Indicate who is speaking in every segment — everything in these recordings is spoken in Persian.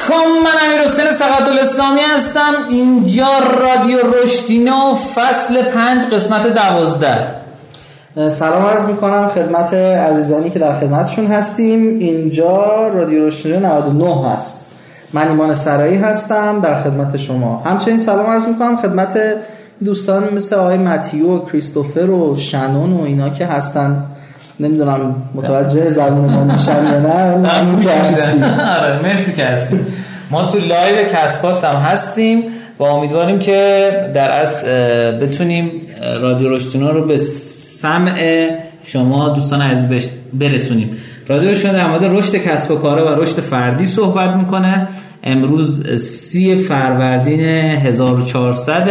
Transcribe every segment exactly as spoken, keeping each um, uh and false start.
Speaker 1: علیکم، من امیرحسین سقط‌الاسلامی هستم. اینجا رادیو رشدینو فصل پنج قسمت دوازده.
Speaker 2: سلام عرض میکنم خدمت عزیزانی که در خدمتشون هستیم. اینجا رادیو رشدینو نود و نه هست. من ایمان سرایی هستم در خدمت شما. همچنین سلام عرض میکنم خدمت دوستان مثل آقای متیو و کریستوفر و شنون و اینا که هستن. نمیدونم متوجه زبون ما میشن یا نه. ممنون که هستیم.
Speaker 1: آره مرسی که هستیم. ما تو لایو کست باکس هم هستیم و امیدواریم که در اصل بتونیم رادیو رشدینو رو به سمع شما دوستان عزیز برسونیم. رادیو رشدینو در مورد رشد کسب و کار و رشد فردی صحبت میکنه. امروز سی فروردین هزار و چهارصد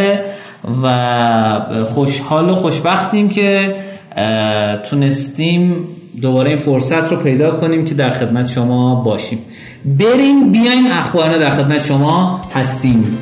Speaker 1: و خوشحال و خوشبختیم که تونستیم دوباره این فرصت رو پیدا کنیم که در خدمت شما باشیم. بریم بیایم اخبارنا در خدمت شما هستیم.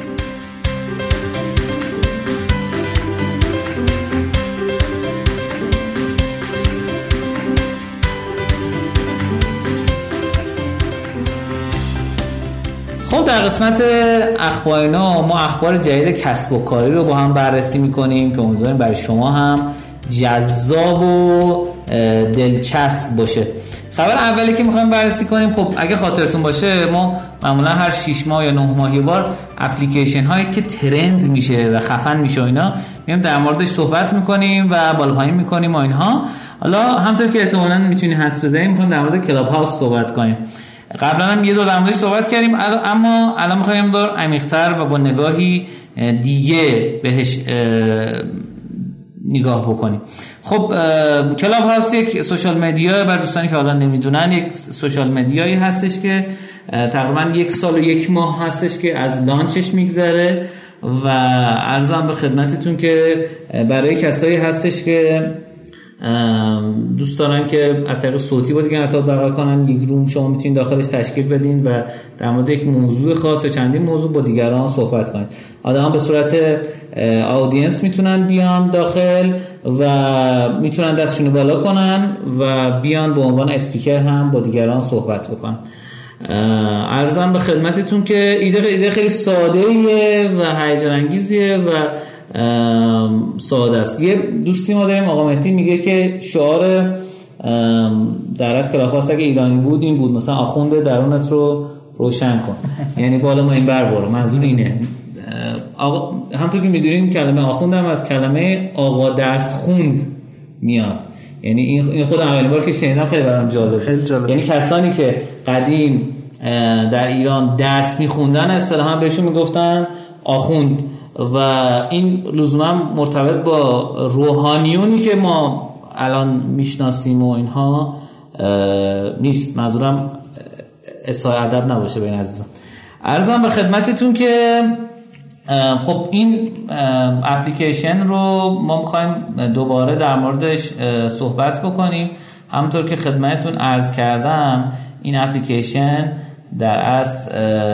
Speaker 1: خب در قسمت اخبارنا ما اخبار جدید کسب و کاری رو با هم بررسی میکنیم که امیدواریم برای شما هم جذاب و دلچسب باشه. خبر اولی که میخوایم بررسی کنیم، خب اگه خاطرتون باشه ما معمولا هر شش ماه یا نه ماه یه بار اپلیکیشن هایی که ترند میشه و خفن میشه و اینا میایم در موردش صحبت میکنیم و بالا پایین میکنیم و اینها. حالا همونطور که احتمالاً میتونی حدس بزنید میخوایم در مورد کلاب هاوس صحبت کنیم. قبلا هم یه دور در موردش صحبت کردیم، اما الان میخوایم دور عمیق‌تر و با نگاهی دیگه بهش نگاه بکنیم. خب کلاب هاوس یک سوشال مدیا، بر دوستانی که حالا نمیدونن، یک سوشال مدیایی هستش که تقریبا یک سال و یک ماه هستش که از لانچش میگذره و عرضم به خدمتتون که برای کسایی هستش که دوست دارن که از طریق صوتی با دیگران ارتباط برقرار کنن، یک روم شما میتونید داخلش تشکیل بدین و در مورد یک موضوع خاص یا چندین موضوع با دیگران صحبت کنید. آدما به صورت آدینس میتونن بیان داخل و میتونن دستشون بالا کنن و بیان به عنوان اسپیکر هم با دیگران صحبت بکنن. عرضم به خدمتتون که ایده ایده خیلی ساده‌ایه و هیجان انگیزیه و ساده است. یه دوستی ما داریم آقا مهدی میگه که شعار در از کلاب هاوس اگه ایرانی بود این بود، مثلا آخونده درونت رو روشن کن. یعنی بالا ما این بر برو. منظور اینه. آقا همونطور که میدونین کلمه آخوند هم از کلمه آقا درس خوند میاد. یعنی این خود اولین بار که شنیدم خیلی برام جالب. یعنی کسانی که قدیم در ایران درس میخوندن اصطلاحا بهشون میگفتن آخوند و این لزوما مرتبط با روحانیونی که ما الان میشناسیم و اینها نیست. منظورم اصلاح ادب نباشه بین عزیزان. عرضم به خدمتتون که خب این اپلیکیشن رو ما میخوایم دوباره در موردش صحبت بکنیم. همونطور که خدمتتون عرض کردم این اپلیکیشن در اصل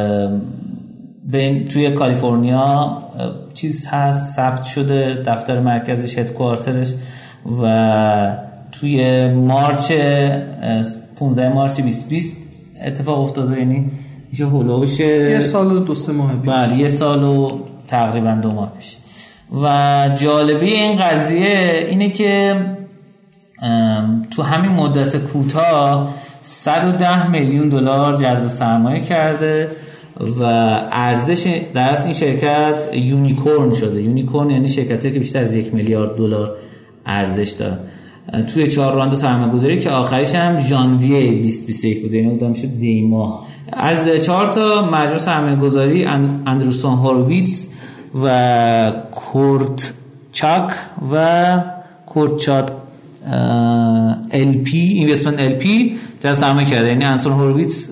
Speaker 1: توی کالیفرنیا چیز هست، ثبت شده، دفتر مرکزش، هدکوارترش، و توی مارچ پانزده مارچ بیست بیست اتفاق افتاده. یعنی میشه هولوش
Speaker 2: یه سال و دو سه ماه پیش.
Speaker 1: بله یه سال و تقریبا دو ماه پیش. و جالبی این قضیه اینه که تو همین مدت کوتاه صد و ده میلیون دلار جذب سرمایه کرده و ارزش در اصل این شرکت یونیکورن شده. یونیکورن یعنی شرکتی که بیشتر از یک میلیارد دلار ارزش داره. توی چهار راند سرمایه‌گذاری که آخریش هم ژانویه بیست بیست و یک بود، یعنی بودم میشه دی ماه. از چهار تا مجموعه سرمایه‌گذاری اندروسون هوروویتز و کورت چاک و کورت چاک ال پی اینوستمنت ال پی جذب سرمایه کرده. یعنی اندروسون هوروویتز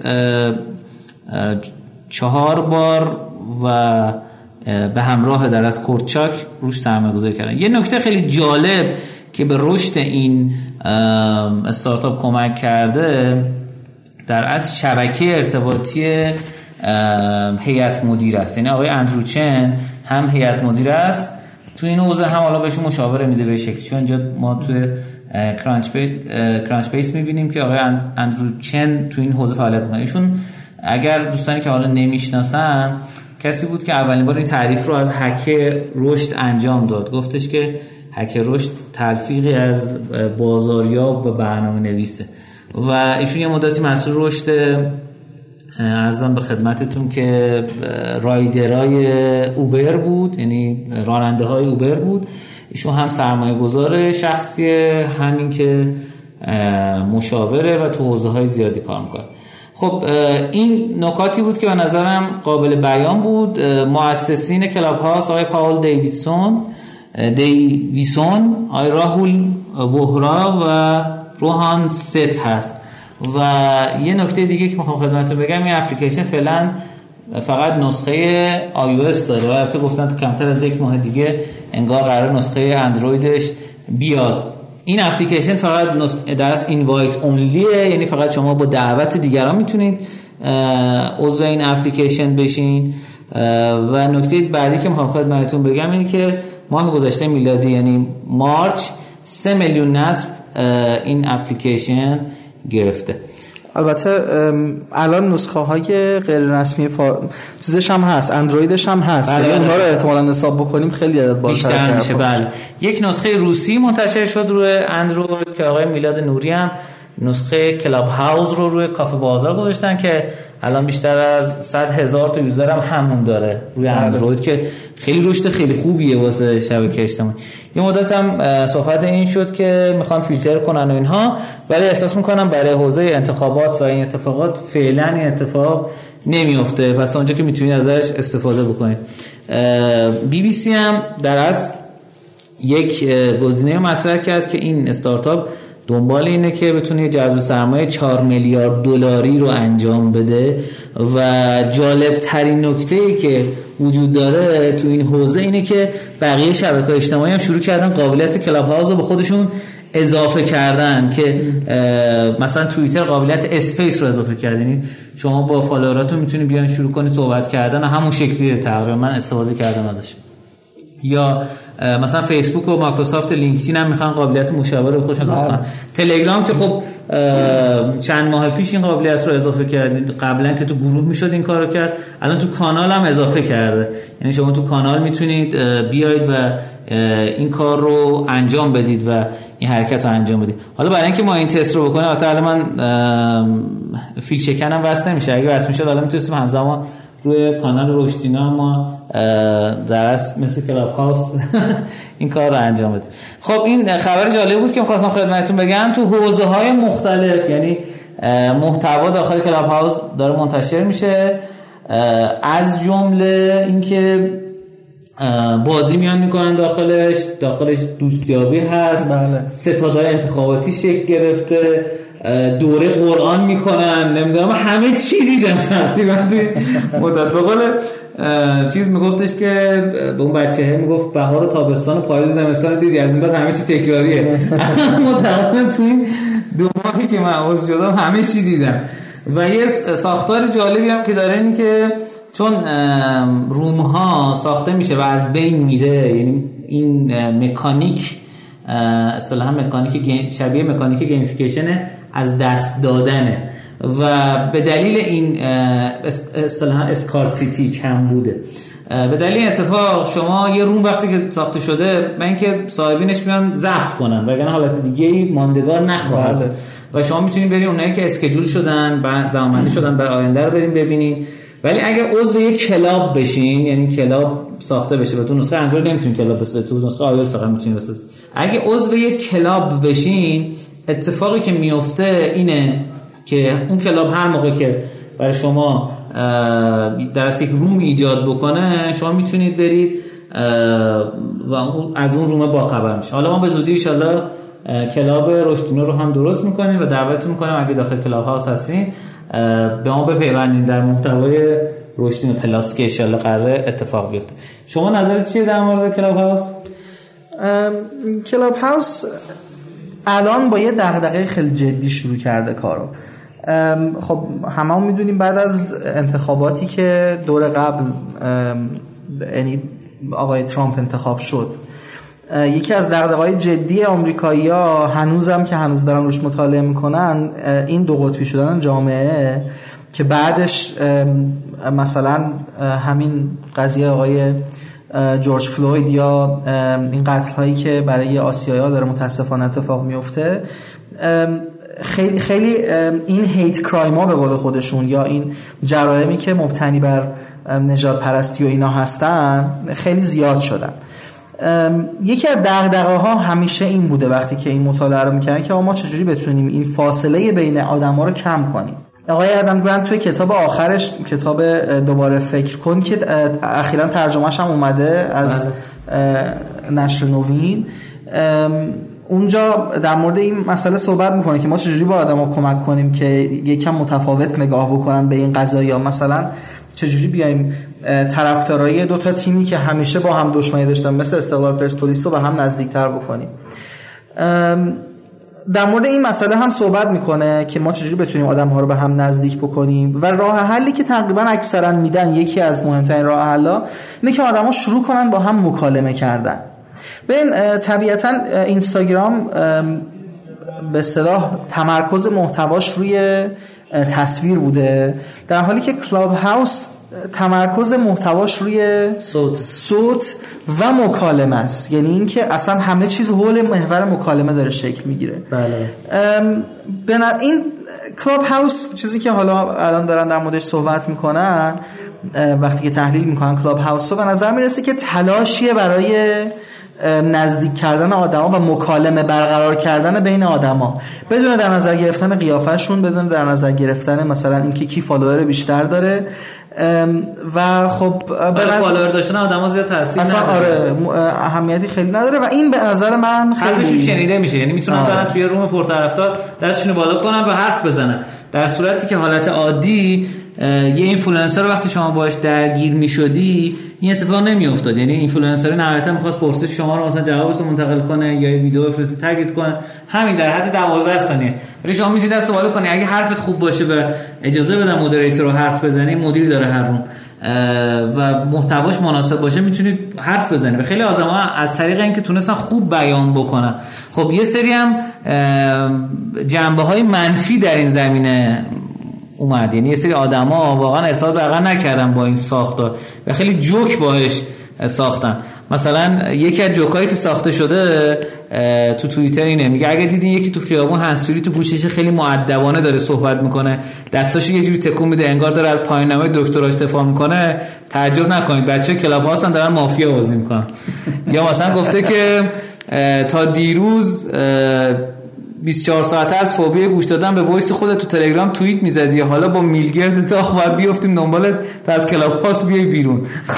Speaker 1: چهار بار و به همراه در از کورچاک روش سرمایه گذاری کردن. یه نکته خیلی جالب که به رشد این استارتاپ کمک کرده در از شبکه ارتباطی هیئت مدیره است. یعنی آقای اندرو چن هم هیئت مدیره است تو این حوزه، هم حالا بهشون مشاوره میده به شکلی. چون اینجا ما تو کرانچ بیس کرانچ بیس میبینیم که آقای اندرو چن تو این حوزه فعالیت میکنه. ایشون اگر دوستانی که حالا نمیشناسن، کسی بود که اولین بار این تعریف رو از هک رشد انجام داد. گفتش که هک رشد تلفیقی از بازاریاب و برنامه نویسه و ایشون یه مدتی مسئول رشد ارزم به خدمتتون که رایدرای اوبر بود، یعنی راننده های اوبر بود. ایشون هم سرمایه گذار شخصی، همین که مشاوره و تو حوزه های زیادی کار میکنه. خب این نکاتی بود که به نظرم قابل بیان بود. مؤسسین کلاب هاوس آقای پاول دیویدسون دیویسون آقای راهول بوهرا و روهان ست هست. و یه نکته دیگه که میخوام خدمتتون بگم، این اپلیکیشن فعلا فقط نسخه آی او اس داره و البته گفتن تو کمتر از یک ماه دیگه انگار قرار نسخه اندرویدش بیاد. این اپلیکیشن فقط در اصل اینوایت اونلیه، یعنی فقط شما با دعوت دیگران میتونید عضو این اپلیکیشن بشین. و نکته بعدی که میخوام خدمتتون بگم اینه که ماه گذشته میلادی یعنی مارچ سه میلیون نصب این اپلیکیشن گرفته.
Speaker 2: البته الان نسخه های غیر رسمی فار... چیزش هم هست، اندرویدش هم هست.
Speaker 1: بله بله
Speaker 2: اونها رو احتمالاً حساب بکنیم خیلی عدد
Speaker 1: بیشتر میشه. بله یک نسخه روسی منتشر شد روی اندروید که آقای میلاد نوری هم نسخه کلاب هاوس رو روی کافه بازار گذاشتن که الان بیشتر از صد هزار تا یوزر هم همون داره روی اندروید که خیلی رشد خیلی خوبیه واسه شبکه اجتماعی. یه مدت هم صحبت این شد که میخوان فیلتر کنن و اینها، ولی احساس میکنم برای حوزه انتخابات و این اتفاقات فعلا این اتفاق نمیفته، پس اونجا که میتونید ازش استفاده بکنید. بی بی سی هم در اصل یک گزینه مطرح کرد که این استارتاپ دنبال اینه که بتونه جذب سرمایه چهار میلیارد دلاری رو انجام بده و جالب ترین نکته‌ای که وجود داره تو این حوزه اینه که بقیه شبکه‌های اجتماعی هم شروع کردن قابلیت کلاب هاوس رو به خودشون اضافه کردن که مثلا توییتر قابلیت اسپیس رو اضافه کردین، شما با فالووراتون میتونید بیان شروع کنید صحبت کردن، همون شکلیه تقریبا من استفاده کردم ازش. یا مثلا فیسبوک و مایکروسافت لینکدین هم میخوان قابلیت مشاوره به خودشون اضافه کنن. تلگرام که خب چند ماه پیش این قابلیت رو اضافه کرد، قبلا که تو گروه میشد این کارو کرد، الان تو کانال هم اضافه کرده، یعنی شما تو کانال میتونید بیاید و این کار رو انجام بدید و این حرکت رو انجام بدید. حالا برای اینکه ما این تست رو بکنیم، البته من فیل شکنم واسه نمیشه، اگه واسه میشد الان میتونستیم همزمان روی کانال رشدینا ما در اصل مثل کلاب هاوس این کار رو انجام بدیم. خب این خبر جالب بود که می‌خواستم خدمتتون بگم. تو حوزه‌های مختلف، یعنی محتوا داخل کلاب هاوس داره منتشر میشه، از جمله اینکه بازی میان میکنن داخلش، داخلش دوستیابی هست، بله. ستادهای انتخاباتی شکل گرفته، دوره قرآن میکنن، نمیدونم همه چی دیدم تقریبا توی مدت. به قول چیز میگفتش که به اون بچه‌ها میگفت بهار و تابستان و پاییز و زمستان دیدی، از این بعد همه چی تکراریه. متأسفانه توی این دو ماهی که من عضو شدم همه چی دیدم. و یه ساختار جالبی هم که داره اینه که چون روم ها ساخته میشه و از بین میره، یعنی این مکانیک اصطلاحاً مکانیک شبیه مکانیک گیمفیکیشن از دست دادنه و به دلیل این اصطلاحاً اسکارسیتی کم بوده، به دلیل اتفاق شما یه روم وقتی که ساخته شده من اینکه صاحبینش بیان ضبط کنن وگرنه حالت دیگه‌ای ماندگار نخواهد و شما میتونید برید اونایی که اسکیجول شدن بعد زمانی شدن برای آینده رو بریم ببینید. ولی اگه عضو یک کلاب بشین، یعنی کلاب ساخته بشه، و تو نسخه اندروید نمیتونید کلاب بسازید، تو نسخه آی او اس فقط میتونید بسازید. اگه عضو یک کلاب بشین، اتفاقی که میفته اینه که اون کلاب هر موقع که برای شما در از یک روم ایجاد بکنه، شما میتونید برید و از اون روم با خبر میشه. حالا ما به زودی ان شاءالله کلاب رشدینو رو هم درست میکنیم و دعوتتون میکنیم اگه داخل کلاب هاوس هستین به ما بپیوندین در محتوای رشدینو پلاس که ان شاءالله قراره اتفاق بیفته. شما نظرت چیه در مورد کلاب هاوس؟
Speaker 2: کلاب هاوس الان با یه دغدغه خیلی جدی شروع کرده کارو. خب همه هم میدونیم بعد از انتخاباتی که دور قبل یعنی آقای ترامپ انتخاب شد، یکی از دغدغه‌های جدی آمریکایی‌ها هنوزم که هنوز دارن روش مطالعه میکنن این دو قطبی شدن جامعه که بعدش مثلا همین قضیه آقای جورج فلوید یا این قتل هایی که برای آسیایی‌ها داره متاسفانه اتفاق میفته، خیلی خیلی این هیت کرایم ها به قول خودشون یا این جرائمی که مبتنی بر نژاد پرستی و اینا هستن خیلی زیاد شدن. یکی از دغدغه ها همیشه این بوده وقتی که این مطالعه رو میکنن که ما چجوری بتونیم این فاصله بین آدم ها رو کم کنیم. آقای ادم گرانت توی کتاب آخرش، کتاب دوباره فکر کن که اخیراً ترجمهش هم اومده از نشر نوین، اونجا در مورد این مسئله صحبت میکنه که ما چجوری با آدم ها کمک کنیم که یکم متفاوت نگاه بکنن به این قضایا. مثلا چجوری بیایم طرفدارای دو تا تیمی که همیشه با هم دشمنی داشتن مثل استقلال پرسپولیس رو به هم نزدیکتر بکنیم. در مورد این مسئله هم صحبت میکنه که ما چجوری بتونیم آدم‌ها رو به هم نزدیک بکنیم و راه حلی که تقریبا اکثرا میدن، یکی از مهمترین راه حل‌ها اینه که آدم‌ها شروع کنن با هم مکالمه کردن. ببین طبیعتا اینستاگرام به اصطلاح تمرکز محتواش روی تصویر بوده، در حالی که کلاب هاوس تمرکز محتواش روی
Speaker 1: صوت,
Speaker 2: صوت و مکالمه است. یعنی این که اصلا همه چیز حول محور مکالمه داره شکل میگیره.
Speaker 1: بله.
Speaker 2: این کلاب هاوس چیزی که حالا الان دارن در موردش صحبت میکنن، وقتی که تحلیل میکنن کلاب هاوس رو، به نظر میرسه که تلاشیه برای نزدیک کردن آدما و مکالمه برقرار کردن بین آدما بدون در نظر گرفتن قیافشون، بدون در نظر گرفتن مثلا اینکه کی فالوور بیشتر داره و خب
Speaker 1: برای فالوور داشتن آدما زیاد تاثیر
Speaker 2: اصلا آره اهمیتی خیلی نداره و این به نظر من خیلی
Speaker 1: حرفشون شنیده میشه. یعنی میتونن آره. برن توی روم پرطرفدار دستشون بالا کنن و حرف بزنن، در صورتی که حالت عادی یه اینفلوئنسر وقتی شما باهاش درگیر میشدی این اتفاق نمیافتاد. یعنی اینفلوئنسر نهایتا میخواست پرسش شما رو مثلا جوابش رو منتقل کنه یا یه ویدیو بفرسته تگت کنه، همین در حد دوازده ثانیه. ولی شما میتونید دست بالا کنی، اگه حرفت خوب باشه و اجازه بدن مدیریتور رو حرف بزنی، مدیر داره هر روم و محتواش مناسب باشه میتونید حرف بزنید. و خیلی آدما از طریق اینکه تونستن خوب بیان بکنن، خب یه سری هم جنبه‌های منفی در این زمینه اومد. یعنی یه سری آدما واقعا ارتباط برقرار نکردن با این ساختار و خیلی جوک باهاش ساختن. مثلا یکی از جوکایی که ساخته شده تو توییتر اینه، میگه اگه دیدین یکی تو خیابون هنسفری تو گوشش خیلی مؤدبانه داره صحبت میکنه، دستاشو یه جوری تکون میده انگار داره از پایان‌نامه دکتراش دفاع میکنه، تعجب نکنید بچه کلاب هاوس هم دارن مافیا بازی میکنن. یا مثلا گفته که تا دیروز بیست و چهار ساعته از فوبیا گوش دادن به وایس خودت تو تلگرام توییت میزدی، حالا با میلگرد داغ باید بیافتیم دنبالت تا از کلاب هاوس بیای بیرون.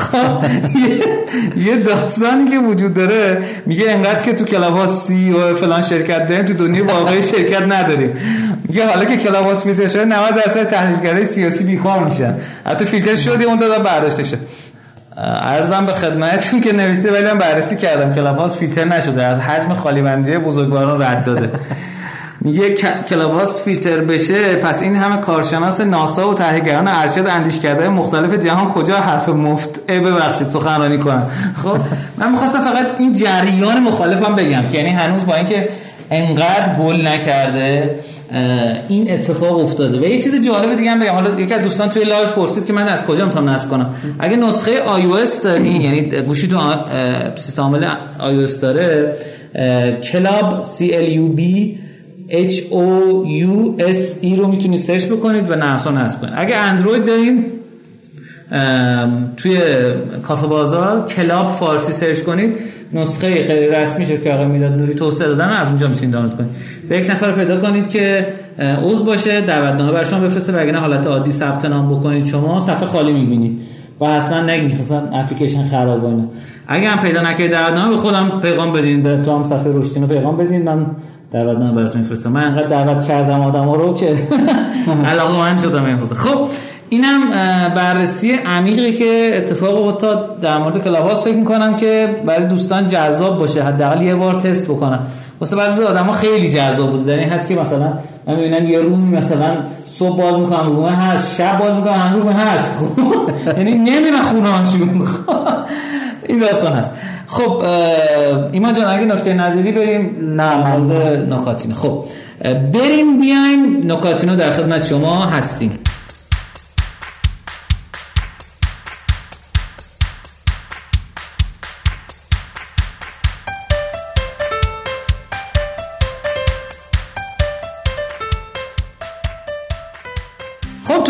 Speaker 1: یه داستانی که وجود داره میگه انقدر که تو کلاب هاوس سی و فلان شرکت داریم تو دنیا واقعی شرکت نداریم. میگه حالا که کلاب هاوس فیلتر شده نود درصد تحلیلگرای سیاسی بیکار میشن، حتی فیلتر شده اون دادا برداشته شد. عرضم به خدمتتون که نوشته ولی من بررسی کردم کلاب هاوس فیلتر نشده، از حجم خالی بندی بزرگواران رد داده. میگه کلاب هاوس فیلتر بشه پس این همه کارشناس ناسا و تحقیقگران ارشد اندیشکده مختلف جهان کجا حرف مفت ای ببخشید سخنرانی کنن. خب من می‌خواستم فقط این جریان مخالفم بگم که یعنی هنوز با اینکه انقدر گل نکرده این اتفاق افتاده. و یه چیز جالب دیگه هم بگم، حالا یکی از دوستان توی لایو پرسید که من از کجا میتونم نصب کنم. اگه نسخه آی او اس دارین، یعنی گوشی تو سیستم عامل آی او اس داره، کلاب سی ال یو بی اچ او یو اس ای رو میتونید سرچ بکنید و نصب نصب کنید. اگه اندروید دارین توی کافه بازار کلاب فارسی سرچ کنید، نسخه غیر رسمی شو که آقای میلاد نوری توسعه دادن از اونجا میتونید دانلود کنید. به یک نفر پیدا کنید که عضو باشه، دعوتنامه برای شما بفرسته، وگرنه حالت عادی ثبت نام بکنید شما صفحه خالی میبینید و حتما نگید مثلا اپلیکیشن خراب و اینا. اگه هم پیدا نکردید دعوتنامه به خودم پیغام بدین، به تو هم صفحه رشدینو پیغام بدین، من دعوتنامه براتون میفرستم. من انقدر دعوت کردم آدما رو که علاقه‌مند شدم امروز. خب اینم بررسی عمیقی که اتفاق افتاد در مورد کلاب هاوس. فکر می‌کنم که برای دوستان جذاب باشه، حداقل یه بار تست بکنن. واسه بعضی آدما خیلی جذاب بود، در این حد که مثلا من می‌بینم یه رومی مثلا صبح باز می‌کنم روم هست، شب باز می‌کنم هم روم هست، یعنی نمی‌رن خونه‌هاشون. این داستان هست. خب ایمان جان اگه نکته نداری بریم
Speaker 2: نه
Speaker 1: مورد نکاتینو. خب بریم بیایم نکاتینو در خدمت شما هستیم.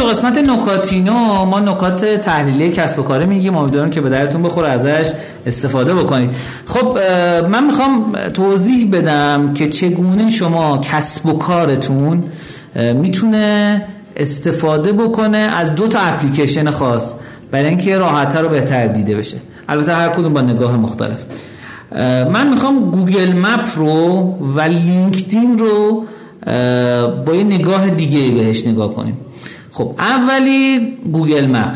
Speaker 1: تو قسمت نکاتینو ما نکات تحلیلی کسب و کار میگیم، امیدوارم که به درتون بخوره، ازش استفاده بکنید. خب من میخوام توضیح بدم که چگونه شما کسب و کارتون میتونه استفاده بکنه از دو تا اپلیکیشن خاص برای اینکه راحت‌تر و بهتر دیده بشه، البته هر کدوم با نگاه مختلف. من میخوام گوگل مپ رو و لینکدین رو با یه نگاه دیگه بهش نگاه کنیم. خب اولی گوگل مپ.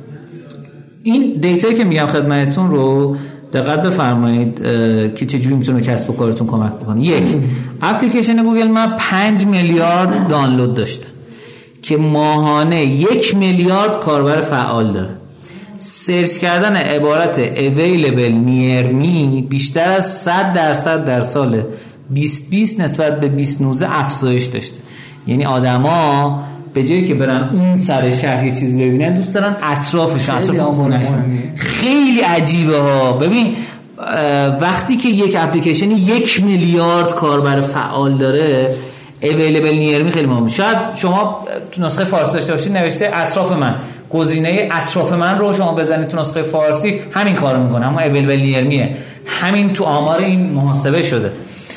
Speaker 1: این دیتایی که میگم خدمتتون رو دقت بفرمایید که چجوری میتونه کسب و کارتون کمک بکنه. یک، اپلیکیشن گوگل مپ پنج میلیارد دانلود داشته که ماهانه یک میلیارد کاربر فعال داره. سرچ کردن عبارت available near me بیشتر از صد درصد در سال بیست بیست نسبت به بیست نوزده افزایش داشته. یعنی آدما به جایی که برن اون سر شهر یه چیزی ببینن، دوست دارن اطرافش، اطراف خونه‌شون. خیلی عجیبه ها. ببین وقتی که یک اپلیکیشن یک میلیارد کاربر فعال داره، available near me خیلی مهمه. شاید شما تو نسخه فارسی داشته باشید نوشته اطراف من، گزینه اطراف من رو شما بزنید تو نسخه فارسی همین کارو میکنه، اما available near me همین تو آمار این محاسبه شده.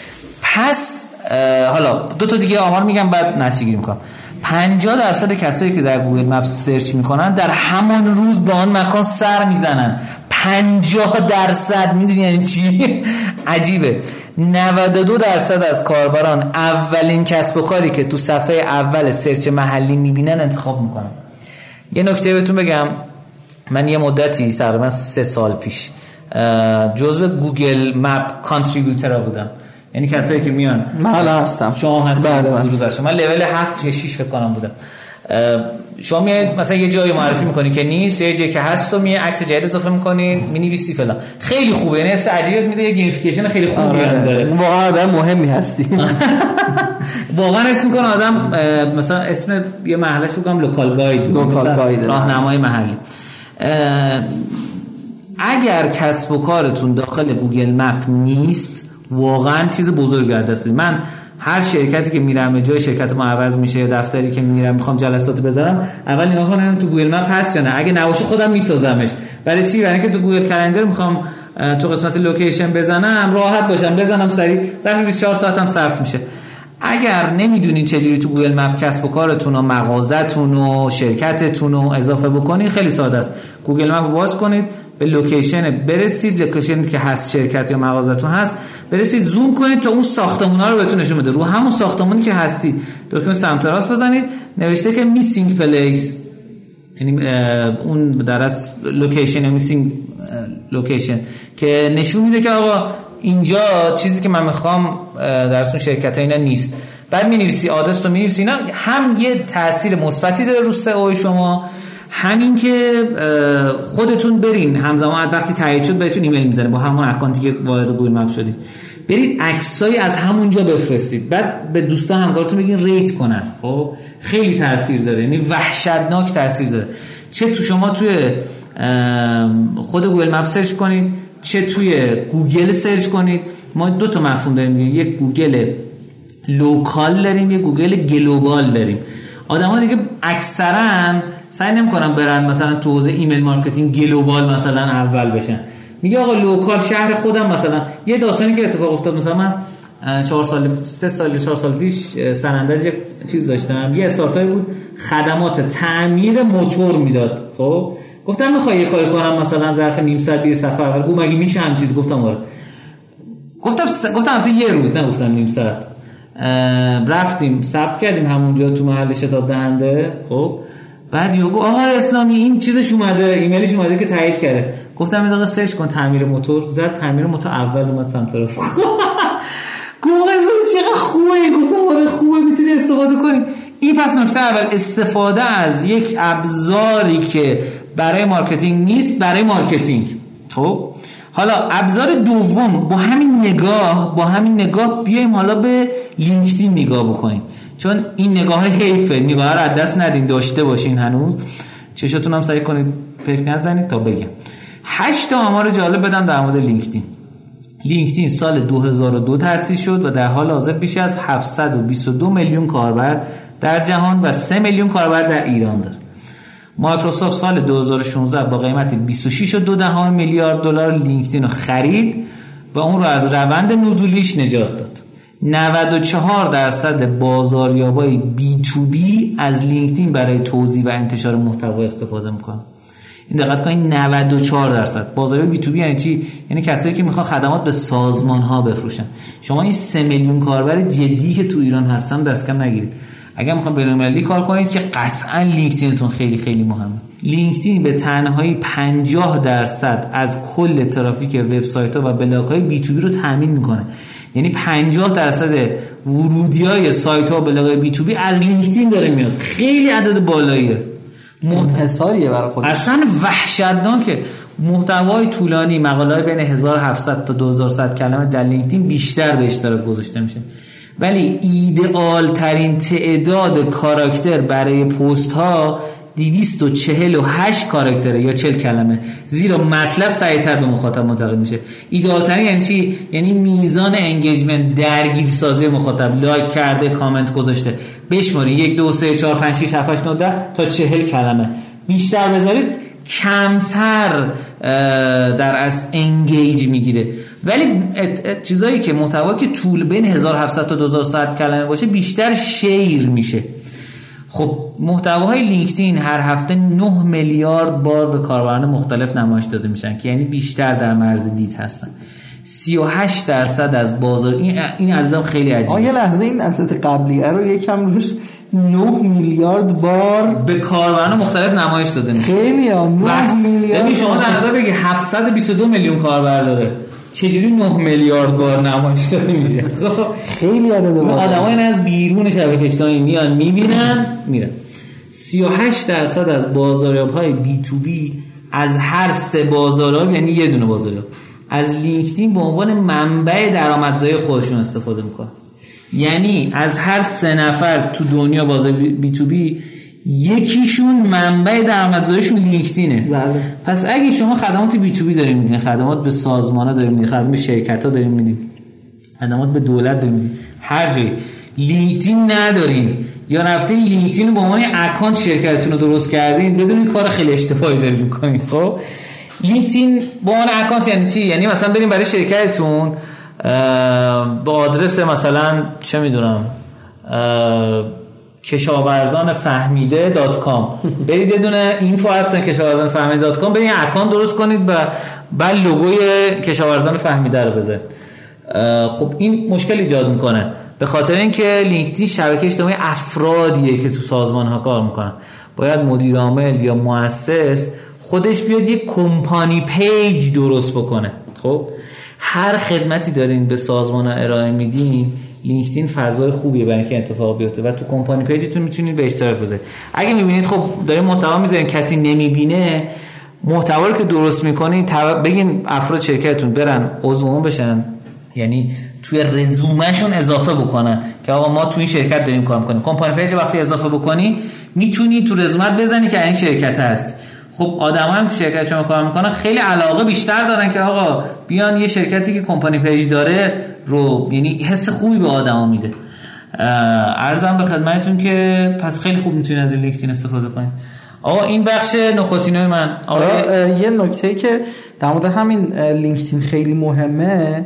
Speaker 1: پس حالا دو تا دیگه آمار میگم بعد نتیجه گیری میکنم. پنجاه درصد کسایی که در گوگل مپ سرچ میکنن در همان روز به آن مکان سر میزنن. پنجاه درصد میدونی یعنی چی؟ عجیبه. نود و دو درصد از کاربران اولین کسب و کاری که تو صفحه اول سرچ محلی میبینن انتخاب میکنن. یه نکته بهتون بگم، من یه مدتی تقریبا سه سال پیش جزو گوگل مپ کانتریبیوتورها بودم، یعنی کسایی که میان.
Speaker 2: من حالا هستم،
Speaker 1: شما هستید. من لول هفت یا شش فکر کنم بودم. شما میاد مثلا یه جایی معرفی میکنی که نیست، یه جایی که هست و میاد عکس جدید اضافه میکنی، مینویسی فلان. خیلی خوبه، یعنی حس عجیبت میده، یه گیمفیکیشن خیلی خوبی هم داره.
Speaker 2: واقعا آدم مهمی هستی.
Speaker 1: واقعا اسم میکنه آدم، مثلا اسم یه محلش بگم لوکال گاید،
Speaker 2: لوکال گاید،
Speaker 1: راهنمای محلی. اگر کسب و کارتون داخل گوگل مپ نیست، واقعا چیز بزرگی از دست میدید. من هر شرکتی که میرم، جای شرکت ما عوض میشه، دفتری که میرم میخوام جلساتو بذارم، اول نگاه کنم تو گوگل مپ هست یا نه. اگه نباشه خودم میسازمش. برای چی؟ برای اینکه تو گوگل کلندر میخوام تو قسمت لوکیشن بزنم، راحت باشم، بزنم سریع، ظرف بیست و چهار ساعتم صرف میشه. اگر نمیدونین چجوری تو گوگل مپ کسب و کارتون و مغازه‌تون و شرکتتون رو اضافه بکنید، خیلی ساده است. گوگل مپ رو باز کنید، به لوکیشن برسید، لوکیشنی که هست شرکت یا مغازه‌تون هست برسید، زوم کنید تا اون ساختمونا رو بهتون نشون بده. رو همون ساختمونی که هستی دکمه سمت راست بزنید، نوشته که میسینگ پلیس، یعنی اون در از لوکیشن میسینگ لوکیشن که نشون میده که آقا اینجا چیزی که من میخوام در اون شرکت ها اینا نیست. بعد می‌نویسی آدرس رو می‌نویسی. اینا هم یه تاثیر مثبتی داره رو سئو شما، همین که خودتون برین همزمان وقتی تایید شد بهتون ایمیل میزنه با همون اکانتی که وارد گوگل مپ شدید، برید عکسایی از همونجا بفرستید، بعد به دوستان همکارتون بگین ریت کنن. خب خیلی تاثیر داره، یعنی وحشتناک تاثیر داره. چه تو شما توی خود گوگل مپ سرچ کنید، چه توی گوگل سرچ کنید. ما دو تا مفهوم داریم، یک گوگل لوکال داریم، یک گوگل گلوبال داریم. آدم‌ها دیگه اکثرا سعی نمی‌کنن برن مثلا تو حوزه ایمیل مارکتینگ گلوبال مثلا اول بشن. میگه آقا لوکال شهر خودم. مثلا یه داستانی که اتفاق افتاد، مثلا من چهار سال سه سال چهار سال پیش سنندج یک چیز داشتم، یه استارتاپی بود خدمات تعمیر موتور میداد. خب گفتم میخوای یه کاری کنم مثلا ظرف نیم ساعت بیست صفحه اول، گفت مگه میشه هم چیز؟ گفتم آره. گفتم گفتم البته یه روز، نه گفتم نیم ساعت. رفتیم ثبت کردیم همونجا تو محل شتاب دهنده. خب بعد یهو گفت آها اسلامی این چیزش اومده، ایمیلش اومده که تایید کرده. گفتم یه دقیقه سرچ کن تعمیر موتور، زد تعمیر موتور اول اومد سمت راست. گوگل چقدر خوبه. گفتم آره خوبه، میتونی استفاده کنی. این پس نکته اول، استفاده از یک ابزاری که برای مارکتینگ نیست برای مارکتینگ. خب حالا ابزار دوم، با همین نگاه با همین نگاه بیایم حالا به لینکدین نگاه بکنیم، چون این نگاه حیفه، نگاه رو از دست ندین، داشته باشین هنوز. چشاتون هم سعی کنید پک نزنید تا بگم. هشت تا آمار جالب بدم در مورد لینکدین. لینکدین سال دو هزار و دو تأسیس شد و در حال حاضر بیش از هفتصد و بیست و دو میلیون کاربر در جهان و سه میلیون کاربر در ایران داره. مایکروسافت سال دو هزار و شانزده با قیمت بیست و شش و دو دهم میلیارد دلار لینکدین رو خرید و اون رو از روند نزولیش نجات داد. نود و چهار درصد بازاریابای بی تو بی از لینکدین برای توزیع و انتشار محتوا استفاده میکنن. این دقت کنید، نود و چهار درصد بازاریابای بی تو بی یعنی چی؟ یعنی کسایی که میخوان خدمات به سازمان ها بفروشن. شما این سه میلیون کاربر جدی که تو ایران هستن دست کم نگیرید. اگر میخوام بین‌المللی کار کنید که قطعا لینکدینتون خیلی خیلی مهمه. لینکدین به تنهایی پنجاه درصد از کل ترافیک وبسایت‌ها و بلاگ‌های بی تو بی رو تامین میکنه. یعنی پنجاه درصد ورودی‌های سایت‌ها و بلاگ‌های بی تو بی از لینکدین داره میاد. خیلی عدد بالاییه.
Speaker 2: انحصاریه برای خودش.
Speaker 1: اصلا وحشتناکه. محتوای طولانی، مقاله‌های بین هزار و هفتصد تا دو هزار و صد کلمه در لینکدین بیشتر به اشتراک گذاشته میشه. ولی ایدئال ترین تعداد کاراکتر برای پست ها دویست و چهل و هشت کاراکتره یا چهل کلمه، زیرا مطلب سریعتر به مخاطب منتقل میشه. ایدئال ترین یعنی چی؟ یعنی میزان انگیجمنت، درگیرسازی مخاطب، لایک کرده، کامنت گذاشته، بشماری یک دو سه چهار پنج شش هفت هشت نه ده تا چهل کلمه. بیشتر بذارید کمتر در از انگیج میگیره. ولی چیزایی که محتوا که طول بین هزار و هفتصد تا دو هزار و صد کلمه باشه بیشتر شیر میشه. خب محتواهای لینکدین هر هفته نه میلیارد بار به کاربران مختلف نمایش داده میشن که یعنی بیشتر در مرز دید هستن. سی و هشت درصد از بازار، این این عددم خیلی عجیبه.
Speaker 2: آیا لحظه این عدد قبلیه رو یکم روش نه میلیارد بار
Speaker 1: به کاربران مختلف نمایش داده میشه.
Speaker 2: خیلی ها نه میلیارد.
Speaker 1: یعنی شما در نظر بگی هفتصد و بیست و دو میلیون کاربر داره، چجوری نه میلیارد بار نمایش داده میشه؟ خیلی عدد بالا. آدمای این از بیرون شبکه اجتماعی میان میبینن میرن. سی و هشت درصد از بازاریاب‌های بی تو بی از هر سه بازاریاب، یعنی یه دونه بازاریاب، از لینکدین به عنوان منبع درآمدزایی خودشون استفاده میکنن. یعنی از هر سه نفر تو دنیا بازار بی تو بی یکیشون منبع درآمدزاییشون لینکدینه.
Speaker 2: بله.
Speaker 1: پس اگه شما خدمات بی تو بی دارین میدین، خدمات به سازمان‌ها دارین میدین، خدمات به شرکت‌ها دارین میدین، خدمات به دولت دارین میدین، هر جایی لینکدین ندارین یا رفتین لینکدین رو به عنوان اکانت شرکتتون رو درست کردین، بدون کار خیلی اشتباهی دارین می‌کنین. خب لینکدین به عنوان اکانت یعنی چی؟ یعنی مثلا بریم برای شرکتتون با آدرس مثلا چه میدونم کشاورزان فهمیده دات کام برید یه دونه اینفو ادسن کشاورزان فهمیده دات کام برید اکانت درست کنید و بعد لوگوی کشاورزان فهمیده رو بذارید. خب این مشکل ایجاد میکنه به خاطر اینکه لینکدین شبکه اجتماعی افرادیه که تو سازمان ها کار میکنن. باید مدیر عامل یا مؤسس خودش بیاد یک کمپانی پیج درست بکنه. خب هر خدمتی دارین به سازمان ها ارائه میدین، لینکدین فضای خوبیه برای اینکه اتفاق بیفته و تو کمپانی پیجتون میتونید به اشتراک بذارید. اگه میبینید خب دارین محتوا میذارین کسی نمیبینه، محتوا رو که درست میکنین بگین افراد شرکتتون برن عضو بشن، یعنی توی رزومهشون اضافه بکنن که آقا ما توی این شرکت داریم کار میکنیم. کمپانی پیج وقتی اضافه بکنی میتونی تو رزومت بزنی که این شرکت هست. خب آدما هم تو شرکت شما کار میکنن خیلی علاقه بیشتر دارن که آقا بیان یه شرکتی که کمپانی پیج داره رو، یعنی حس خوبی به آدما میده. عرضم به خدمتتون که پس خیلی خوب میتونید از لینکدین استفاده کنید. آقا این بخش نکاتینوی من. آقا
Speaker 2: یه نکته‌ای که در مورد همین لینکدین خیلی مهمه،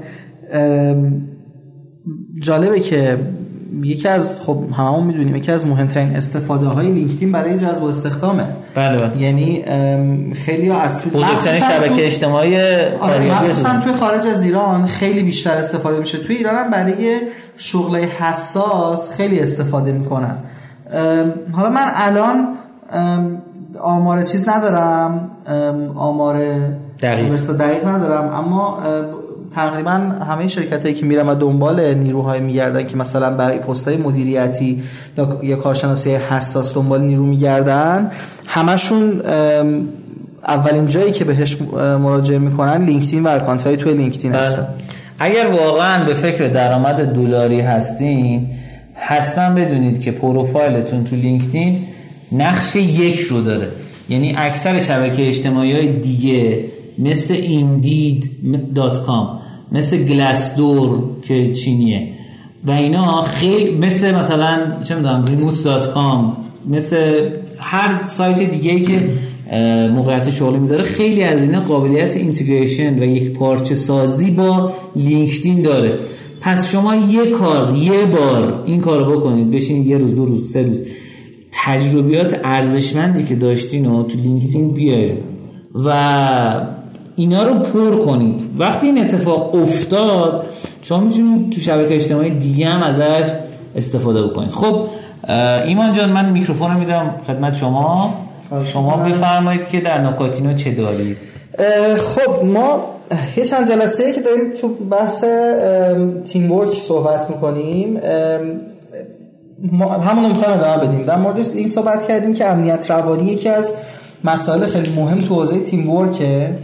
Speaker 2: جالبه که یکی از خب هممون میدونیم یکی از مهمترین استفاده های لینکدین برای جذب استخدامه.
Speaker 1: بله بله.
Speaker 2: یعنی خیلی ها از تو
Speaker 1: بزرگترین شبکه اجتماعی
Speaker 2: مخصوصا توی خارج از ایران خیلی بیشتر استفاده میشه. توی ایران هم برای شغلای حساس خیلی استفاده میکنن. حالا من الان آمار چیز ندارم، آمار
Speaker 1: دقیق
Speaker 2: دقیق ندارم، اما تقریبا همه شرکتایی که میرن و دنبال نیروهای میگردن که مثلا برای پست‌های مدیریتی یا یا کارشناسی حساس دنبال نیرو میگردن، همشون اولین جایی که بهش مراجعه میکنن لینکدین و اکانت‌های توی لینکدین هستن.
Speaker 1: اگر واقعا به فکر درآمد دلاری هستین، حتما بدونید که پروفایلتون تو لینکدین نقش یک رو داره. یعنی اکثر شبکه اجتماعی دیگه مثل ایندید دات کام، مثل گلاسدور که چینیه و اینا، خیلی مثل مثلا چه میدونم ریموت دات کام، مثل هر سایت دیگه‌ای که موقعیت شغلی میذاره خیلی از اینا قابلیت اینتگریشن و یک پارچه سازی با لینکدین داره. پس شما یه کار یه بار این کارو بکنید، بشینید یه روز دو روز سه روز تجربیات ارزشمندی که داشتین رو تو لینکدین بیارید و اینا رو پر کنید. وقتی این اتفاق افتاد شما میتونید تو شبکه اجتماعی دیگه هم ازش استفاده بکنید. خب ایمان جان من میکروفون رو میدم خدمت شما، شما بفرمایید که در نکاتینو چه دارید.
Speaker 2: خب ما یه چند جلسه‌ای که داریم تو بحث تیم ورک صحبت میکنیم، همون رو میخوایم ادامه بدیم. در مورد این صحبت کردیم که امنیت روانی یکی از مسائل خیلی مهم تو حوزه تیم ورکه.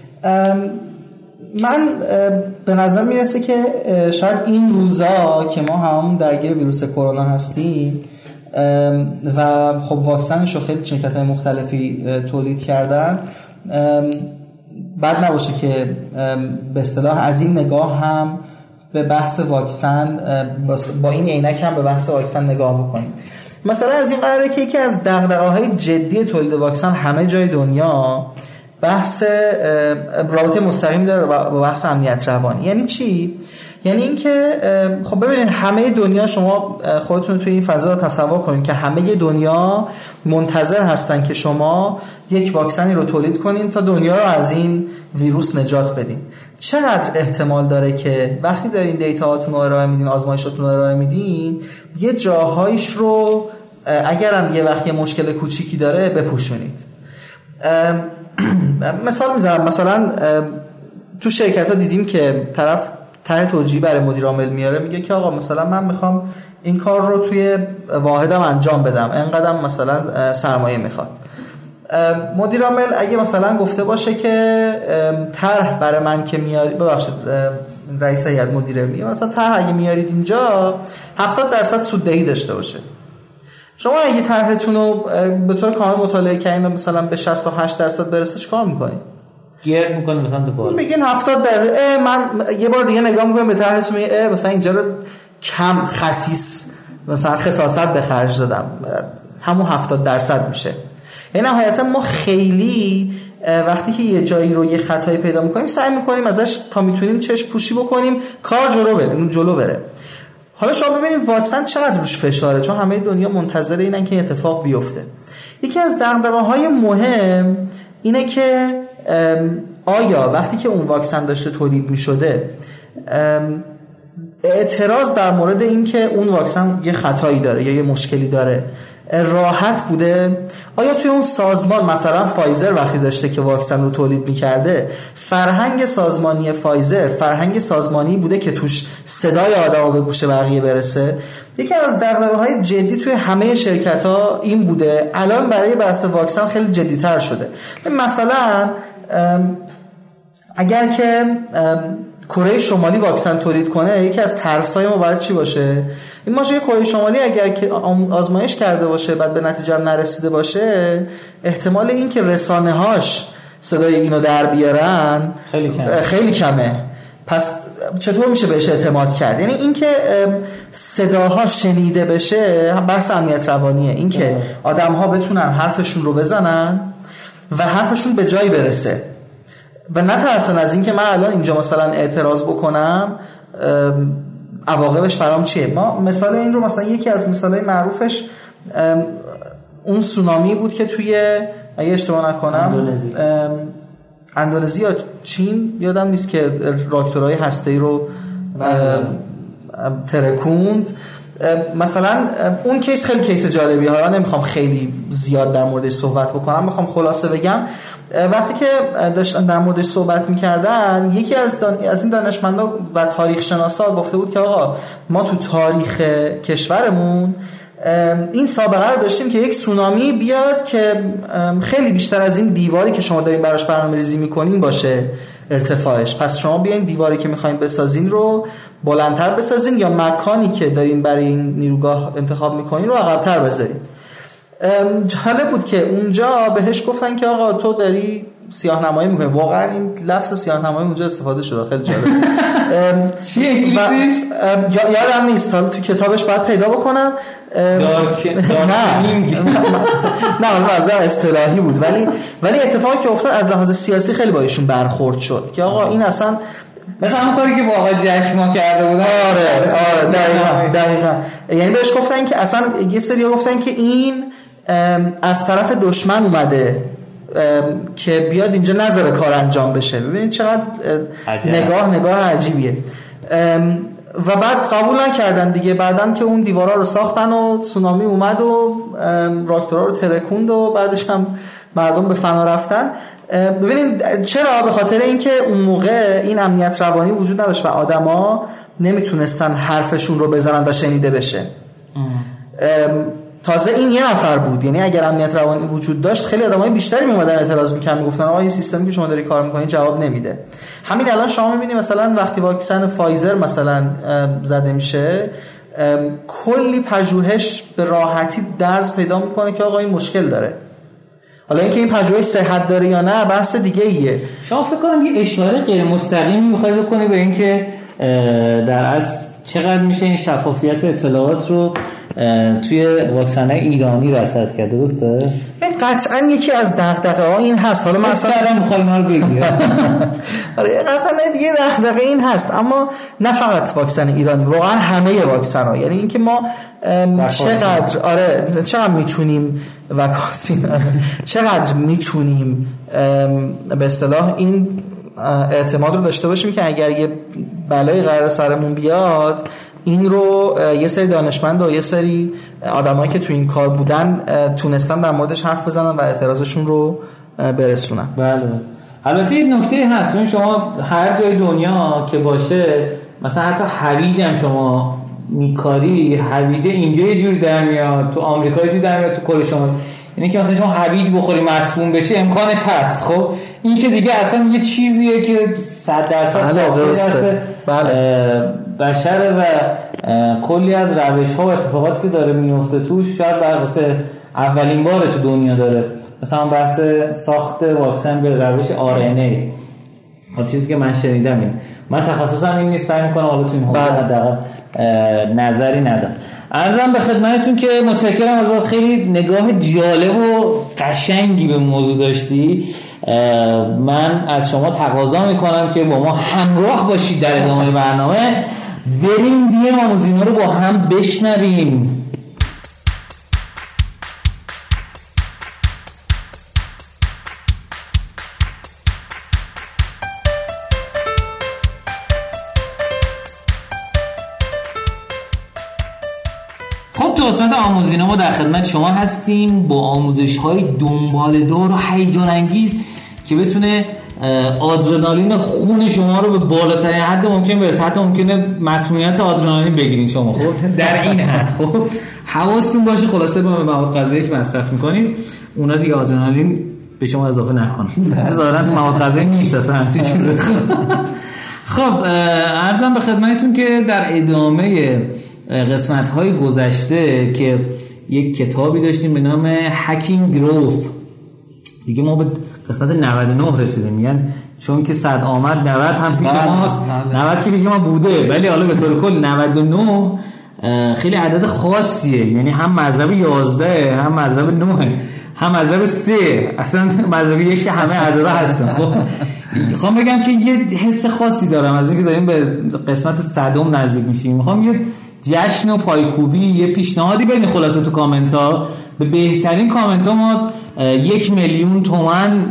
Speaker 2: من به نظر میرسه که شاید این روزا که ما هم درگیر ویروس کرونا هستیم و خب واکسنش رو خیلی شرکت‌های مختلفی تولید کردن، بد نباشه که به اصطلاح از این نگاه هم به بحث واکسن با این عینک هم به بحث واکسن نگاه بکنیم. مثلا از این قراره که یکی از دغدغه‌های جدی تولید واکسن همه جای دنیا بحث رابطه مستقیم داره با بحث امنیت روانی. یعنی چی؟ یعنی اینکه خب ببینید همه دنیا، شما خودتون توی این فضا تصور کنید که همه دنیا منتظر هستن که شما یک واکسنی رو تولید کنین تا دنیا رو از این ویروس نجات بدین. چقدر احتمال داره که وقتی دارین دیتاهاتون رو ارائه میدین، آزمایشاتون رو ارائه میدین، یه جاهایش رو اگرم یه وقت یه مشکل کوچیکی داره بپوشونید. مثال میزنم، مثلا تو شرکت ها دیدیم که طرف طرح توجیهی برای مدیر عامل میاره، میگه که آقا مثلا من میخوام این کار رو توی واحدم انجام بدم، اینقدر مثلا سرمایه میخواد. مدیر عامل اگه مثلا گفته باشه که طرح برای من که میاری، ببخشید رئیس هیئت مدیره میگه مثلا طرح اگه میارید اینجا هفتاد درصد سوددهی داشته باشه. شما اگه طرحتون رو به طور کامل مطالعه کردین مثلا به شصت و هشت درصد برسه چیکار میکنید؟
Speaker 1: گیر میکنه مثلا تو بالا
Speaker 2: بگین هفتاد درصد. من یه بار دیگه نگاه میکنم به طرحتون، میگه مثلا اینجا رو کم خسیس مثلا خساست به خرج دادم، همون هفتاد درصد میشه. یعنی نهایتا ما خیلی وقتی که یه جایی رو یه خطایی پیدا میکنیم سعی میکنیم ازش تا میتونیم چشم پوشی بکنیم کار جلو بره، اون جلو بره. حالا شما ببینید واکسن چقدر روش فشاره، چون همه دنیا منتظر اینن که این اتفاق بیفته. یکی از دغدغه‌های مهم اینه که آیا وقتی که اون واکسن داشته تولید میشده اعتراض در مورد این که اون واکسن یه خطایی داره یا یه مشکلی داره راحت بوده؟ آیا توی اون سازمان مثلا فایزر وقتی داشته که واکسن رو تولید میکرده فرهنگ سازمانی فایزر فرهنگ سازمانی بوده که توش صدای آدمو به گوش بقیه برسه؟ یکی از دغدغه‌های جدی توی همه شرکت‌ها این بوده. الان برای بحث واکسن خیلی جدی‌تر شده. مثلا اگر که کره شمالی واکسن تولید کنه، یکی از ترس‌های ما باید چی باشه؟ این باشه که کره شمالی اگر که آزمایش کرده باشه بعد به نتیجه نرسیده باشه، احتمال این که رسانه‌هاش صدای اینو در بیارن
Speaker 1: خیلی کمه.
Speaker 2: خیلی کمه. پس چطور میشه بهش اعتماد کرد؟ یعنی این که صداها شنیده بشه بحث امنیت روانیه، این که آدم‌ها بتونن حرفشون رو بزنن و حرفشون به جایی برسه و نترسن از این که من الان اینجا مثلا اعتراض بکنم عواقبش برام چیه. ما مثال این رو مثلا یکی از مثالای معروفش اون سونامی بود که توی اگه اشتباه نکنم
Speaker 1: اندونزی
Speaker 2: اندونزی یا چین یادم نیست که راکتورهای هسته‌ای رو ترکوند. مثلا اون کیس خیلی کیس جالبی ها، نمیخوام خیلی زیاد در موردش صحبت بکنم، میخوام خلاصه بگم. وقتی که داشتن در موردش صحبت میکردن یکی از دان... از این دانشمندا و تاریخ شناسا گفته بود که آقا ما تو تاریخ کشورمون این سابقه رو داشتیم که یک سونامی بیاد که خیلی بیشتر از این دیواری که شما دارین براش برنامه‌ریزی میکنین باشه ارتفاعش. پس شما بیاین دیواری که میخواین بسازین رو بلندتر بسازین یا مکانی که دارین برای این نیروگاه انتخاب میکنین رو عقب‌تر بذارین. جالب بود که اونجا بهش گفتن که آقا تو داری سیاه‌نمایی می‌کنی. واقعا این لفظ سیاه‌نمایی اونجا استفاده شده، خیلی جالب.
Speaker 1: چیه انگلیسیش؟
Speaker 2: یادم نیست، حالا تو کتابش باید پیدا بکنم.
Speaker 1: دارک
Speaker 2: دارکینگ نه نه از اصطلاحی بود، ولی ولی اتفاقی که افتاد از لحاظ سیاسی خیلی با ایشون برخورد شد که آقا این اصلا
Speaker 1: مثلا همون کاری که با آقا جک ما کرده بودن.
Speaker 2: آره آره دقیقاً دقیقاً. یعنی بهش گفتن که اصلا یه سری گفتن که این از طرف دشمن اومده که بیاد اینجا نذاره کار انجام بشه. ببینید چقدر نگاه نگاه عجیبیه. و بعد قبول نکردن دیگه. بعدم که اون دیوارا رو ساختن و تسونامی اومد و راکتورها رو ترکوند و بعدش هم مردم به فنا رفتن. ببینید چرا؟ به خاطر اینکه اون موقع این امنیت روانی وجود نداشت و آدما نمیتونستن حرفشون رو بزنن و شنیده بشه. تازه این یه نفر بود، یعنی اگر امنیت روانی وجود داشت خیلی آدمای بیشتری میومدن اعتراض میکردن، میگفتن آقا این سیستمی که شما داری کار میکنین جواب نمیده. همین الان شما میبینید مثلا وقتی واکسن فایزر مثلا زده میشه کلی پژوهش به راحتی درز پیدا میکنه که آقا این مشکل داره. حالا اینکه این پژوهش صحت داره یا نه بحث دیگه ایه.
Speaker 1: شما فکر کنم یه اشاره غیر مستقیمی میخوای بکنی به اینکه در اصل چقدر میشه این شفافیت اطلاعات رو توی واکسن‌های ایرانی رصد کرد، درسته؟
Speaker 2: این قطعاً یکی از دغدغه‌ها این هست. حالا من
Speaker 1: اصلا می‌خوام اینا رو بگم.
Speaker 2: آره قطعاً دیگه دغدغه این هست، اما نه فقط واکسن ایرانی، واقعاً همه واکسن‌ها. یعنی اینکه ما چقدر آره چقدر میتونیم واکسن چقدر میتونیم به اصطلاح این اعتماد رو داشته باشیم که اگر یه بلایی قرار سرمون بیاد این رو یه سری دانشمند و یه سری آدمایی که تو این کار بودن تونستن در موردش حرف بزنن و اعتراضشون رو برسونن.
Speaker 1: بله. البته یه نکته هست، ببین شما هر جای دنیا که باشه، مثلا حتی هویج هم شما میکاری، هویج اینجا یه جوری در میاد، تو آمریکا یه جوری در میاد، تو کره شمالی. یعنی که مثلا شما هویج بخوری مسموم بشه امکانش هست. خب این که دیگه اصلا یه چیزیه که صد درصد ساخته دست بشر و کلی از روش ها و اتفاقاتی که داره میفته توش شاید واسه اولین بار تو دنیا داره. مثلا بحث ساخت واکسن به روش آر ان ای، اون چیزی که من شنیدم این من تخصصم این نیست، سعی میکنم حالا تو این حوزه حداقل نظری ندم. عرضم به خدمتتون که متشکرم ازت، خیلی نگاه جالب و قشنگی به موضوع داشتی. من از شما تقاضا میکنم که با ما همراه باشید در ادامه برنامه. بریم بیایم آموزینا رو با هم بشنویم. خب تو قسمت آموزینا ما در خدمت شما هستیم با آموزش‌های دنباله‌دار و هیجان انگیز که بتونه آدرنالین خون شما رو به بالاترین حد ممکن برسه. حتی ممکنه مسمومیت آدرنالین بگیرین شما. خب در این حد خب حواستون باشه خلاصه با مواد غذایی که مصرف می‌کنید اونا دیگه آدرنالین به شما اضافه نکنه. ظاهرا تو مواد غذایی نیست اصلا همچین چیزی. خب عرضم به خدمتتون که در ادامه قسمت‌های گذشته که یک کتابی داشتیم به نام هکینگ گروث، دیگه ما به قسمت نود و نه رسیدیم. میگن چون که صد آمد نود هم پیش ماست. نود که پیش ما بوده، ولی حالا به طور کل نود و نه خیلی عدد خاصیه. یعنی هم مضرب یازده، هم مضرب نه، هم مضرب سه، اصلا مضرب یک که همه عددا هستن. خب میخوام بگم که یه حس خاصی دارم از اینکه داریم به قسمت صدم نزدیک میشیم. میخوام یه جشن و پایکوبی، یه پیشنهادی بدین خلاصه تو کامنت ها. به بهترین کامنت ها ما یک میلیون تومان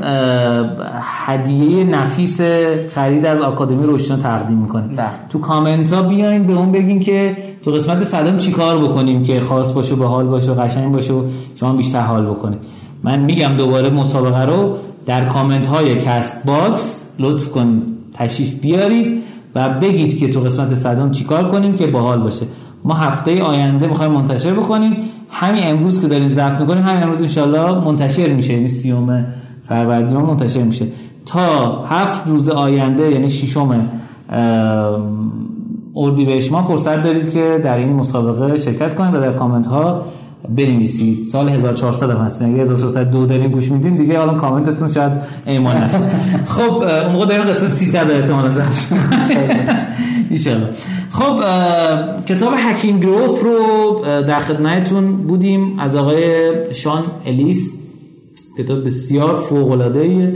Speaker 1: هدیه نفیس خرید از آکادمی روشن تقدیم میکنیم. تو کامنت ها بیاین به اون بگین که تو قسمت صدم چی کار بکنیم که خاص باشه، به حال باشه، قشنگ باشه و شما بیشتر حال بکنید. من میگم دوباره مسابقه رو در کامنت های کست باکس لطف کنید تشریف بیارید و بگید که تو قسمت صدم چی کار کنیم که باحال باشه. ما هفته آینده میخوایم منتشر بکنیم. همین امروز که داریم ضبط میکنیم همین امروز انشالله منتشر میشه، یعنی سیوم فروردین منتشر میشه. تا هفت روز آینده یعنی ششم اردیبهشت ما فرصت دارید که در این مسابقه شرکت کنید و در کامنت ها بنویسید. سال هزار و چهارصد هم هستین، اگه هزار و چهارصد و دو دارین گوش میدین دیگه الان کامنتتون شاید ایمان نشه. خب اون موقع داریم قسمت سیصد احتمالاً زد ان خب کتاب هکینگ گروث رو در خدمتتون بودیم از آقای شان الیس. کتاب بسیار فوق‌العاده‌ایه،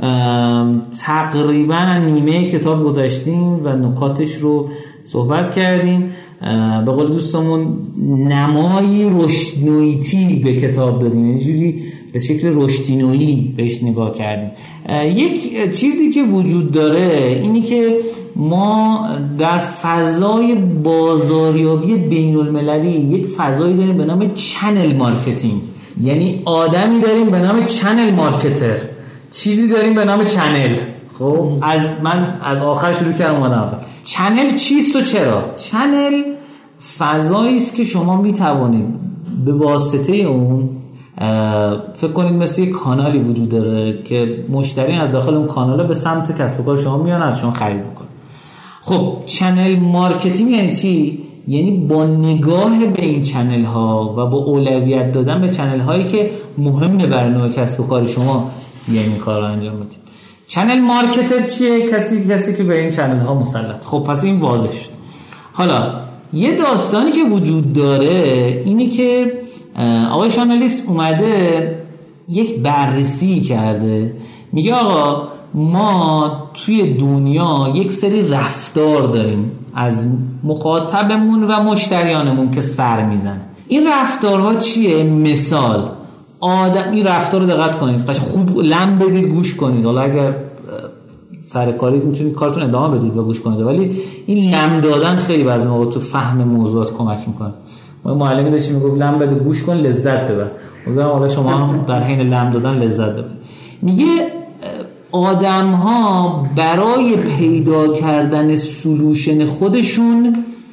Speaker 1: تقریبا نیمه کتاب گذاشتیم و نکاتش رو صحبت کردیم. به قول دوستمون نمای رشدنویتی به کتاب دادیم، یه جوری به شکل رشدینویی بهش نگاه کردیم. یک چیزی که وجود داره اینی که ما در فضای بازاریابی بین المللی یک فضایی داریم به نام چنل مارکتینگ، یعنی آدمی داریم به نام چنل مارکتر، چیزی داریم به نام چنل. خب از من از آخر شروع کردم اول. چنل چیست و چرا؟ چنل فضایی است که شما میتوانید به واسطه اون فکر کنید مثل یک کانالی وجود داره که مشتری از داخل اون کانال به سمت کسب و کار شما میان از شما خرید میکنه. خب چنل مارکتینگ یعنی چی؟ یعنی با نگاه به این چنل ها و با اولویت دادن به چنل هایی که مهمه برای نوع کسب و کار شما یعنی کار رو انجام بدید. چنل مارکتر چیه؟ کسی کسی که به این چنل ها مسلط. خب پس این واضح شد. حالا یه داستانی که وجود داره اینی که آقای شانالیست اومده یک بررسی کرده، میگه آقا ما توی دنیا یک سری رفتار داریم از مخاطبمون و مشتریانمون که سر میزنه. این رفتارها چیه؟ مثال آدم، این رفتار رو دقت کنید، قشنگ خوب لم بدید گوش کنید، حالا اگر سرکاری میتونید کارتون ادامه بدید و گوش کنید، ولی این لم دادن خیلی بعضی موقع تو فهم موضوعات کمک میکنه. ما معلمی داشتیم میگفت لم بده گوش کن لذت ببر، مثلا حالا شما هم در حین لم دادن لذت ببرید. میگه آدم ها برای پیدا کردن سولوشن خودشون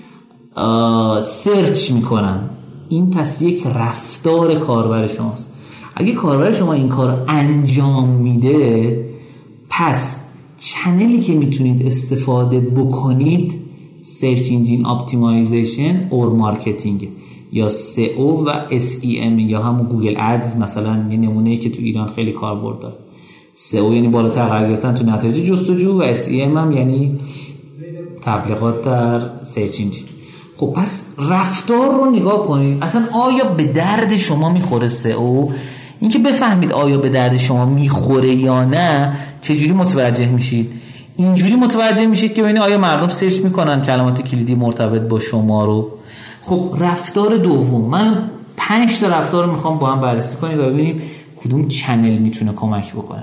Speaker 1: سرچ میکنن. این پس یک رفتار کاربر شماست. اگه کاربر شما این کار انجام میده، پس چنلی که میتونید استفاده بکنید سرچ انجین اپتیمایزیشن اور مارکتینگ یا سئو و اس ای ام یا همون گوگل ادز. مثلا یه نمونه‌ای که تو ایران خیلی کاربرد داره، سئو یعنی بالاتر قرار گرفتن تو نتایج جستجو و اس ای ام هم یعنی تبلیغات در سرچ انجین. خب پس رفتار رو نگاه کنید، اصلا آیا به درد شما میخوره سئو؟ اینکه بفهمید آیا به درد شما میخوره یا نه چجوری متوجه میشید؟ اینجوری متوجه میشید که ببینید آیا مردم سرچ میکنن کلمات کلیدی مرتبط با شما رو. خب رفتار دوم، من پنج تا رفتار رو میخوام با هم بررسی کنیم و ببینیم کدوم چنل میتونه کمک بکنه.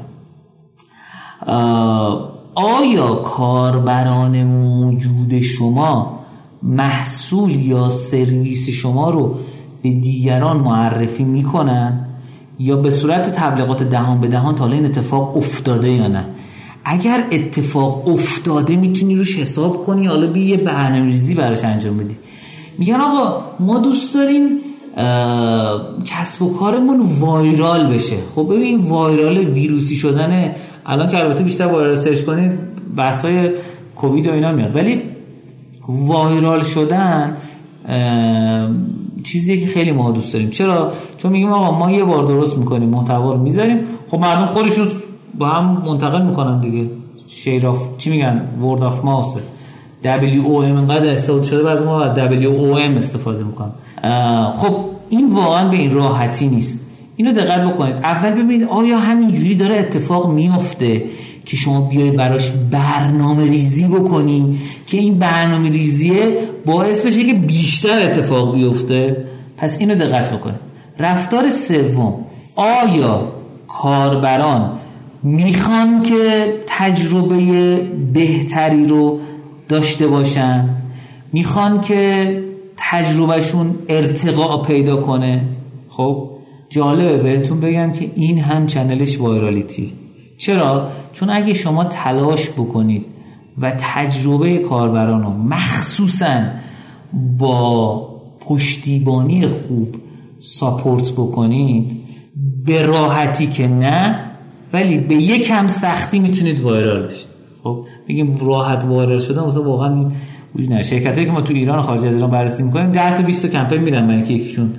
Speaker 1: آیا کاربران موجود شما محصول یا سرویس شما رو به دیگران معرفی میکنن یا به صورت تبلیغات دهان به دهان؟ تا حالا این اتفاق افتاده یا نه؟ اگر اتفاق افتاده میتونی روش حساب کنی، حالا بیا یه برنامه‌ریزی براش انجام بدی. میگن آقا ما دوست داریم کسب و کارمون وایرال بشه. خب ببین وایرال ویروسی شدنه، الان که البته بیشتر وایرال سرچ کنید بحثای کووید و اینا میاد، ولی وایرال شدن چیزیه که خیلی ما دوست داریم. چرا؟ چون میگیم آقا ما یه بار درست میکنیم محتوا رو میذاریم، خب مردم خودشون با هم منتقل میکنن دیگه. شیر اف چی میگن؟ ورد اف ماوس، دبلیو او ام انقدر استفاده شده بعضی ما دبلیو او ام استفاده میکنن. خب این واقعا به این راحتی نیست. اینو دقت بکنید. اول ببینید آیا همینجوری داره اتفاق میفته که شما بیای براش برنامه ریزی بکنی که این برنامه ریزیه باعث بشه که بیشتر اتفاق بیفته. پس اینو دقت بکنید. رفتار سوم، آیا کاربران میخوان که تجربه بهتری رو داشته باشن؟ میخوان که تجربهشون ارتقا پیدا کنه؟ خب جالبه بهتون بگم که این هم چنلش وایرالیتی. چرا؟ چون اگه شما تلاش بکنید و تجربه کاربران رو مخصوصاً با پشتیبانی خوب ساپورت بکنید، به راحتی که نه ولی به یکم سختی میتونید وایرال بشید. خب بگیم راحت وایرال شدن مثلا واقعا وجود نداره. شرکتایی که ما تو ایران و خارج از ایران بررسی میکنیم ده تا بیست تا کمپین میرن برای اینکه یکیشون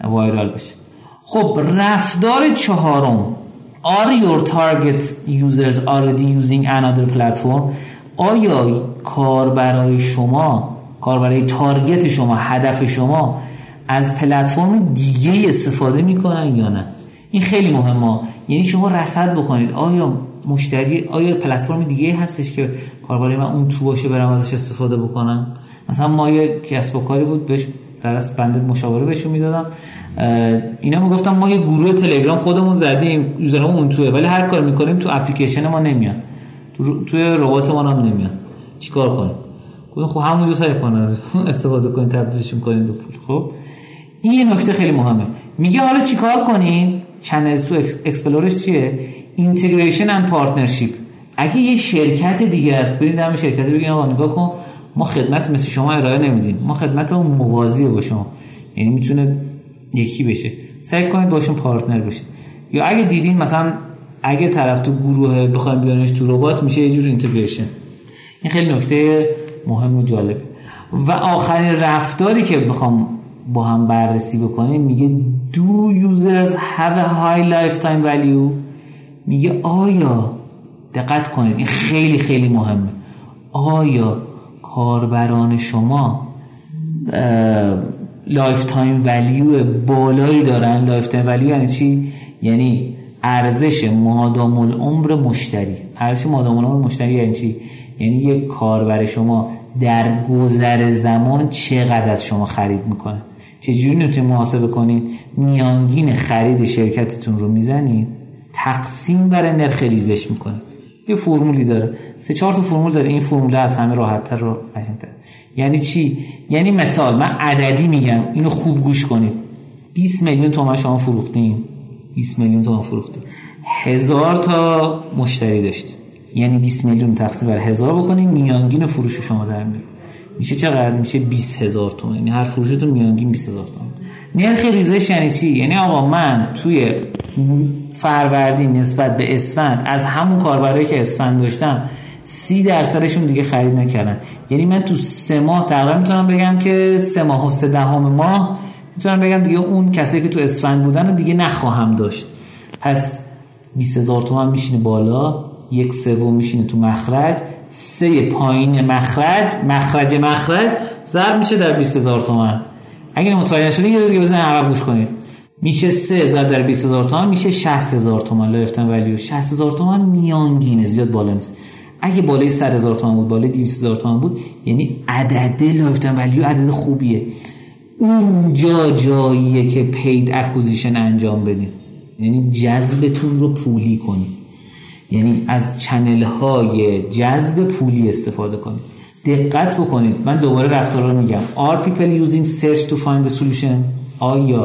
Speaker 1: وایرال بشه. خب رفتار چهارم، are your target users already using another platform؟ آیا کاربرای شما، کاربرای تارگت شما، هدف شما از پلتفرم دیگه استفاده میکنن یا نه؟ این خیلی مهمه. یعنی شما رصد بکنید آیا مشتری، آیا پلتفرم دیگه هستش که کاربرای من اون تو باشه برام ازش استفاده بکنم. مثلا ما یه کسب و کاری بود، بهش درس بنده مشاوره بهشون میدادم، اینا میگفتم ما یه گروه تلگرام خودمون زدیم، یوزرمون اون توئه، ولی هر کار میکنیم تو اپلیکیشن ما نمیاد، تو توی ربات ما هم نمیاد، چیکار کنیم؟ گفتم خب همونجا سعی کنید استفاده کنید، تبدیلش کنید به پول. خب این یه نکته خیلی مهمه. میگه حالا چیکار کنین؟ چنلز تو اکسپلورش چیه؟ اینتگریشن اند پارتنرشیپ. اگه یه شرکت دیگه است، برید همین شرکت بگین آقا نگاه کن ما خدمت مثل شما ارائه نمیدیم، ما خدمتمون موازی با شما، یعنی میتونه یکی بشه، سعی کنید باشون پارتنر بشید. یا اگه دیدین مثلا اگه طرف تو گروه بخوایم بیارنش تو ربات، میشه یه جور اینتگریشن. این خیلی نکته مهم و جالبه. و آخرین رفتاری که بخوام با هم بررسی بکنیم میگه do users have a high lifetime value؟ میگه آیا، دقت کنید این خیلی خیلی مهمه، آیا کاربران شما لایف تایم ولیو بالایی دارن؟ لایف تایم ولیو یعنی چی؟ یعنی ارزش مادام العمر مشتری. ارزش مادام العمر مشتری یعنی چی؟ یعنی یک کاربر شما در گذر زمان چقدر از شما خرید میکنه. چجوری میتونید محاسبه کنید؟ میانگین خرید شرکتتون رو میزنید، تقسیم بر نرخ ریزش میکنید. یه فرمولی داره، سه چهار تا فرمول داره. این فرمول از همه راحت‌تر رو قشنگ‌تر. یعنی چی؟ یعنی مثال من عددی میگم، اینو خوب گوش کنید. بیست میلیون تومان شما فروختین، بیست میلیون تومان فروختین، هزار تا مشتری داشت، یعنی بیست میلیون تقسیم بر هزار بکنید، میانگین فروش شما در میاد میشه چقدر؟ میشه بیست هزار تومان. یعنی هر فروشتون میانگین بیست هزار تومان. نرخ ریزش یعنی چی؟ یعنی آقا من توی فروردین نسبت به اسفند از همون کاربرایی که اسفند داشتم سی درصدشون دیگه خرید نکردن. یعنی من تو سه ماه تقریبا میتونم بگم که سه ماه و سه دهم ماه میتونم بگم دیگه اون کسایی که تو اسفند بودن رو دیگه نخواهم داشت. پس بیست هزار تومان میشینه بالا، یک سوم میشینه تو مخرج، سه پایین مخرج، مخرج مخرج ضرب میشه در بیست هزار تومان. اگه متوجه نشدین یه دیگه بزنید عقب گوش کنید. میشه سه ضرب در بیست هزار تومان میشه شصت هزار تومان لایف تایم ولیو. شصت هزار تومان میانگینه، زیاد بالا نیست. اگه بالای صد هزار تومان بود، بالای دویست هزار تومان بود، یعنی عدد لایف تایم ولیو عدد خوبیه. اونجا جاییه که پید اکوزیشن انجام بدیم، یعنی جذبتون رو پولی کنید، یعنی از چنل های جذب پولی استفاده کنید. دقت بکنید، من دوباره رفتارا رو میگم. Are people using search to find the solution؟ آیا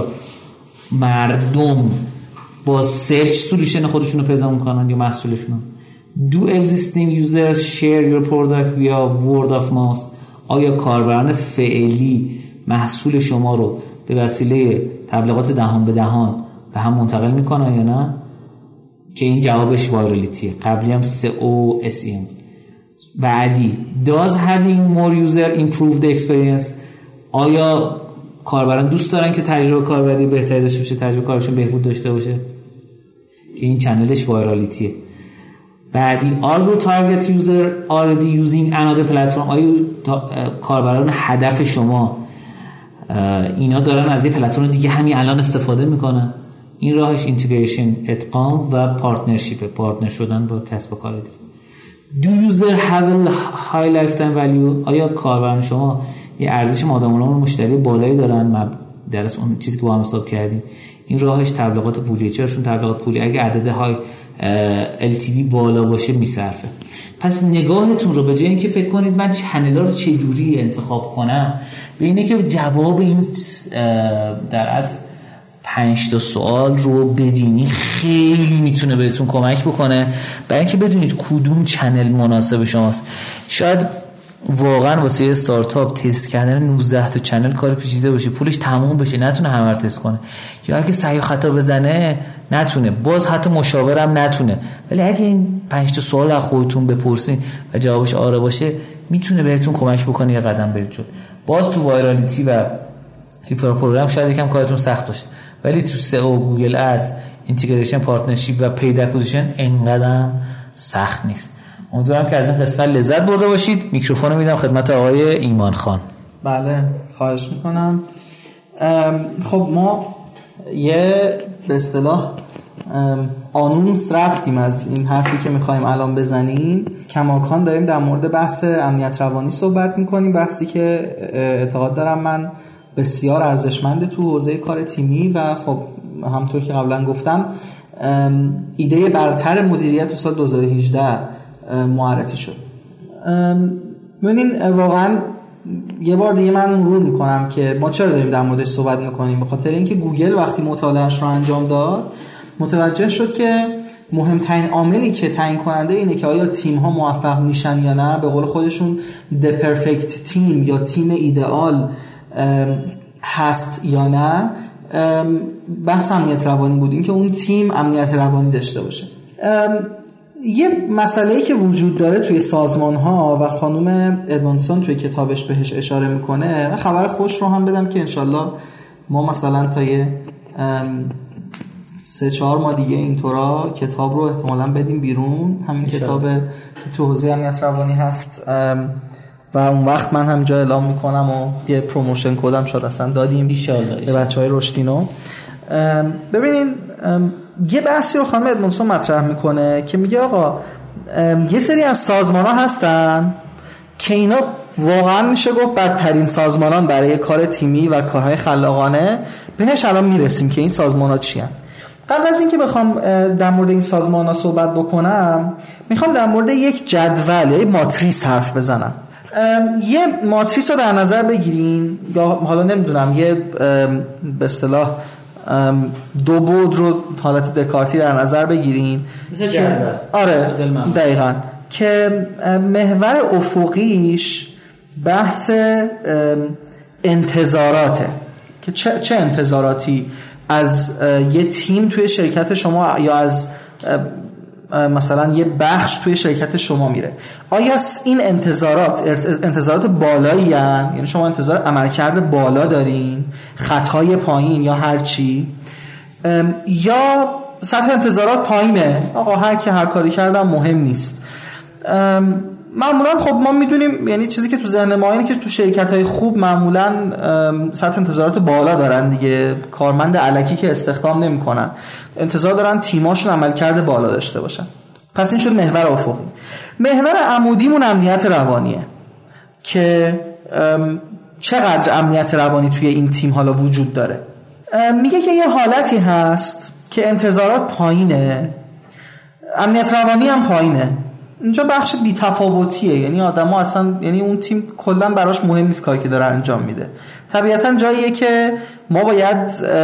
Speaker 1: مردم با سرچ سولوشن خودشون رو پیدا میکنن یا محصولشون؟ Do existing users share your product via word of mouth؟ آیا کاربران فعلی محصول شما رو به وسیله تبلیغات دهان به دهان به هم منتقل میکنن یا نه؟ که این جوابش وایرالیتیه. قبلی هم سئو اس ای ام. بعدی does having more user improve the experience؟ آیا کاربران دوست دارن که تجربه کاربری بهتری داشته باشه، تجربه کارشون بهبود داشته باشه؟ که این چنلش وایرالیتیه. بعدی are your target user already using another platform؟ آیا کاربران هدف شما اینا دارن از یه پلتفرم دیگه همین الان استفاده میکنن؟ این راهش اینتگریشن، ادغام و پارتنرشیپ، پارتنر شدن با کسب و کار دیگه. Do user have a high lifetime value؟ آیا کاربران شما یه ارزش مادام العمر مشتری بالایی دارن در از اون چیزی که با هم حساب کردیم؟ این راهش تبلیغات پولیه. چراشون تبلیغات پولی اگه عدد های ال تی وی بالا باشه میصرفه. پس نگاهتون رو به جای اینکه فکر کنید من چنل‌ها رو چه جوری انتخاب کنم، به اینه که جواب این در از پنج تا سوال رو بدینی خیلی میتونه بهتون کمک بکنه برای اینکه بدونید کدوم چنل مناسب شماست. شاید واقعا واسه استارتاپ تست کردن نوزده تا چنل کار پیچیده باشه، پولش تموم بشه، نتونه همه رو تست کنه، یا اگه سعی و خطا بزنه نتونه، باز حتی مشاورم نتونه. ولی اگه این پنج تا سوال از خودتون بپرسین و جوابش آره باشه، میتونه بهتون کمک بکنه یه قدم برید جلو. باز تو وایرالیتی و هایپر پروگرام شاید یکم کارتون سخت باشه، ولی تو سئو، گوگل ادز، اینتگریشن، پارتنرشیپ و پید اکوزیشن اینقدر سخت نیست. امیدوارم که از این قسمت لذت برده باشید. میکروفون رو میدم خدمت آقای ایمان خان.
Speaker 2: بله خواهش میکنم. خب ما یه به اصطلاح آنونس رفتیم از این حرفی که میخوایم الان بزنیم. کماکان داریم در مورد بحث امنیت روانی صحبت میکنیم، بحثی که اعتقاد دارم من بسیار ارزشمنده تو حوزه کار تیمی و خب همونطور که قبلا گفتم ایده برتر مدیریت تو سال دو هزار و هجده معرفی شد. ببینین واقعا یه بار دیگه من مرور میکنم که ما چرا داریم در موردش صحبت میکنیم. به خاطر اینکه گوگل وقتی مطالعهش رو انجام داد متوجه شد که مهمترین عاملی که تعیین کننده اینه که آیا تیم ها موفق میشن یا نه، به قول خودشون the perfect team یا تیم ایدئال هست یا نه، بحث امنیت روانی بود. این که اون تیم امنیت روانی داشته باشه. یه مسئله‌ای که وجود داره توی سازمان ها و خانم ادمونسون توی کتابش بهش اشاره میکنه و خبر خوش رو هم بدم که انشالله ما مثلا تا یه سه چهار ماه دیگه اینطورا کتاب رو احتمالاً بدیم بیرون، همین کتاب که تو حوزه امنیت روانی هست و اون وقت من همینجا اعلام میکنم و یه پروموشن کدم شد اصلا دادیم به بچهای رشدینو. ببینین یه بحثی رو خانم ادمونسون مطرح میکنه که میگه آقا یه سری از سازمان ها هستن که اینا واقعا میشه گفت بدترین سازمانان برای کار تیمی و کارهای خلاقانه. بهش الان میرسیم که این سازمان ها چی هن. قبل از اینکه بخوام در مورد این سازمان ها صحبت بکنم میخوام در مورد یک جدول یا یک ماتریس حرف بزنم. یه ماتریس رو در نظر بگیرین یا حالا نمیدونم یه به اصطلاح دو بعد رو حالت دکارتی در نظر بگیرین.
Speaker 1: مثل جدول.
Speaker 2: آره دقیقاً که محور افقیش بحث انتظاراته که چه, چه انتظاراتی از یه تیم توی شرکت شما یا از مثلا یه بخش توی شرکت شما میره. آیا این انتظارات انتظارات بالایی هستن؟ یعنی شما انتظار عملکرد بالا دارین، خطای پایین یا هر چی، یا سطح انتظارات پایینه، آقا هر کی هر کاری کردم مهم نیست. معمولا خب ما میدونیم، یعنی چیزی که تو ذهن ما اینه که تو شرکت‌های خوب معمولا سطح انتظارات بالا دارن دیگه، کارمند الکی که استخدام نمی‌کنن، انتظار دارن تیماشون عملکرد بالا داشته باشن. پس این شد محور افقی. محور عمودیمون امنیت روانیه که چقدر امنیت روانی توی این تیم حالا وجود داره. میگه که یه حالتی هست که انتظارات پایینه، امنیت روانی هم پایینه. اینجا بخش بی‌تفاوتیه، یعنی آدم‌ها اصلا، یعنی اون تیم کلا براش مهم نیست کاری که داره انجام میده. طبیعتاً جاییه که ما باید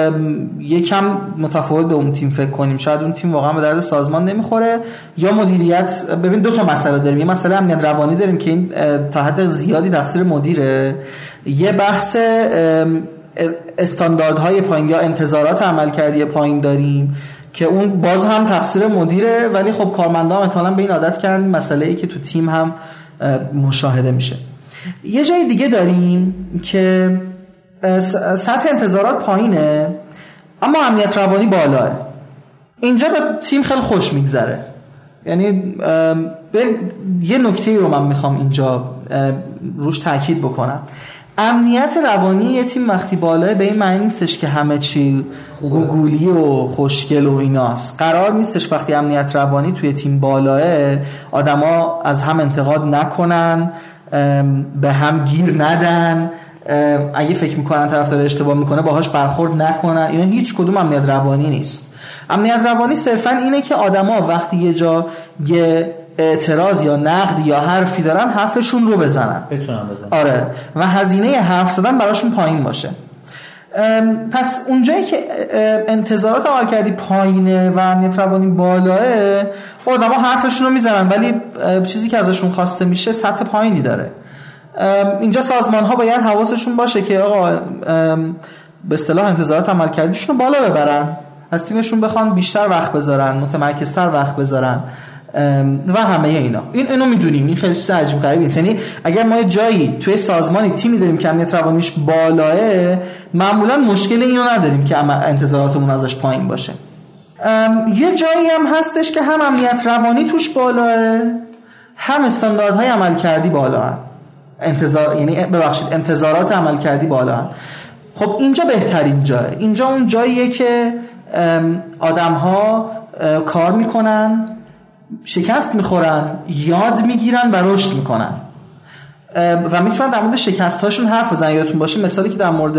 Speaker 2: یکم متفاوت به اون تیم فکر کنیم. شاید اون تیم واقعا به درد سازمان نمیخوره یا مدیریت. ببین دو تا مسئله داریم، یه مسئله امنیت روانی داریم که این تا حد زیادی تقصیر مدیره، یه بحث استانداردهای پایین یا انتظارات عملکردی پایین داریم که اون باز هم تقصیر مدیره، ولی خب کارمندا هم احتمالاً به این عادت کردن. مسئله‌ای که تو تیم هم مشاهده میشه. یه جای دیگه داریم که سطح انتظارات پایینه اما امنیت روانی بالاه. اینجا به تیم خیلی خوش میگذره. یعنی یه نکته رو من میخوام اینجا روش تاکید بکنم. امنیت روانی یه تیم وقتی بالاه به این معنی نیستش که همه چی گوگولی و خوشگل و ایناست. قرار نیستش وقتی امنیت روانی توی تیم بالاه آدما از هم انتقاد نکنن، به هم گیر ندن، اگه فکر میکنن طرف داره اشتباه میکنه باهاش برخورد نکنن. اینا هیچ کدوم امنیت روانی نیست. امنیت روانی صرفا اینه که آدما وقتی یه جا یه اعتراض یا نقد یا حرفی دارن حرفشون رو بزنن،
Speaker 1: بتونن بزنن.
Speaker 2: آره، و هزینه حرف زدن براشون پایین باشه. پس اونجایی که انتظارات عملکردی پایینه و امنیت روانی بالاه، آدما حرفشون رو میزنن ولی چیزی که ازشون خواسته میشه سطح پایینی داره. اینجا سازمان ها باید حواسشون باشه که آقا به اصطلاح انتظارات عملکردیشون رو بالا ببرن، از تیمشون بخوان بیشتر وقت بذارن، متمرکزتر وقت بذارن، و همه اینا. این اینو میدونیم، این خیلی چیز عجیب غریبی نیست. یعنی اگر ما جایی توی سازمانی تیمی داریم که امنیت روانیش بالاه، معمولا مشکل اینو نداریم که انتظاراتمون ازش پایین باشه. یه جایی هم هستش که هم امنیت روانی توش بالاه، هم استانداردهای عملکردی بالاه. انتظار یعنی ببخشید انتظارات عملکردی بالاه. خب اینجا بهترین جایه. اینجا اون جاییه که آدم‌ها کار میکنن، شکست میخورن، یاد میگیرن و رشد میکنن و میتونن در مورد شکست هاشون حرف بزنن. یادتون باشه مثالی که در مورد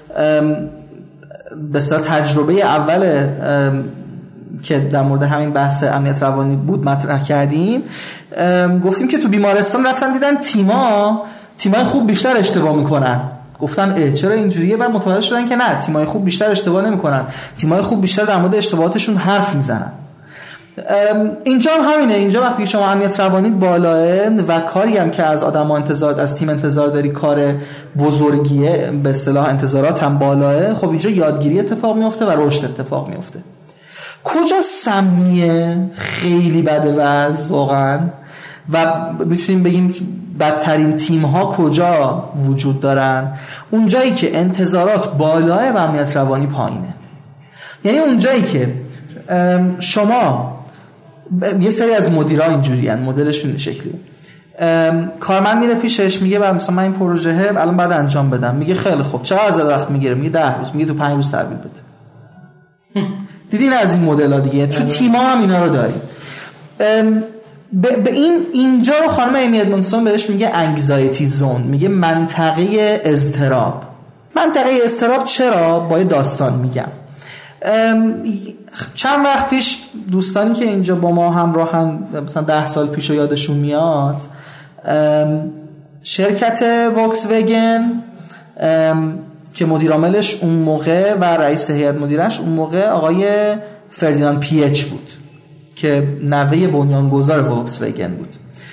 Speaker 2: به اصطلاح تجربه اول که در مورد همین بحث امنیت روانی بود مطرح کردیم، گفتیم که تو بیمارستان رفتن دیدن تیما تیمای خوب بیشتر اشتباه میکنن. گفتن اه چرا اینجوریه؟ بعد متوجه شدن که نه، تیمای خوب بیشتر اشتباه نمیکنن، تیمای خوب بیشتر در مورد اشتباهاتشون حرف میزنن. اینجا هم همینه. اینجا وقتی شما امنیت روانی بالاه و کاری هم که از آدم‌ها انتظار از تیم انتظار داری کار بزرگیه، به اصطلاح انتظارات هم بالاه، خب اینجا یادگیری اتفاق میفته و رشد اتفاق میفته. کجا سمیه خیلی بده وضع واقعا و میتونیم بگیم بدترین تیم ها کجا وجود دارن؟ اون جایی که انتظارات بالاه و امنیت روانی پایینه. یعنی اون جایی که شما یه سری از مدیرها اینجوری هن، مدلشون این شکلیه، کارمند میره پیشش میگه مثلا من این پروژه الان بعد انجام بدم، میگه خیلی خوب چقدر وقت میگیره؟ میگه ده روز. میگه تو پنج روز تحویل بده. دیدین از این مدل ها دیگه تو تیما هم اینا رو داریم. به این اینجا رو خانم ایمی ادمونسون بهش میگه انگزایتی زون، میگه منطقه اضطراب. منطقه اضطراب چرا؟ با یه داستان میگم. چند وقت پیش دوستانی که اینجا با ما همراهن، مثلا ده سال پیش رو یادشون میاد، شرکت وکس وگن که مدیر عاملش اون موقع و رئیس هیئت مدیرش اون موقع آقای فردیناند پی اچ بود که نوه بنیانگذار وکس وگن بود.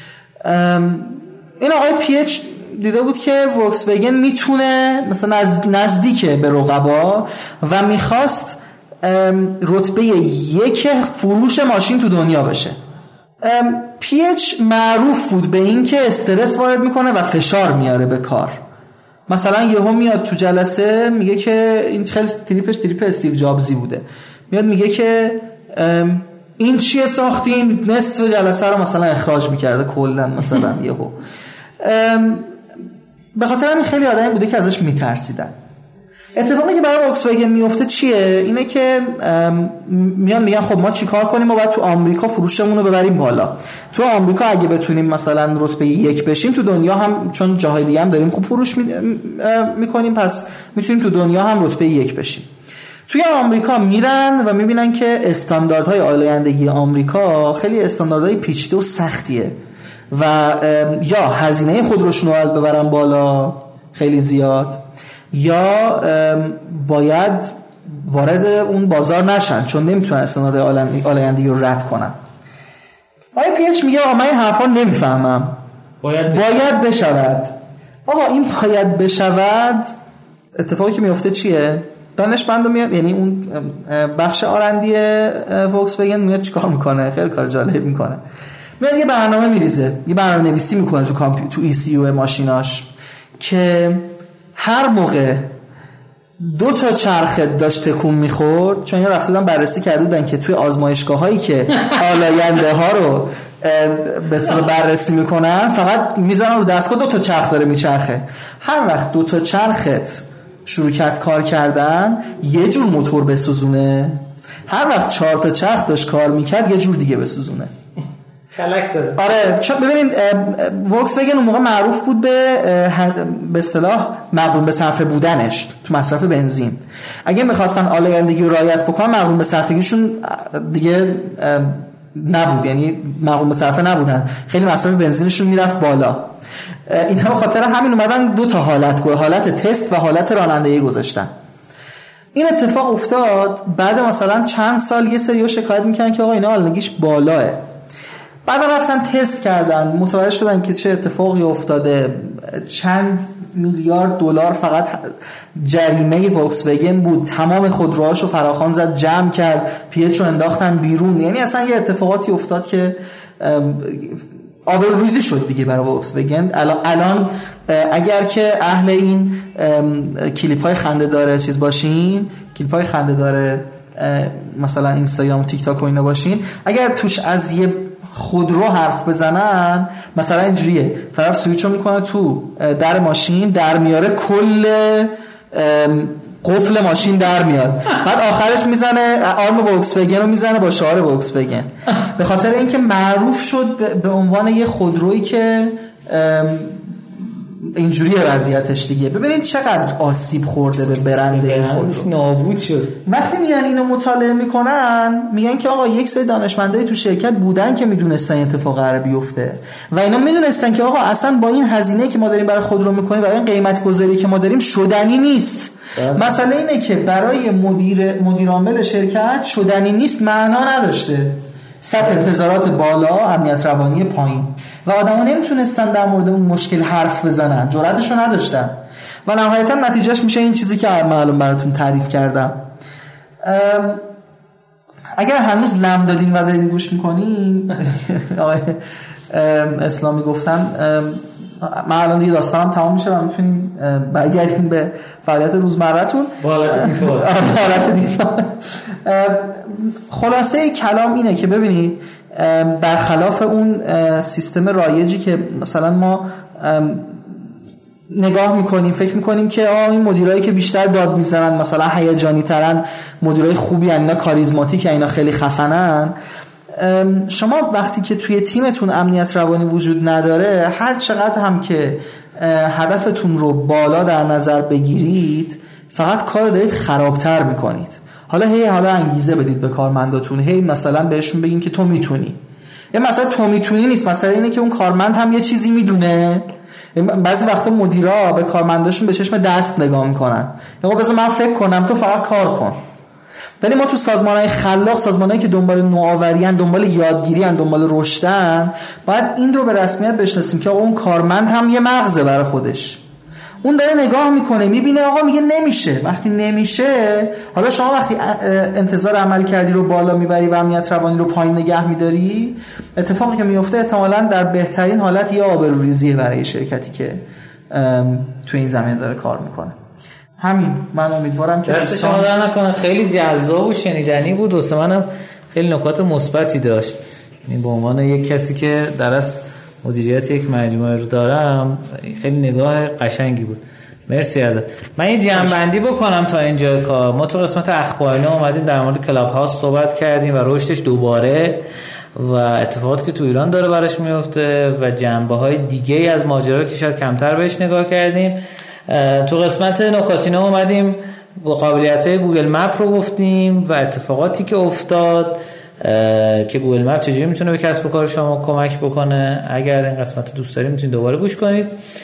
Speaker 2: این آقای پی اچ دیده بود که وکس وگن میتونه مثلا نزدیکه به رقبا و میخواست رتبه یک فروش ماشین تو دنیا بشه. پی اچ معروف بود به این که استرس وارد میکنه و فشار میاره به کار. مثلا یهو میاد تو جلسه میگه که این خیلی تریپش تریپ استیو جابزی بوده، میاد میگه که این چیه ساختین، نصف جلسه رو مثلا اخراج میکرده کلا مثلا یهو. به خاطر همین خیلی آدمی بوده که ازش میترسیدن. اتفاقی که برای وکس وگن میفته چیه؟ اینه که میان میگن خب ما چیکار کنیم؟ ما باید تو آمریکا فروشمون رو ببریم بالا. تو آمریکا اگه بتونیم مثلا رتبه یک بشیم، تو دنیا هم چون جاهای دیگه هم داریم خوب فروش میکنیم، پس میتونیم تو دنیا هم رتبه یک بشیم. توی آمریکا میرن و میبینن که استانداردهای آلایندگی آمریکا خیلی استانداردهای پیچیده و سختیه و یا هزینه خودروشون رو ببرن بالا خیلی زیاد، یا باید وارد اون بازار نشن چون نمیتونن استانداردهای آلایندگی رو رد کنن. آقای پی اچ میگه آقا من این حرفا نمیفهمم، باید باید بشود. آقا این باید بشود، اتفاقی که میفته چیه؟ دانشمند میاد، یعنی اون بخش آرندی وکس وگن میاد چیکار میکنه؟ خیلی کار جالب میکنه. میاد یه برنامه میریزه، یه برنامه نویسی میکنه تو کامپیوتر، تو ای سی یو ماشیناش، که هر موقع دو تا چرخ داشت تکون میخورد، چون اینا رفته بودن بررسی کرده بودن که توی آزمایشگاه هایی که آلاینده ها رو به اصطلاح بررسی میکنن فقط میذارن رو دستگاه دو تا چرخ داره میچرخه. هر وقت دو تا چرخت شروع کرد کار کردن یه جور موتور بسوزونه، هر وقت چهار تا چرخ داشت کار میکرد یه جور دیگه بسوزونه.
Speaker 1: خلق شده.
Speaker 2: آره، چون ببینید وکس وگن اون موقع معروف بود به به اصطلاح مقرون به صرفه بودنش تو مصرف بنزین. اگه می‌خواستن آلایندگی رو رعایت بکنن مقرون به صرفگیشون دیگه نبود، یعنی مقرون به صرفه نبودن، خیلی مصرف بنزینشون میرفت بالا. اینها به خاطر همین اومدن دو تا حالت گذاشتن، حالت تست و حالت رانندگی گذاشتن. این اتفاق افتاد بعد مثلا چند سال یه سریو شکایت میکنن که آقا اینا رانندگیش بالاه. بعد رفتن تست کردن، متوجه شدن که چه اتفاقی افتاده. چند میلیارد دلار فقط جریمه وکس وگن بود، تمام خودروهاشو فراخوان زد، جمع کرد، پی اچ رو انداختن بیرون. یعنی اصلا یه اتفاقاتی افتاد که آبروریزی شد دیگه برای فولکس وگن. الان الان اگر که اهل این کلیپ های خنده داره چیز باشین، کلیپ های خنده داره مثلا اینستاگرام و تیک تاک و اینا باشین، اگر توش از یه خودرو حرف بزنن مثلا اینجوریه، طرف سویچو میکنه تو در ماشین، در میاره، کل قفل ماشین در میاد، بعد آخرش میزنه آرم فولکس وگن رو میزنه با شعار فولکس وگن، به خاطر اینکه معروف شد به عنوان یه خودرویی که اینجوری وضعیتش دیگه. ببینید چقدر آسیب خورده به برند این خودرو،
Speaker 1: نابود شد.
Speaker 2: وقتی میان اینو مطالعه میکنن میگن که آقا یک سری دانشمندای تو شرکت بودن که میدونستن این اتفاق قرار بیفته و اینا میدونستن که آقا اصلا با این هزینه که ما داریم برای خودرو میکنیم و این قیمت گذاری که ما داریم شدنی نیست. مسئله اینه که برای مدیر مدیر عامل شرکت شدنی نیست معنا نداشته، سطح انتظارات بالا، امنیت روانی پایین و آدما نمیتونستن در مورد اون مشکل حرف بزنن، جرأتشو نداشتن و نهایتا نتیجهش میشه این چیزی که معلوم براتون تعریف کردم. اگر هنوز لم دادین و دارین گوش میکنین آقای اسلامی گفتن، من الان دیگه داستانم تمام میشه و میتونین برگردین به فعالیت روزمره‌تون. حالت دیفاع. خلاصه کلام اینه که ببینید برخلاف اون سیستم رایجی که مثلا ما نگاه میکنیم فکر میکنیم که آه این مدیرایی که بیشتر داد میزنن مثلا هیجانی ترن، مدیرای خوبی ان، اینا کاریزماتیک، اینا خیلی خفنن، شما وقتی که توی تیمتون امنیت روانی وجود نداره، هر چقدر هم که هدفتون رو بالا در نظر بگیرید فقط کار دارید خرابتر میکنید. حالا هی حالا انگیزه بدید به کارمنداتون، هی مثلا بهشون بگین که تو میتونی، یا مثلا تو میتونی نیست، مثلا اینه که اون کارمند هم یه چیزی میدونه. بعضی وقتا مدیرا به کارمنداشون به چشم دست نگاه میکنن، یا بذار من فکر کنم تو فقط کار کن. ولی ما تو سازمان‌های خلاق، سازمان‌هایی که دنبال نوآوری‌ان، دنبال یادگیری‌ان، دنبال رشدن، باید این رو به رسمیت بشناسیم که آقا اون کارمند هم یه مغزه برای خودش. اون داره نگاه میکنه، میبینه آقا میگه نمیشه. وقتی نمیشه، حالا شما وقتی انتظار عمل کردی رو بالا میبری و امنیت روانی رو پایین نگه میداری، اتفاقی که میفته احتمالاً در بهترین حالت یه آبروریزیه برای شرکتی که تو این زمینه داره کار میکنه. همین، من امیدوارم که
Speaker 1: دست شما در نکنه. خیلی جذاب و شنیدنی بود. واسه منم خیلی نکات مثبتی داشت. یعنی به عنوان یک کسی که درس مدیریت یک مجموعه رو دارم، خیلی نگاه قشنگی بود. مرسی ازت. من یه جمع‌بندی بکنم تا اینجا کار. ما تو قسمت اخباری اومدیم در مورد کلاب هاوس صحبت کردیم و رشدش دوباره و اتفاقاتی که تو ایران داره براش میفته و جنبه‌های دیگه‌ای از ماجرا که شاید کمتر بهش نگاه کردیم. تو قسمت نکاتینا اومدیم قابلیت‌های گوگل مپ رو گفتیم و اتفاقاتی که افتاد که گوگل مپ چجوری میتونه به کسب و کار شما کمک بکنه. اگر این قسمت دوست دارید میتونید دوباره گوش کنید.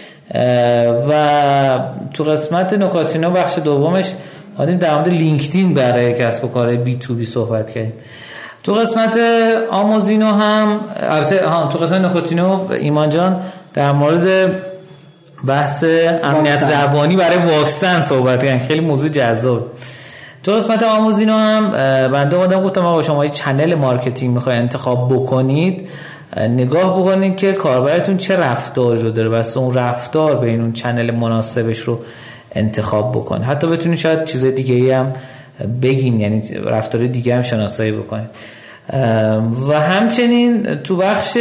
Speaker 1: و تو قسمت نکاتینا بخش دومش اومدیم در مورد لینکدین برای کسب و کار بی تو بی صحبت کردیم. تو قسمت آموزینو هم البته ها تو قسمت نکاتینا ایمان جان در مورد بحث امنیت روانی برای واکسن صحبت کردن، خیلی موضوع جذاب. تو قسمت آموزینو هم بنده اومدم گفتم آقا شما یه چنل مارکتینگ میخواید انتخاب بکنید، نگاه بکنید که کاربرتون چه رفتاری رو داره، بس اون رفتار بین اون چنل مناسبش رو انتخاب بکنید. حتی بتونید شاید چیز دیگه‌ای هم بگین، یعنی رفتار دیگه هم شناسایی بکنید. و همچنین تو بخش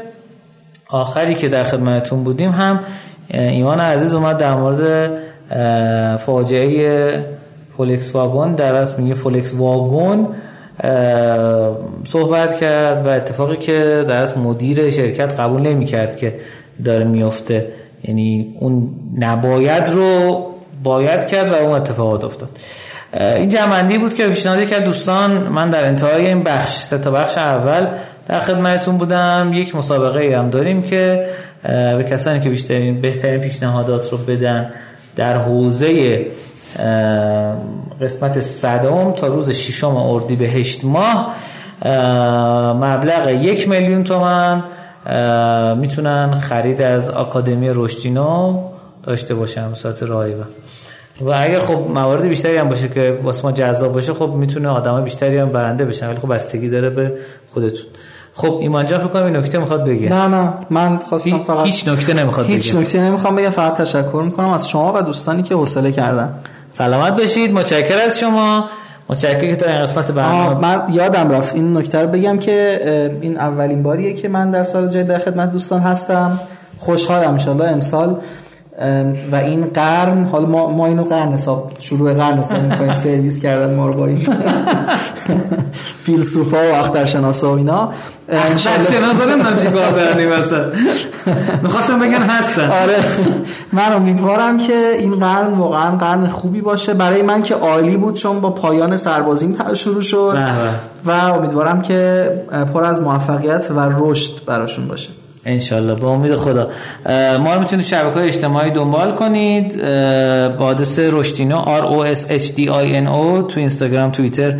Speaker 1: آخری که در خدمتتون بودیم هم ایمان عزیز اومد در مورد فاجعه فولکس واگن، در اصل میگه فولکس واگن، صحبت کرد و اتفاقی که در اصل مدیر شرکت قبول نمی کرد که داره میفته، یعنی اون نباید رو باید کرد و اون اتفاقات افتاد. این جمع‌بندی بود که پیشنهاد کرد دوستان. من در انتهای این بخش سه تا بخش اول در خدمتتون بودم. یک مسابقه هم داریم که به کسانی که بیشترین بهترین پیشنهادات رو بدن در حوزه قسمت صدام تا روز ششم اردیبهشت ماه مبلغ یک میلیون تومان میتونن خرید از آکادمی رشدینو داشته باشن به صورت رایگان. و اگر خب موارد بیشتری هم باشه که واسه ما جذاب باشه، خب میتونه آدمای بیشتری هم برنده بشن، ولی خب بستگی داره به خودتون. خب ایمان جان فکر کنم این نکته میخواد بگه.
Speaker 2: نه نه من خواستم
Speaker 1: هی...
Speaker 2: فقط
Speaker 1: هیچ نکته نمیخواد بگه.
Speaker 2: هیچ نکته نمیخوام بگم، فقط تشکر میکنم از شما و دوستانی که حوصله کردن.
Speaker 1: سلامت باشید. متشکرم از شما. متشکرم که تا این قسمت برنامه.
Speaker 2: من یادم رفت این نکته رو بگم که این اولین باریه که من در سال جدید در خدمت دوستان هستم. خوشحالم ان شاء الله امسال و این قرن، حالا ما ما اینو قرن حساب شروع قرن حساب می‌کنیم، سرویس کردن ما رو با این فیلسوفا و اخترشناسا و اینا.
Speaker 1: اخترشناسا نمیدونم چیکار دارن مثلا، می‌خواستم بگن هستن.
Speaker 2: آره من امیدوارم که این قرن واقعا قرن خوبی باشه برای من که عالی بود، چون با پایان سربازیم شروع شد و امیدوارم که پر از موفقیت و رشد براشون باشه
Speaker 1: انشالله. با امید خدا. ما رو میتونید شبکه‌های اجتماعی دنبال کنید با آدرس رشدینو آر او اس اچ دی آی ان او تو اینستاگرام، توییتر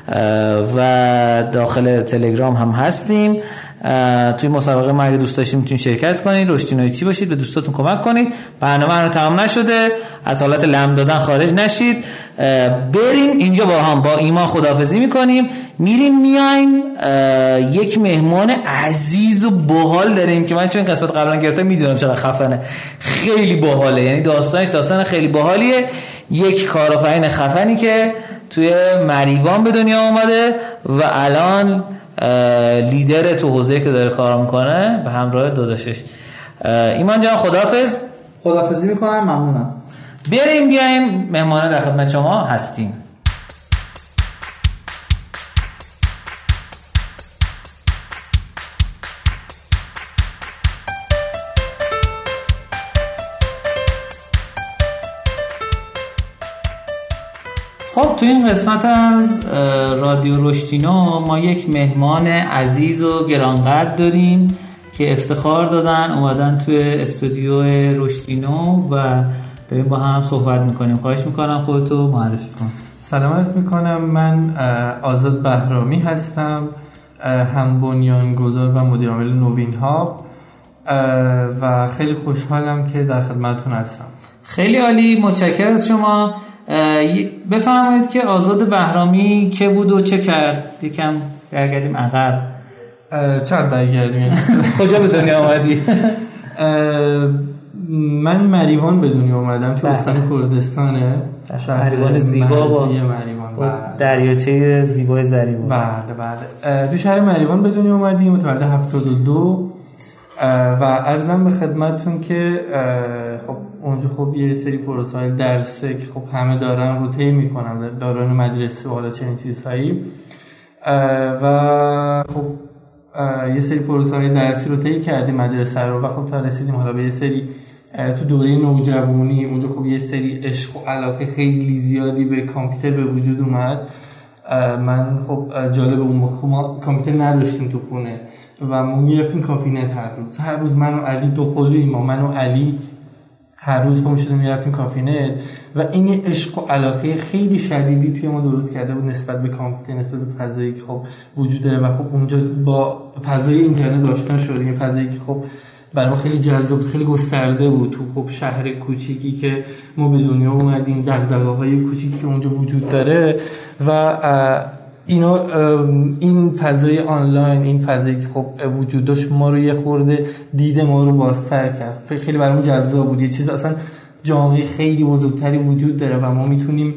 Speaker 1: و داخل تلگرام هم هستیم. توی مسابقه ما اگه دوست داشتید میتونید شرکت کنید، رشدینویتی باشید، به دوستاتون کمک کنید. برنامه رو تمام نشده، از حالت لم دادن خارج نشید. بریم اینجا با هم با ایمان خداحافظی میکنیم، میریم میایم. یک مهمان عزیز و باحال داریم که من چون قسمت قبلا گرفتم میدونم چقدر خفنه، خیلی باحاله، یعنی داستانش داستان خیلی باحالیه. یک کارآفرین خفنی که توی مریوان به دنیا آمده و الان لیدر تو حوزه‌ای که داره کار میکنه به همراه داداشش. ایمان جان خداحافظ.
Speaker 2: خداحافظی میکنم، ممنونم.
Speaker 1: بریم بیایم، مهمانه در خدمت شما هستیم. خب تو این قسمت از رادیو رشدینو ما یک مهمان عزیز و گرانقدر داریم که افتخار دادن اومدن توی استودیو رشدینو و داریم با هم صحبت میکنیم. خواهش میکنم خودتو معرفی کن.
Speaker 3: سلام عرض میکنم، من آزاد بهرامی هستم، هم بنیانگذار و مدیر عامل نوین هاب و خیلی خوشحالم که در خدمتتون هستم.
Speaker 1: خیلی عالی، متشکرم از شما. بفرمایید که آزاد بهرامی که بود و چه کرد؟ یکم برگردیم عقب.
Speaker 3: چقدر برگردیم؟
Speaker 1: کجا به دنیا آمدی؟
Speaker 3: من مریوان به دنیا اومدم، تو استان کردستانه،
Speaker 1: مریوان زیبا با دریاچه زیبای زریبا.
Speaker 3: بله بله، تو شهر مریوان به دنیا اومدیم، متولد هفتاد و دو و عرضم به خدمتتون که خب اونجا خب یه سری پروسه‌های درسی که خب همه دارن رو طی میکنن، دوران مدرسه و حالا چنین چیزهایی، و خب یه سری پروسه‌های درسی رو طی کردیم مدرسه رو و خب تا رسیدیم حالا به یه سری تو دوره نوجوانی. اونجا خب یه سری عشق و علاقه خیلی زیادی به کامپیوتر به وجود اومد. من خب جالب اون موقع ما کامپیوتر نداشتیم تو خونه و ما میرفتیم کافی نت هر روز هر روز من و علی دو خلوی ما من و علی هر روز پا می‌شدیم میرفتیم کافی نت و این عشق و علاقه خیلی شدیدی توی ما درست کرده بود نسبت به کامپیوتر، نسبت به فضایی که خب وجود داره و خب اونجا با فضای اینترنت آشنا شدیم، فضایی که خب برای ما خیلی جذاب، خیلی گسترده بود تو خب شهر کوچیکی که ما به دنیا اومدیم، دغدغه‌های کوچیکی که اونجا وجود داره و اینا. این فضای آنلاین، این فضایی که خب وجود داشت ما رو یه خورده دید ما رو بازتر کرد، خیلی برامون جذاب بود. یه چیز اصلا جامعه خیلی بزرگتری وجود داره و ما میتونیم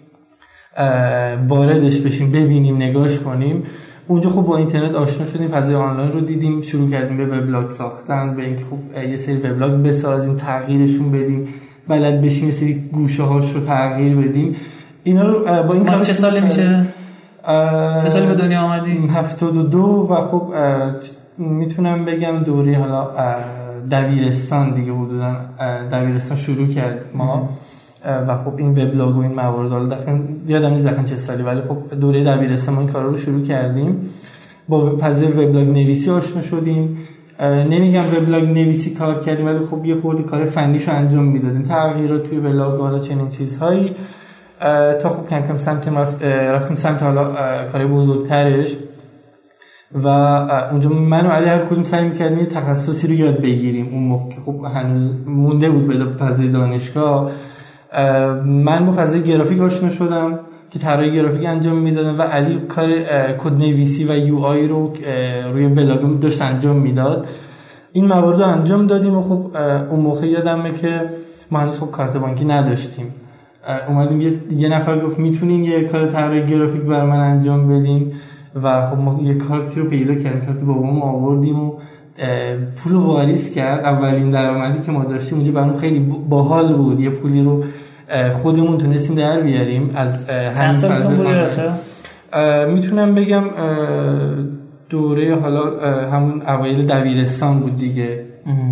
Speaker 3: واردش بشیم، ببینیم، نگاش کنیم. اونجا خب با اینترنت آشنا شدیم، فضای آنلاین رو دیدیم، شروع کردیم به وبلاگ ساختن، به اینکه خب یه سری وبلاگ بسازیم، تغییرشون بدیم، بلد بشیم، یه سری گوشه‌هاش رو تغییر بدیم. اینا رو با این
Speaker 1: کار چه ساله میشه؟ چه سالی به دنیا آمدی؟
Speaker 3: هفتاد و دو و خب میتونم بگم دوره حالا دبیرستان دیگه، حدودا دبیرستان شروع کرد ما و خب این وبلاگ و این موارد حالا دقیقاً یادم نیست دقیقاً چه سالی، ولی خب دوره دبیرستان ما این کارا رو شروع کردیم، با فضای وبلاگ نویسی آشنا شدیم. نمیگم وبلاگ نویسی کار کردیم ولی خب یه خورده کار فنیشو انجام میدادیم، تغییرات توی وبلاگ حالا چنین چیزهایی، تا خب کم کم سمت رفتیم سمت حالا کارهای بزرگترش و اونجا من و علی هر کدوم سعی می‌کردیم یه تخصصی رو یاد بگیریم. اون موقع که خب هنوز مونده بود به فضای دانشگاه، من با فضای گرافیک آشنا شدم که طراحی گرافیک انجام میدادن و علی کار کد نویسی و یو آی رو روی بلاگ داشت انجام میداد. این موارد رو انجام دادیم و خب اون موقع یادمه که ما هنوز خب کارت بانکی نداشتیم. اومدیم یه, یه نفر گفت میتونین یه کار طراحی گرافیک بر من انجام بدین و خب ما یه کارتی رو پیدا کردیم، کارت بابام آوردیم و پول واریز کرد. اولین درآمدی که ما داشتیم اونجا برام خیلی باحال بود، یه پولی رو خودمون تونستیم در بیاریم از
Speaker 1: چند سالتون بود یادته؟
Speaker 3: میتونم بگم دوره حالا همون اوایل دبیرستان بود دیگه.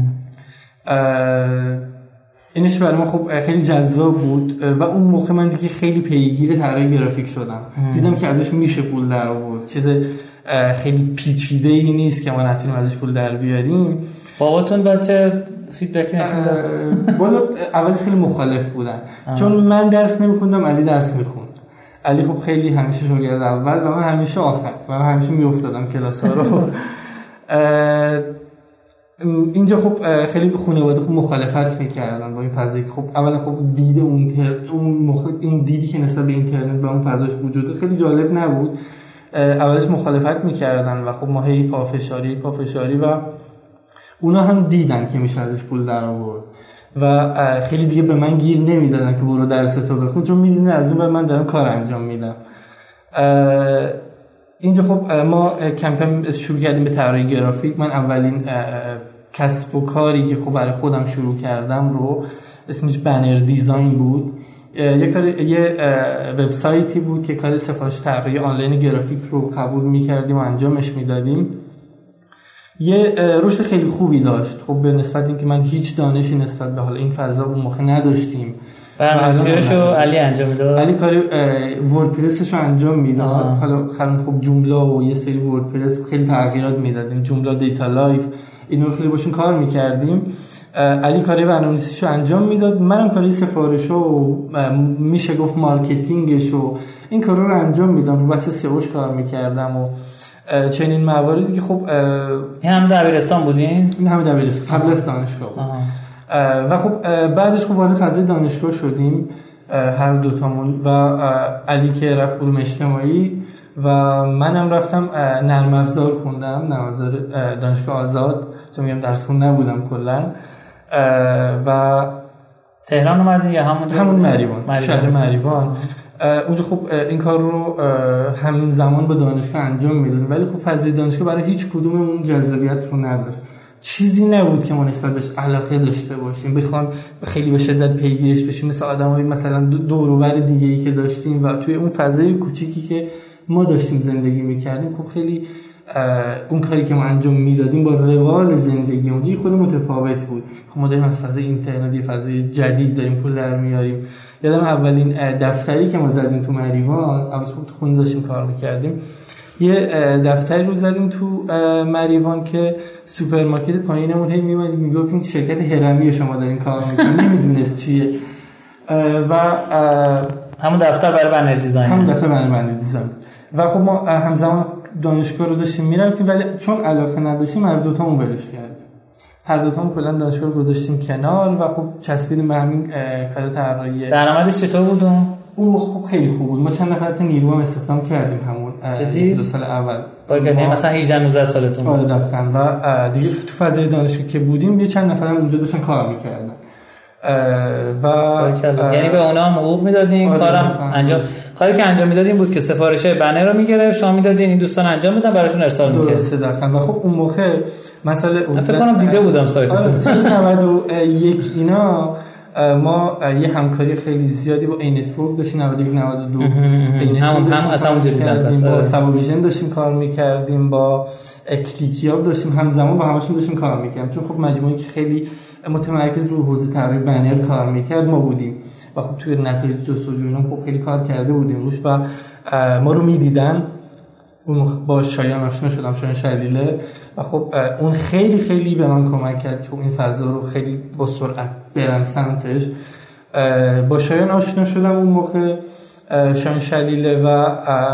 Speaker 3: اینش برای ما خب خیلی جذاب بود و اون موقع من دیگه خیلی پیگیر طراحی گرافیک شدم. ام. دیدم که ازش میشه پول در آورد، چیز خیلی پیچیده‌ای نیست که ما نتونیم ازش پول در بیاریم.
Speaker 1: باباتون بچه فیدبک نشون داد؟
Speaker 3: والا اولش خیلی مخالف بودن ام. چون من درس نمیخوندم، علی درس میخوند. علی خب خیلی همیشه شاگرد اول و من همیشه آخر و من همیشه میافتادم کلاس ها رو. اینجا خب خیلی خانواده خب مخالفت میکردن با این فضایی که خب اولا خب دید اون اون مخ... اون دیدی که نسبت به اینترنت و اون فضاش وجوده خیلی جالب نبود. اولش مخالفت میکردن و خب ما هی پافشاری پافشاری و اونا هم دیدن که میشه ازش پول در آورد و خیلی دیگه به من گیر نمیدادن که برو درستو بخون، چون میدونن از اون من دارم کار انجام میدم. اینجا خب ما کم کم شروع کردیم به طراحی گرافیک. من اولین کسب و کاری که خب برای خودم شروع کردم رو اسمش بنر دیزاین بود. یه کار یه وبسایتی بود که کار سفارش طراحی آنلاین گرافیک رو قبول می‌کردیم و انجامش میدادیم. یه رشد خیلی خوبی داشت. خب به نسبت اینکه من هیچ دانشی نسبت به حال این فضا اون موقع نداشتیم.
Speaker 1: برنامه‌نویسیشو علی انجام میداد.
Speaker 3: علی کار وردپرسشو انجام میداد. حالا خیلی خب جمله و یه سری وردپرس خیلی تغییرات میدادیم، جمله دیتا لایف اینو خیلی باشون کار میکردیم. علی کاری برنامه‌نویسیشو انجام میداد، منم کاری سفارشو و میشه گفت مارکتینگشو این کارا رو انجام میدادم، رو بحث سئوش کار میکردم و چنین مواردی که خب
Speaker 1: این هم دبیرستان بودین؟
Speaker 3: این هم دبیرستان قبل از دانشگاه بود. و خب بعدش خب وارد فضای دانشگاه شدیم هر دوتامون و علی که رفت علوم اجتماعی و منم رفتم نرم افزار خوندم، نرم افزار دانشگاه آزاد، چون میگم درس خون نبودم کلا. و
Speaker 1: تهران اومدین یا همون
Speaker 3: همون مریوان، شهر مریوان. اونجا خب این کار رو همزمان با دانشگاه انجام میدادیم، ولی خب فضای دانشگاه برای هیچ کدوممون جذابیت رو نداشت. چیزی نبود که ما نسبت بهش علاقه داشته باشیم، بخوام خیلی به شدت پیگیرش بشیم مثل آدمای مثلا دور و بر دیگه‌ای که داشتیم و توی اون فضای کوچیکی که ما داشتیم زندگی می‌کردیم. خب خیلی اون کاری که ما انجام میدادیم با روال زندگی اونجا خود متفاوت بود. خب ما داریم از فضای اینترنتی، فضای جدید داریم پول در میاریم. یادم اولین دفتری که ما زدیم تو مریوان، اول خب تو خونه داشتیم کار می‌کردیم، یه دفتری رو زدیم تو مریوان که سوپرمارکت پایینمون هی میومد میگفت این شرکت هرمی شما دارین کار میکنید، نمیدونست چیه. و
Speaker 1: همون دفتر برای بنر دیزاین
Speaker 3: همون دفتر برای بنر دیزاین و خب ما همزمان دانشگاه رو داشتیم میرفتیم، ولی چون علاقه نداشتیم هر دو تامون ولش کردیم. هر دو تامون کلا دانشگاه رو گذاشتیم کنار و خب چسبیدیم به همین کار طراحی.
Speaker 1: درآمدش چطور بود؟
Speaker 3: اون خب خیلی خوب بود. ما چند نفر تا نیرو هم استخدام کردیم همون دو سال اول.
Speaker 1: باشه مثلا هجده نوزده سالتون
Speaker 3: بود. آره دقیقاً. و دیگه تو فضای دانشگاه که بودیم یه چند نفر هم اونجا داشتن کار می‌کردن. و
Speaker 1: یعنی به اونا هم حقوق میدادین؟ آره کارم انجام کاری که انجام میدادین بود که سفارشه بنر رو میگرفت شما میدادین این دوستان انجام بدن براشون ارسال می‌کردین.
Speaker 3: درسته دقیقاً. و خب اون موقع مثلا
Speaker 1: فکر کنم دیده بودم سایتتون.
Speaker 3: سال نود و یک اینا ما یه همکاری خیلی زیادی با این نتورک داشتیم، نود و یک نود و دو
Speaker 1: هم هم اصلا اونجا دیدم،
Speaker 3: با سابویژن داشتیم کار میکردیم، با کلیکیاب داشتیم، همزمان با همشون داشتیم کار میکردیم، چون خب مجموعه‌ای که خیلی متمرکز رو حوزه طراحی بنر کار میکرد ما بودیم و خب توی نتایج جستجو اینا خب خیلی کار کرده بودیم روش و ما رو میدیدن. اون با شایان آشنا شدم، شایان شلیله، و خب اون خیلی خیلی به من کمک کرد که خب این فضا رو خیلی با سرعت برم سمتش. با شایان آشنا شدم اون موقع، شایان شلیله، و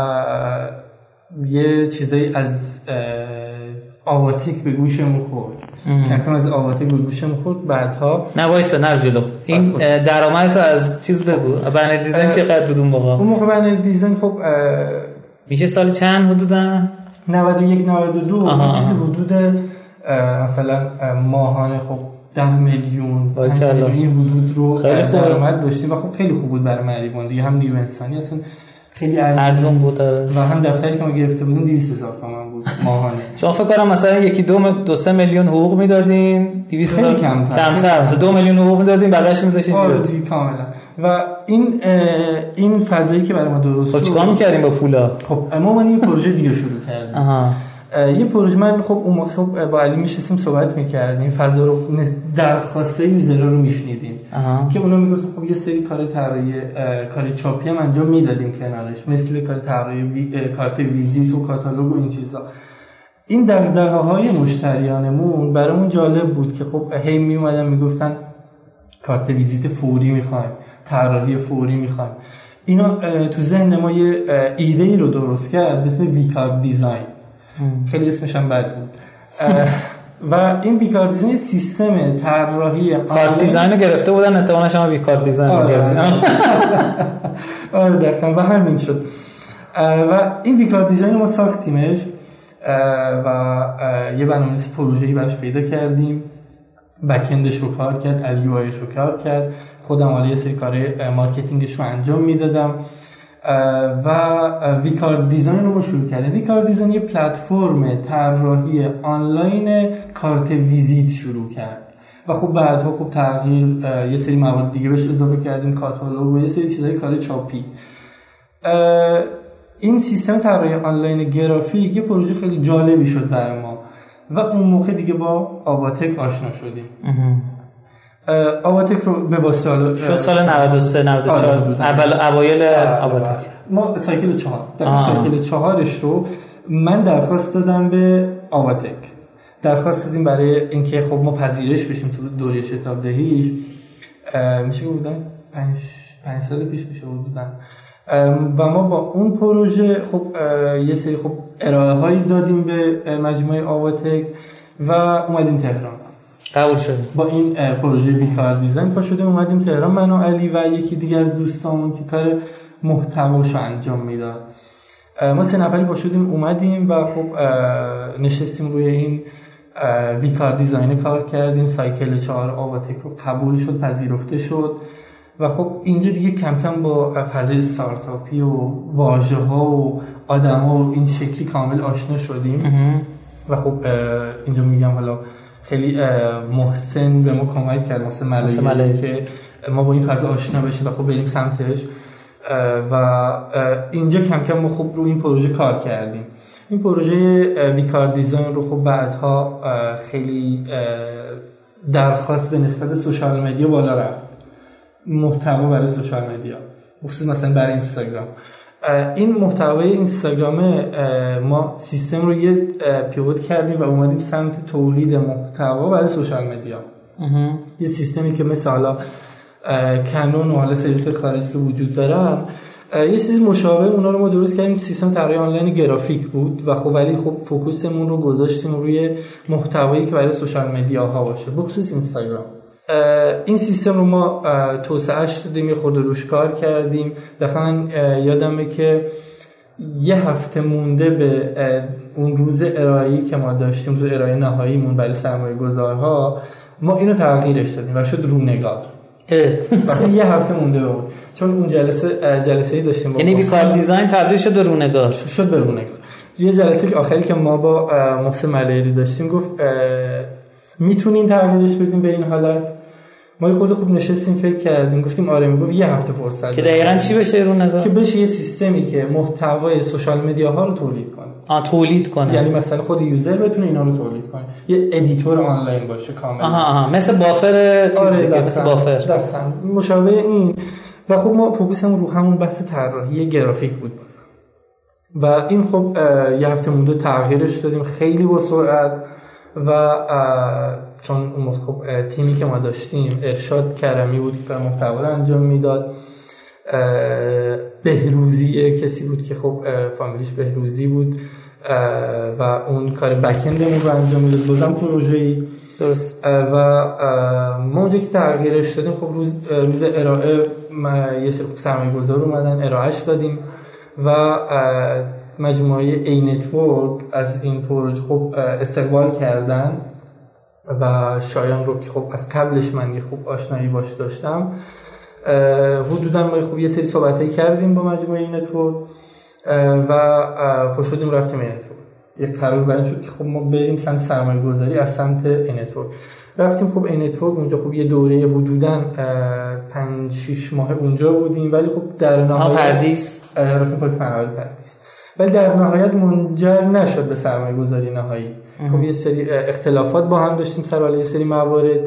Speaker 3: یه چیزایی از آواتیک به گوشمون خورد کم کم از آواتک به گوشم خورد. بعدها
Speaker 1: نه وایسا نر جلو این درآمد تو از چیز بگو، بنر دیزاین چقدر بود اون موقع؟
Speaker 3: اون موقع بنر دیزاین خب
Speaker 1: میشه سال چند حدودا؟
Speaker 3: نود و یک نود و دو چیزی حدود مثلا ماهانه خب ده میلیون این حدود رو درآمد داشتیم و خب خیلی خوب بود برای مریوان دیگه، هم نیرو انسانی اصلا خیلی
Speaker 1: ارزون بود
Speaker 3: و هم دفتری که ما گرفته بودیم دویست هزار تومان بود ماهانه.
Speaker 1: شما فکر کنم مثلا یکی دو دو سه میلیون حقوق میدادین، دویست هزار
Speaker 3: کمتر
Speaker 1: کمتر مثلا دو میلیون حقوق میدادین بقیه‌اش میذاشتین
Speaker 3: جیبتون کاملا. و این این فضایی که برای ما درست
Speaker 1: شد. خب چیکار می‌کردیم با پولا؟
Speaker 3: خب ما این پروژه دیگه شروع کردیم. آها. یه پروژه من خب اون موقع خب با علی میشستیم صحبت می‌کردیم، فضا رو درخواسته یوزرها رو میشنیدیم که اونا میگفتن خب یه سری کار طراحی کار چاپی هم انجام میدادیم کنارش، مثل کار طراحی وی... کارت ویزیت و کاتالوگ و این چیزا. این دغدغه‌های مشتریانمون برامون جالب بود که خب هی میومدن میگفتن کارت ویزیت فوری می‌خوایم، طراحی فوری می‌خوایم. اینا تو ذهن ما یه ایده‌ای رو درست کرد به اسم ویکارد دیزاین. خیلی اسمش هم بد بود. و این ویکارد دیزاین سیستم طراحی
Speaker 1: کارت دیزاین رو گرفته بودن، اتفاقا شما ویکارد دیزاین رو گرفتید.
Speaker 3: آره دقیقاً و همین شد. و این ویکارد دیزاین رو ما ساختیمش و یه برنامه‌نویس پروژه‌ای براش پیدا کردیم، بک‌اندش رو کار کرد، ال یو آیش رو کار کرد، خودم حالا یه سری کارهای مارکتینگش رو انجام میدادم و ویکارد دیزاین رو شروع کردیم. ویکارد دیزاین یه پلتفرم طراحی آنلاین کارت ویزیت شروع کرد و خب بعدها خب تغییر یه سری موارد دیگه بهش اضافه کردیم، کاتالوگ و یه سری چیزای کار چاپی. این سیستم طراحی آنلاین گرافیک یه پروژه خیلی جالبی شد برای ما و اون موقع دیگه با آواتک آشنا شدیم. آواتک رو به واسطه حالا
Speaker 1: شد سال نود و سه نود و چهار اول اوایل آواتک
Speaker 3: ما سایکل چهار در سایکل چهارش رو من درخواست دادم به آواتک، درخواست دادیم برای اینکه خب ما پذیرش بشیم تو دوره شتاب دهیش. میشه بودن پنج پنج سال پیش میشه بودن و ما با اون پروژه خب یه سری خب ارائه هایی دادیم به مجموعه آواتک و اومدیم تهران.
Speaker 1: قبول شد.
Speaker 3: با این پروژه ویکارد دیزاین پا شدیم اومدیم تهران، من و علی و یکی دیگه از دوستامون که کار محتواشو انجام میداد. ما سه نفری پا شدیم اومدیم و خب نشستیم روی این ویکارد دیزاین کار کردیم. سایکل چهار آواتک رو قبول شد، پذیرفته شد و خب اینجا دیگه کم کم با فضای استارتاپی و واژه‌ها و آدم‌ها و این شکلی کامل آشنا شدیم و خب اینجا میگم حالا خیلی محسن به ما کمک کرد، محسن ملایی که ما با این فضا آشنا بشیم و خب بریم سمتش و اینجا کم کم ما خب رو این پروژه کار کردیم. این پروژه ویکارد دیزاین رو خب بعدها خیلی درخواست به نسبت سوشال مدیا بالا رفت، محتوا برای سوشال مدیا خصوصا مثلا برای اینستاگرام. این محتوای اینستاگرام ما سیستم رو یه پیوت کردیم و اومدیم سمت تولید محتوا برای سوشال مدیا. یه سیستمی که مثل حالا کانون و حالا سرویس خارجی که وجود دارن، یه چیزی مشابه اونا رو ما درست کردیم. سیستم طراحی آنلاین گرافیک بود و خب ولی خب فوکوسمون رو گذاشتیم روی محتوایی که برای سوشال مدیاها باشه، بخصوص اینستاگرام. این سیستم رو ما توسعه‌اش دادیم، یه خورده روش کار کردیم. دقیقاً یادمه که یه هفته مونده به اون روز ارائه‌ای که ما داشتیم، روز ارائه نهاییمون برای سرمایه‌گذارها، ما اینو تغییرش دادیم و شد رونگار. وقتی یه هفته مونده بود چون اون جلسه جلسه‌ای داشتیم با
Speaker 1: یعنی ویکارد دیزاین تبدیل شد به رونگار.
Speaker 3: شد به رونگار. یه جلسه آخری که ما با محسن ملایی داشتیم گفت میتونین تغییرش بدیم به این حالت. ما خود خوب نشستیم فکر کردیم گفتیم آره. میگفت یه هفته فرصت
Speaker 1: که دقیقاً چی بشه رو نگاه
Speaker 3: که بشه یه سیستمی که محتوای سوشال مدیا ها رو تولید کنه.
Speaker 1: آ تولید کنه،
Speaker 3: یعنی مثلا خود یوزر بتونه اینا رو تولید کنه، یه ادیتور آنلاین باشه کاملا.
Speaker 1: آها آها مثل بافر چیز
Speaker 3: آره
Speaker 1: دیگه، مثل بافر
Speaker 3: دقیقاً مشابه این. و خب ما فوکوسمون رو همون بحث طراحی گرافیک بود و این خب یه هفته مونده تغییرش دادیم خیلی با سرعت و چون اون خب تیمی که ما داشتیم ارشاد کرمی بود که کار محتوا رو انجام میداد، بهروزی کسی بود که خب فامیلیش بهروزی بود و اون کار بک اندمون رو انجام میداد. بازم پروژه‌ای
Speaker 1: درست.
Speaker 3: و ما اونجا که تغییرش دادیم خب روز روز ارائه یه سری سرمایه‌گذار اومدن ارائهش دادیم و مجموعه ای نتورک از این پروژه خب استقبال کردن و شایان رو که خب از قبلش من یه خوب آشنایی باش داشتم حدودا ما خب یه سری صحبتایی کردیم با مجموعه ای نتورک و پا شدیم رفتیم ای نتورک. یک قرار برای شد که خب ما بریم سمت سرمایه گذاری از سمت ای نتورک. رفتیم خب ای نتورک اونجا خب یه دوره حدوداً پنج شش ماه اونجا بودیم ولی خب در نهایت
Speaker 1: پردیس
Speaker 3: رفتیم خود پناهگاه پردیس ولی در نهایت منجر نشد به سرمایه گذاری نهایی. خب یه سری اختلافات با هم داشتیم سر حال یه سری موارد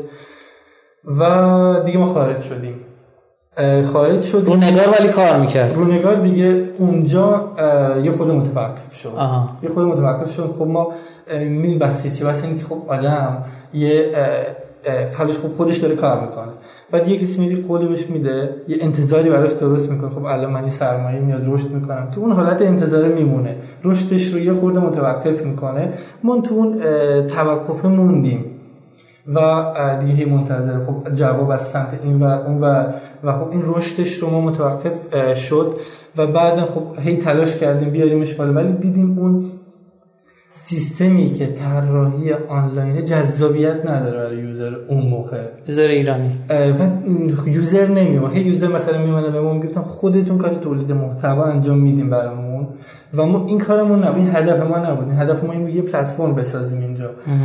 Speaker 3: و دیگه ما خارج شدیم. خارج شد
Speaker 1: رونگار ولی کار میکرد.
Speaker 3: رونگار دیگه اونجا یه خود متوقف شد.
Speaker 1: آها.
Speaker 3: یه خود متوقف شد. خب ما می‌بینیم بحثی چی واسه اینکه خب آدم یه خالش خوب خودش داره کار میکنه بعد یه کسی میدی قولی بهش میده یه انتظاری براش درست میکنه خب الان من این سرمایه میاد رشد میکنم تو اون حالت انتظار میمونه رشدش رو یه خورده متوقف میکنه من تو اون توقف موندیم و دیگه منتظر خب جواب از سمت این و اون و و خب این رشدش رو ما متوقف شد و بعدن خب هی تلاش کردیم بیاریمش بالا ولی دیدیم اون سیستمی که طراحی آنلاین جذابیت نداره برای یوزر اون موقع
Speaker 1: یوزر ایرانی
Speaker 3: و یوزر نمیاد هی یوزر مثلا میمونه به ما میگفتن خودتون کار تولید محتوا انجام میدیم برامون و ما این کارمون نبود این هدف ما نبود این هدف ما این بود یه پلتفرم بسازیم اینجا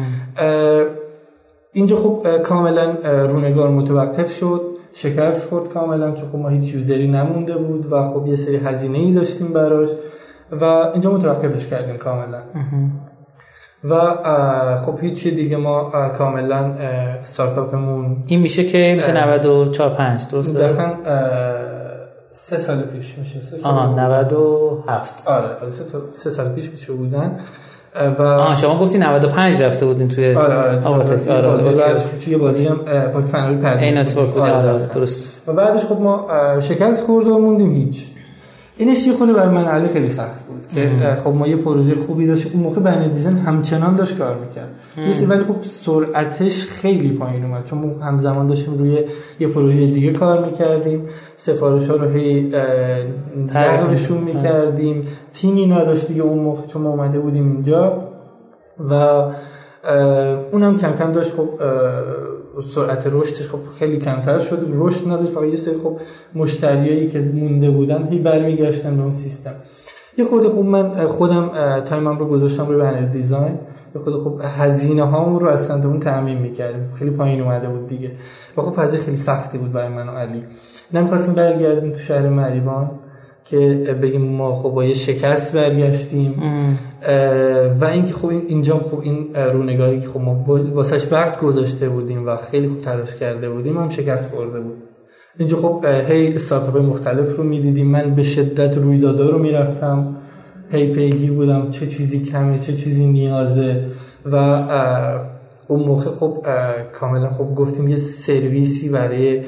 Speaker 3: اینجا خب کاملا رونگار متوقف شد شکست خورد کاملا چون خب ما هیچ یوزری نمونده بود و خب یه سری هزینه‌ای داشتیم براش و اینجا متوقفش کردیم کاملا و خب هیچ دیگه ما کاملا استارتاپمون
Speaker 1: این میشه که میشه نود و چهار پنج درسته؟
Speaker 3: دقیقاً سه سال پیش میشه سه سال
Speaker 1: آها نود و هفت
Speaker 3: آره آره سه سال, سه سال پیش میشه بودن و
Speaker 1: آها شما گفتی نود و پنج رفته بودین توی
Speaker 3: آره آره
Speaker 1: آره
Speaker 3: آره بازی توی بازی هم پاک فنالی پردیس
Speaker 1: این نتورک بود آره درست
Speaker 3: و بعدش خب ما شکست خورد و موندیم هیچ اینش یه خورده برای من علی خیلی سخت بود که خب ما یه پروژه خوبی داشتیم اون موقع بنر دیزاین همچنان داشت کار میکرد یه ولی خب سرعتش خیلی پایین اومد چون ما همزمان داشتیم روی یه پروژه دیگه کار میکردیم سفارش ها رو هی تغییرشون میکردیم تیمی نداشت دیگه اون موقع چون ما اومده بودیم اینجا و اونم کم کم داشت خب سرعت رشدش خب خیلی کمتر شد رشد نداشت فقط یه سری خب مشتریایی که مونده بودن هی برمیگشتن به اون سیستم یه خود خب من خودم تایمم رو گذاشتم روی بنر دیزاین یه خود خب هزینه هامون رو از سمت اون تامین می‌کردیم خیلی پایین اومده بود دیگه و خب فضای خیلی سختی بود برای من و علی نمی‌خواستیم برگردیم تو شهر مریوان که بگیم ما خب با یه شکست برگشتیم و اینکه خب اینجا خب این رونگاری که خب ما واسش وقت گذاشته بودیم و خیلی خوب تلاش کرده بودیم هم شکست خورده بود اینجا خب هی استارتاپ‌های مختلف رو می‌دیدیم من به شدت رویدادها رو میرفتم هی پیگیر بودم چه چیزی کمه چه چیزی نیازه و اون موقع خب کاملا خب گفتیم یه سرویسی برای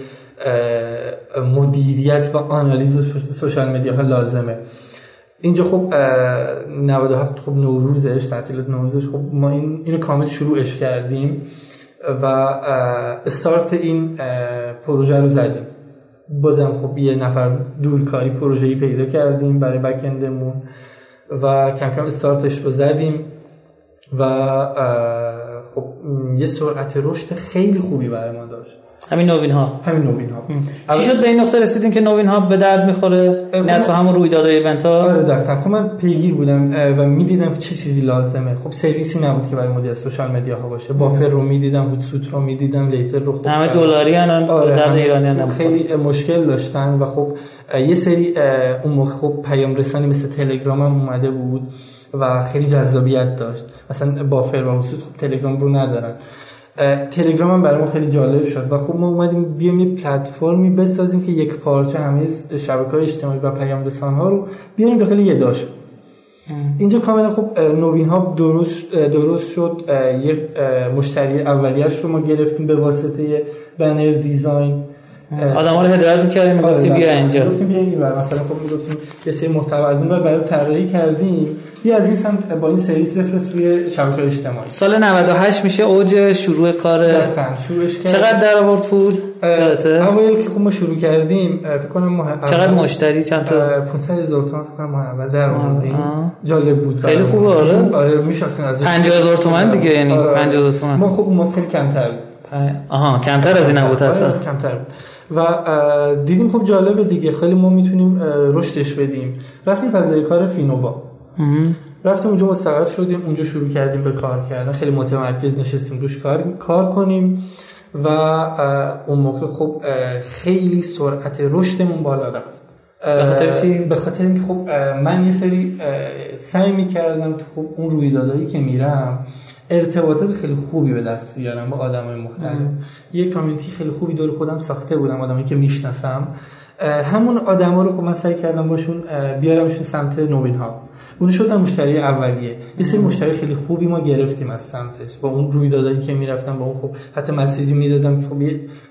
Speaker 3: مدیریت و آنالیز سوشال مدیا ها لازمه اینجا خب نود و هفت خب نوروزش تعطیلات نوروزش خب ما این اینو کامل شروعش کردیم و استارت این پروژه رو زدیم بازم خب یه نفر دورکاری پروژه‌ای پیدا کردیم برای بک اندمون و کم کم استارتش رو زدیم و خب یه سرعت رشد خیلی خوبی برای ما داشت
Speaker 1: همین نوین ها
Speaker 3: همین نوین ها
Speaker 1: چی شد به این نقطه رسیدین که نوین ها به درد میخوره نه از تو همون رویدادهای ایونت ها
Speaker 3: آره دقیقاً خب من پیگیر بودم و میدیدم چه چیزی لازمه خب سرویسی نبود که برای مدیر سوشال مدیا ها باشه بافر رو میدیدم هوتسوت رو میدیدم لیتر رو خب
Speaker 1: همه دلاری ان
Speaker 3: آره
Speaker 1: در ایرانی هم
Speaker 3: خیلی مشکل داشتن و خب یه سری اون موقع خب پیام رسانی مثل تلگرام هم اومده بود و خیلی جذابیت داشت مثلا بافر و هوتسوت خب تلگرام رو ندارن تلگرام هم برای ما خیلی جالب شد و خب ما اومدیم بیایم یه پلتفرمی بسازیم که یک پارچه همه شبکه‌های اجتماعی و پیام رسان‌ها رو بیاریم داخل یه داش اینجا کاملا خب نوین ها درست درست شد یک مشتری اولیه‌اش رو ما گرفتیم به واسطه بنر دیزاین
Speaker 1: آدم‌ها رو هدایت می‌کردیم، میگفتیم بیا اینجا،
Speaker 3: گفتیم بیا اینور، مثلا خب میگفتیم یه سری محتوا از اون برای طراحی کردیم، بیا از این سمت با این سرویس بفرست روی شبکه‌های اجتماعی.
Speaker 1: سال نود و هشت میشه اوج شروع کار.
Speaker 3: دقیقاً شروعش کرد.
Speaker 1: چقدر در آورد پول؟
Speaker 3: اول که خب ما شروع کردیم فکر کنم ما
Speaker 1: چقدر مشتری چند تا
Speaker 3: پانصد هزار تومان فکر کنم ما اول در آوردیم. جالب بود.
Speaker 1: خیلی خوبه. آره
Speaker 3: آره میشناسین از
Speaker 1: پنجاه هزار تومان دیگه، یعنی پنجاه هزار تومان.
Speaker 3: ما خب اون موقع خیلی کمتر بود.
Speaker 1: آها کمتر از این نبود حتی.
Speaker 3: کمتر بود. و دیدیم خب جالبه دیگه، خیلی ما میتونیم رشدش بدیم. رفتیم فضای کار فینووا. رفتیم اونجا مستقر شدیم، اونجا شروع کردیم به کار کردن، خیلی متمرکز نشستیم روش کار کار کنیم و اون موقع خب خیلی سرعت رشدمون بالا رفت.
Speaker 1: به خاطر چی؟
Speaker 3: به خاطر اینکه خب من یه سری سعی می‌کردم تو خب اون رویدادهایی که میرم ارتباطات خیلی خوبی به دست بیارم با آدمای مختلف. یه کامیونیتی خیلی خوبی دور خودم ساخته بودم، آدمایی که میشناسم. همون آدما رو خب من سعی کردم باشون بیارمشون سمت نوین ها. اون شدن مشتری اولیه. یه سری مشتری خیلی خوبی ما گرفتیم از سمتش. با اون رویدادایی که میرفتم با اون خب حتی مسیجی میدادم که خب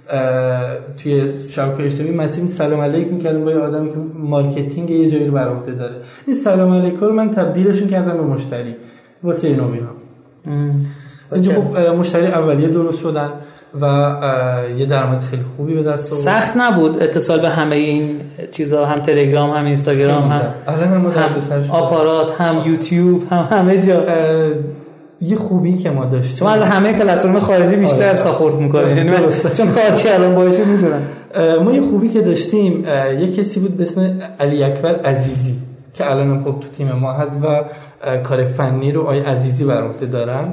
Speaker 3: توی شبکه اجتماعی مسیج سلام علیک میکردم با یه آدمی که مارکتینگ یه جایی رو بر عهده داره. این سلام علیک رو من تبدیلشون کردم به مشتری واسه نوین ها. اینجا خب مشتری اولیه درست شدن و یه درآمد خیلی خوبی به دست آورد.
Speaker 1: سخت نبود اتصال به همه این چیزا، هم تلگرام هم اینستاگرام هم
Speaker 3: الان ما
Speaker 1: هم آپارات هم یوتیوب هم همه جا.
Speaker 3: یه خوبی که ما داشتیم
Speaker 1: شما از همه پلتفرم خارجی بیشتر ساپورت می‌کنید، یعنی چون کار کردن باشه میدونن.
Speaker 3: ما یه خوبی که داشتیم یه کسی بود به اسم علی اکبر عزیزی که الان خب تو تیم ما هست و کار فنی رو آقای عزیزی بر عهده دارن.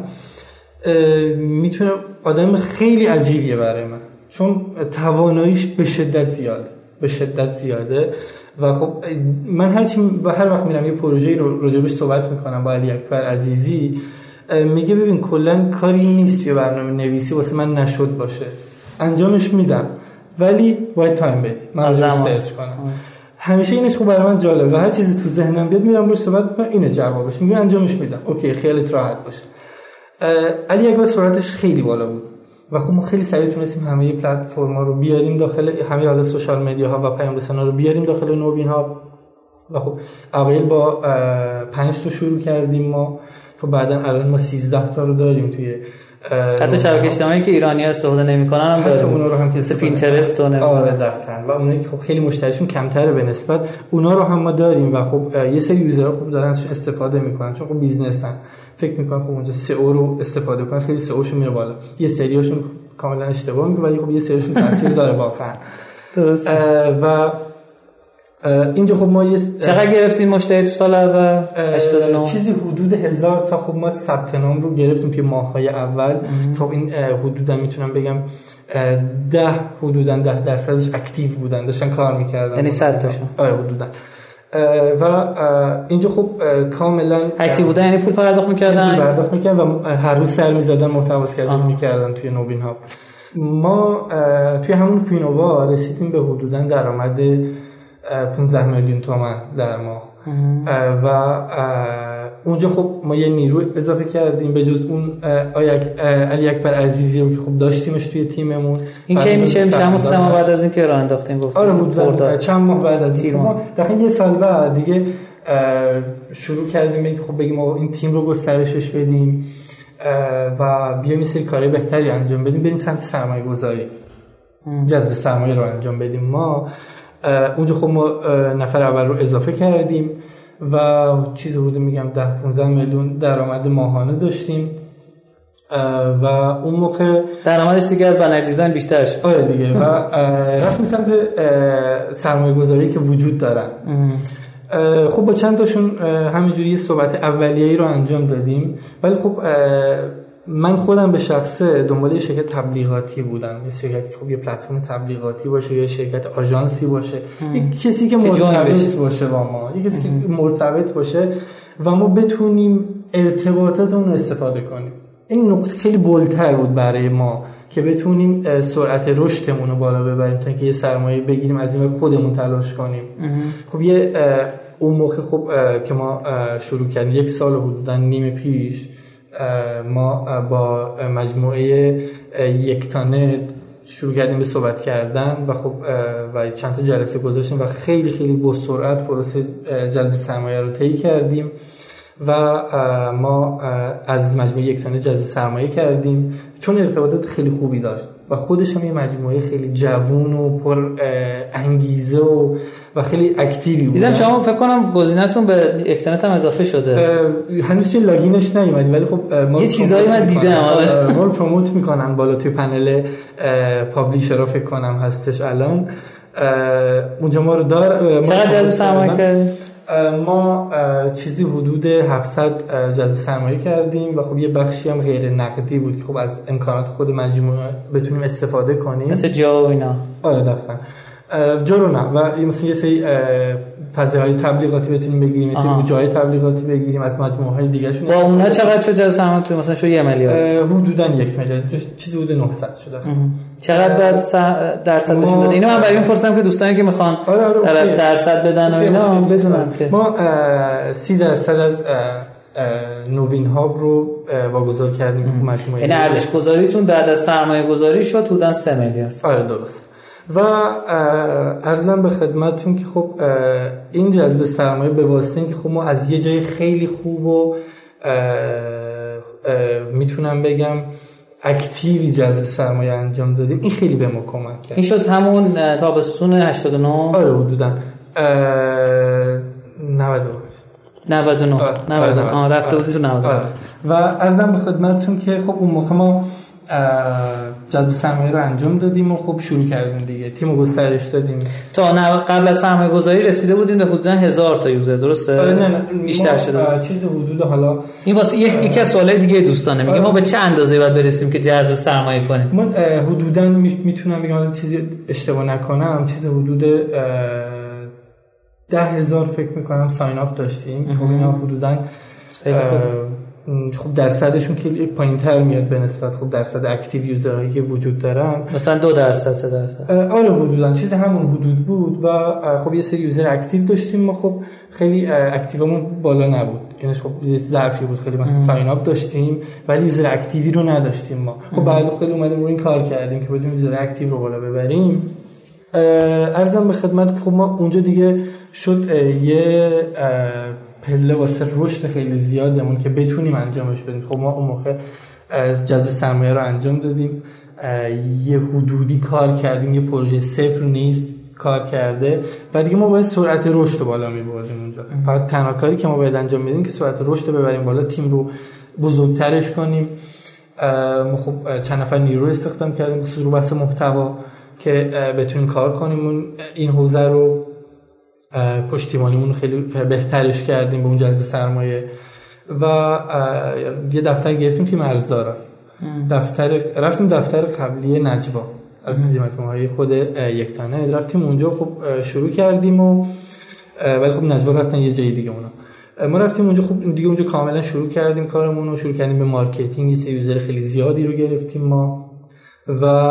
Speaker 3: میتونه آدم خیلی عجیبیه برای من، چون تواناییش به شدت زیاده به شدت زیاده و خب من هرچی و هر وقت میرم یه پروژه‌ای رو راجبش صحبت میکنم با علی اکبر عزیزی، میگه ببین کلا کاری نیست یه برنامه نویسی واسه من نشد باشه، انجامش میدم ولی باید تایم بدی، من ریسرچ کنم. همیشه اینش خوب برای من جالب و هر چیزی تو ذهنم بیاد میرم روش صحبت میکنم، اینه جوابش، میگه انجامش میدم. اوکی خیالت راحت باشه. علی اکبر سرعتش خیلی بالا بود و خب ما خیلی سریع تونستیم همه پلتفرم‌ها رو بیاریم داخل، همه حالا سوشال مدیاها و پیام رسان‌ها رو بیاریم داخل نوین ها و خب اوایل با پنج تا شروع کردیم ما، خب بعداً الان ما سیزده تا رو داریم توی
Speaker 1: حتی شبکه اجتماعی که ایرانی‌ها استفاده نمی‌کنن هم داریم،
Speaker 3: حتی اونا رو هم که
Speaker 1: پینترست و
Speaker 3: نمی‌کنن و اونایی که خب خیلی مشتریشون کمتره به نسبت، اونا رو هم ما داریم و خب یه سری یوزرها خوب دارن ازش استفاده می‌کنن چون خب بیزنسن، فکر می‌کنن خب اونجا سئو رو استفاده کنن، خیلی سئوشون میره بالا. یه سریاشون کاملا اشتباه میگه ولی خب یه سریاشون تاثیر داره واقعا.
Speaker 1: درست.
Speaker 3: و اینجا خب ما یه
Speaker 1: چقدر گرفتیم مشتری تو سال اول؟ هشتاد و نه
Speaker 3: چیزی حدود هزار تا خب ما ثبت نام رو گرفتیم توی ماه‌های اول. خب این حدودا میتونم بگم ده حدودا ده درصدش اکتیو بودن، داشتن کار میکردن،
Speaker 1: یعنی صد تاشون.
Speaker 3: آره حدودا. و اینجا خب کاملا
Speaker 1: اکتیو بودن یعنی پول پرداخت میکردن،
Speaker 3: پول پرداخت میکردن و هر روز سر میزدن محتوا سازی میکردن توی نوین ها. ما توی همون فینووا رسیدیم به حدودا درآمد پانزده میلیون تومان در ماه و اونجا خب ما یه نیرو اضافه کردیم به جز اون علی اکبر عزیزی که خب داشتیمش توی تیممون.
Speaker 1: این که میشه میشه همون سه ماه بعد از اینکه راه انداختیم گفتیم.
Speaker 3: آره مدت چند ماه بعد از اینکه ما دقیقاً یه سال بعد دیگه شروع کردیم بگیم خب بگیم ما این تیم رو گسترشش بدیم و بیایم یه سری کارهای بهتری انجام بدیم، بریم سمت سرمایه گذاری، جذب سرمایه رو انجام بدیم. ما اونجا خب ما نفر اول رو اضافه کردیم و چیزی بوده میگم ده پانزده میلیون درآمد ماهانه داشتیم و اون موقع
Speaker 1: درآمدش دیگه از بنر دیزاین بیشتر شد.
Speaker 3: آره دیگه و رفتیم سمت سرمایه گذاری که وجود دارن. خب با چند تاشون همینجوری یه صحبت اولیه‌ای رو انجام دادیم ولی خب من خودم به شخصه دنبال یه شرکت تبلیغاتی بودم، یه شرکتی که خب یه پلتفرم تبلیغاتی باشه، یه شرکت آژانسی باشه، یه کسی که مرتبط باشه با ما، یه کسی که مرتبط باشه و ما بتونیم ارتباطاتمون رو استفاده کنیم. این نقطه خیلی بولتر بود برای ما که بتونیم سرعت رشدمون رو بالا ببریم تا اینکه یه سرمایه بگیریم از این خودمون تلاش کنیم. خب یه اون موقع خب که ما شروع کردیم یک سال حدوداً نیم پیش ما با مجموعه یکتانت شروع کردیم به صحبت کردن و خب و چند تا جلسه گذاشتیم و خیلی خیلی با سرعت پروسه جلب سرمایه رو طی کردیم و ما از مجموعه یکتانه جذب سرمایه کردیم چون ارتباطات خیلی خوبی داشت و خودش هم یه مجموعه خیلی جوون و پر انگیزه و و خیلی اکتیوی بود.
Speaker 1: دیدم شما فکر کنم گزینه‌تون به یکتانت هم اضافه شده.
Speaker 3: هنوز چه لاگینش نیومد ولی خب ما
Speaker 1: یه چیزایی من دیدم آره
Speaker 3: ما رو پروموت میکنن بالا توی پنل پابلیشرها فکر کنم هستش الان اونجا ما رو دار.
Speaker 1: چقدر جذب سرمایه کردید؟
Speaker 3: ما چیزی حدود هفتصد جذب سرمایه کردیم و خب یه بخشی هم غیر نقدی بود که خب از امکانات خود مجموعه بتونیم استفاده کنیم
Speaker 1: مثل جا و اینا.
Speaker 3: آره دقیقاً جا رو نه و مثل یه سری فضاهای تبلیغاتی بتونیم بگیریم مثل یه جای تبلیغاتی بگیریم از مجموعه های دیگه شون.
Speaker 1: با اونها چقدر شد جذب سرمایه تو مثلا شو یه میلیارد
Speaker 3: حدوداً یک میلیارد چیزی حدود نهصد شده.
Speaker 1: چقدر بعد درصد بهشون داد؟ اینو من برای این پرسیدم که دوستانی که میخوان
Speaker 3: آره آره
Speaker 1: در از درصد بدن و اینا بدونن که
Speaker 3: ما سی درصد از نوین هاب رو واگذار کردیم تو مجموعه.
Speaker 1: یعنی ارزش گذاریتون بعد از سرمایه گذاری شد حدوداً سه میلیارد.
Speaker 3: آره درست. و عرضم به خدمتتون که خب این جذب سرمایه به واسطه اینکه خب ما از یه جای خیلی خوب و میتونم بگم اکتیوی جذب سرمایه انجام دادیم این خیلی به ما کمک کرد.
Speaker 1: این شد همون تابستون هشتاد و نه؟
Speaker 3: آره حدوداً نود و هشت
Speaker 1: نود و نه نود و نه آه رفته بود تو نود و هشت.
Speaker 3: و عرضم به خدمتتون که خب اون موقع ما جذب سرمایه رو انجام دادیم و خب شروع کردیم دیگه تیمو گسترش دادیم.
Speaker 1: تا قبل از سرمایه گذاری رسیده بودیم به حدود هزار تا یوزر درسته؟
Speaker 3: آره نه نه
Speaker 1: بیشتر شده
Speaker 3: چیز حدود حالا
Speaker 1: این واسه یک یکی از سوالای دیگه دوستانه میگه ما به چه اندازه باید برسیم که جذب سرمایه کنیم؟
Speaker 3: ما حدوداً میتونم بگم حالا چیزی اشتباه نکنم چیز حدود ده هزار فکر میکنم ساین اپ داشتیم. خب اینا حدوداً خب درصدشون که پایین‌تر میاد به نسبت خب درصد اکتیو یوزرهایی که وجود دارن
Speaker 1: مثلا دو درصد سه درصد
Speaker 3: آره حدوداً چیز همون حدود بود و خب یه سری یوزر اکتیو داشتیم ما خب خیلی اکتیومون بالا نبود یعنی خب یه ضعفی بود خیلی مثلا ساین اپ داشتیم ولی یوزر اکتیوی رو نداشتیم ما. خب بعد خیلی اومدیم رو این کار کردیم که بدون یوزر اکتیو رو بالا ببریم. عرضم به خدمت خب ما اونجا دیگه شد یه پله واسه رشد خیلی زیادمون که بتونیم انجامش بدیم. خب ما اون موقع جذب سرمایه رو انجام دادیم یه حدودی کار کردیم یه پروژه صفر نیست کار کرده و دیگه ما باید سرعت رشد رو بالا می‌بردیم اونجا. فقط تنها کاری که ما باید انجام بدیم که سرعت رشد رو ببریم بالا تیم رو بزرگترش کنیم. ما خب چند نفر نیرو استخدام کردیم خصوص رو بحث محتوا که بتونیم کار کنیم این حوزه رو پشتیبانیمون خیلی بهترش کردیم به اون جذب سرمایه و یه دفتر گرفتیم که مرزدارا دفتر رفتیم دفتر قبلی نجوا از مجموعه‌های خود یکتانه رفتیم اونجا خب شروع کردیم و ولی خب نجوا رفتن یه جای دیگه اونا ما رفتیم اونجا خب دیگه اونجا کاملا شروع کردیم کارمون رو شروع کردیم به مارکتینگ یه سری یوزر خیلی زیادی رو گرفتیم ما و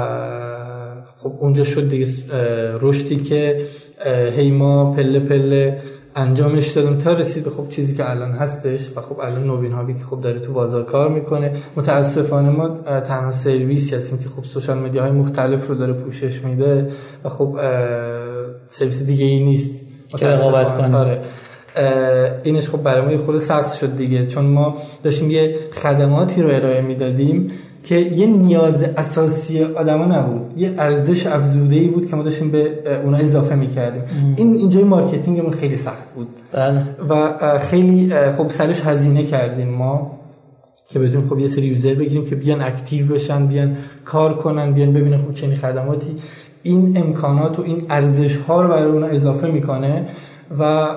Speaker 3: خب اونجا شد دیگه رشدی که هی ما پله پله انجامش دادیم تا رسید به خب چیزی که الان هستش و خب الان نوین هابی که خب داره تو بازار کار میکنه. متاسفانه ما تنها سرویسی هستیم که خب سوشال مدیاهای مختلف رو داره پوشش میده و خب سرویس دیگه ای نیست
Speaker 1: که رقابت کنه.
Speaker 3: آره اینش خب برای ما خود سخت شد دیگه چون ما داشتیم یه خدماتی رو ارائه میدادیم که یه نیاز اساسی آدما نبود یه ارزش افزوده‌ای بود که ما داشتیم به اونها اضافه می‌کردیم. این اینجای مارکتینگمون خیلی سخت بود
Speaker 1: بله.
Speaker 3: و خیلی خب سرش هزینه کردیم ما که بتونیم خب یه سری یوزر بگیریم که بیان اکتیو بشن بیان کار کنن بیان ببینن خب چه خدماتی این امکانات و این ارزش‌ها رو برای اونها اضافه می‌کنه و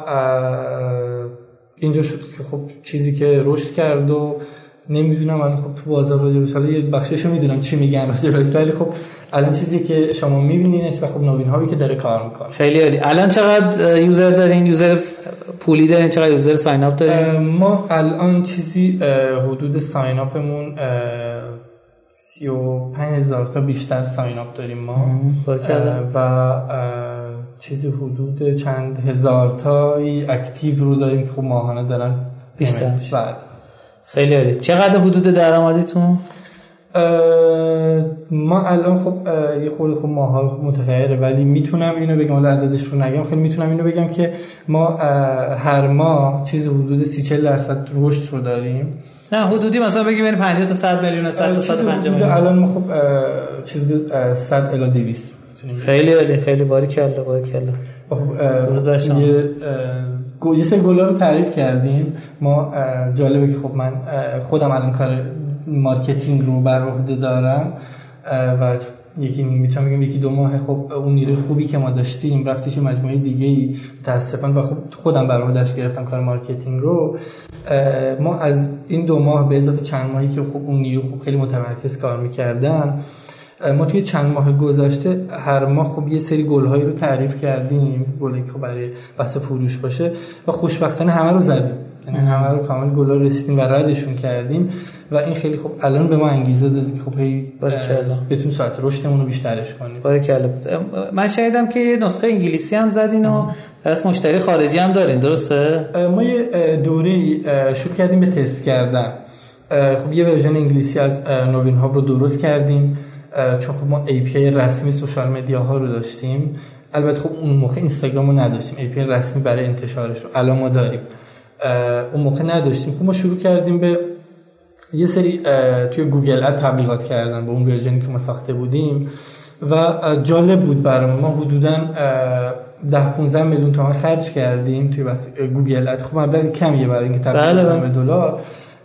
Speaker 3: اینجا شد که خب چیزی که رشد کرد و نمیدونم الان خب تو بازار راجبش حالا یه بخششو میدونم چی میگن راجبش ولی خب الان چیزی که شما میبینینش و خب نوین هایی که داره کار میکنه.
Speaker 1: خیلی عالی. الان چقدر یوزر دارین؟ یوزر پولی دارین؟ چقدر یوزر ساین اپ دارین؟
Speaker 3: ما الان چیزی حدود ساین اپمون سی و پنج هزار تا بیشتر ساین اپ داریم ما و چیزی حدود چند هزار تایی اکتیو رو داریم که خب ماهانه دارن
Speaker 1: بیشتر. خیلی عالی. چقدر حدود درآمدیتون؟
Speaker 3: ما الان خب یه خورده خب ماها متغیره، ولی میتونم اینو بگم، حالا عددش رو نگم، خیلی میتونم اینو بگم که ما هر ماه چیز حدود سی چهل درصد رشد رو داریم.
Speaker 1: نه حدودی مثلا بگی بین پنجاه تا صد میلیون، صد تا صد و پنجاه میلیون.
Speaker 3: الان ما خب چیز صد الی دویست.
Speaker 1: خیلی عالی، خیلی باریکلا باریکلا.
Speaker 3: خب یه یه سری گلا رو تعریف کردیم ما. جالبه که خب من خودم الان کار مارکتینگ رو بر عهده دارم و یکی میتونم بگم یکی دو ماه خب اون نیروی خوبی که ما داشتیم رفتش مجموعه دیگه‌ای متاسفانه و خب خودم بر عهده‌اش گرفتم کار مارکتینگ رو. ما از این دو ماه به اضافه چند ماهی که خب اون نیرو خب خیلی متمرکز کار می‌کردن، ما توی چند ماه گذشته هر ماه خب یه سری گل‌هایی رو تعریف کردیم، گلی که خب برای بحث فروش باشه و خوشبختانه همه رو زدیم، یعنی همه رو کامل گلا رسیدیم و ردشون کردیم و این خیلی خب الان به ما انگیزه داده که خب هی بتونیم سرعت رشدمون رو بیشترش کنیم.
Speaker 1: باریکلا. من شنیدم که یه نسخه انگلیسی هم زدین و درست مشتری خارجی هم دارین، درسته؟
Speaker 3: ما یه دوره‌ای شروع کردیم به تست کردن. خب یه ورژن انگلیسی از نوین هاب رو درست کردیم چون خب ما ای پی آی رسمی سوشال مدیا ها رو داشتیم. البته خب اون موقع اینستاگرام رو نداشتیم، ای پی آی رسمی برای انتشارش رو الان ما داریم. اون موقع نداشتیم. خب ما شروع کردیم به یه سری توی گوگل اد تبلیغات کردن با اون ورژنی که ما ساخته بودیم و جالب بود برامون. ما حدوداً ده پانزده میلیون تومان خرج کردیم توی بس گوگل اد. خب مبلغ کمیه برای اینکه تبدیل کنیم به دلار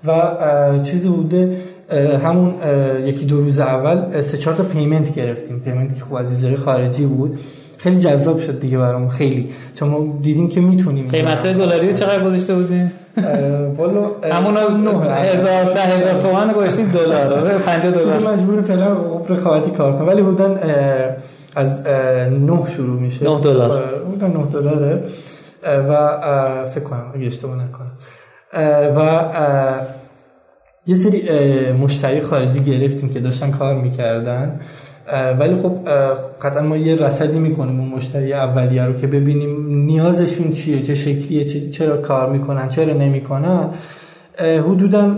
Speaker 3: و چیزی بوده. همون یکی دو روز اول سه چهار تا پیمنت گرفتیم، پیمنتی که خب از یوزر خارجی بود. خیلی جذاب شد دیگه برامون، خیلی، چون ما دیدیم که میتونیم.
Speaker 1: قیمت دلاری چقدر گذاشته بودین؟
Speaker 3: والا
Speaker 1: همون هزار تا هزار تومان گذاشتیم دلار، پنجاه دلار.
Speaker 3: مجبور فعلا رقابتی کار کنم، ولی بودن از نه شروع میشه.
Speaker 1: نه دلار.
Speaker 3: بودن نه دلاره و فکر کنم اگه اشتباه نکنم و یه سری مشتری خارجی گرفتیم که داشتن کار میکردن، ولی خب قطعا ما یه رصدی میکنیم اون مشتری اولیه رو که ببینیم نیازشون چیه، چه شکلیه، چه چرا کار میکنن، چرا نمیکنن. حدوداً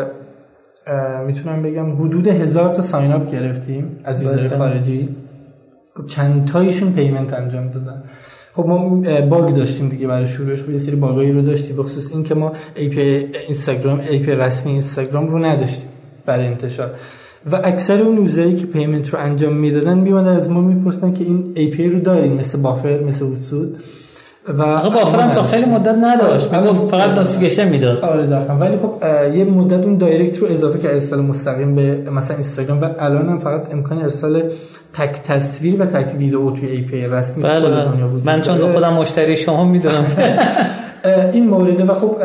Speaker 3: میتونم بگم حدود هزار تا ساین اپ گرفتیم از یوزر خارجی، چند تایشون پیمنت انجام دادن. خب ما باگ داشتیم دیگه برای شروعش، خب یه سری باگایی رو داشتیم، به خصوص این که ما ای پی اینستاگرام ای پی رسمی اینستاگرام رو نداشتیم برای انتشار و اکثر اون یوزرایی که پیمنت رو انجام میدادن میومدن از ما میپرسیدن که این ای پی رو دارین، مثل بافر، مثل وودسود.
Speaker 1: و آخه بافر هم تا خیلی مدت نداشت، میگفت فقط نوتیفیکیشن میداد.
Speaker 3: آره دقیقاً. ولی خب یه مدت اون دایرکت رو اضافه کرد، ارسال مستقیم به مثلا اینستاگرام و الان هم فقط امکان ارسال تک تصویر و تک ویدئو توی ای پی رسمی
Speaker 1: بله کل دنیا وجود من چون داره. خودم مشتری شما میدونم
Speaker 3: این مورده و خب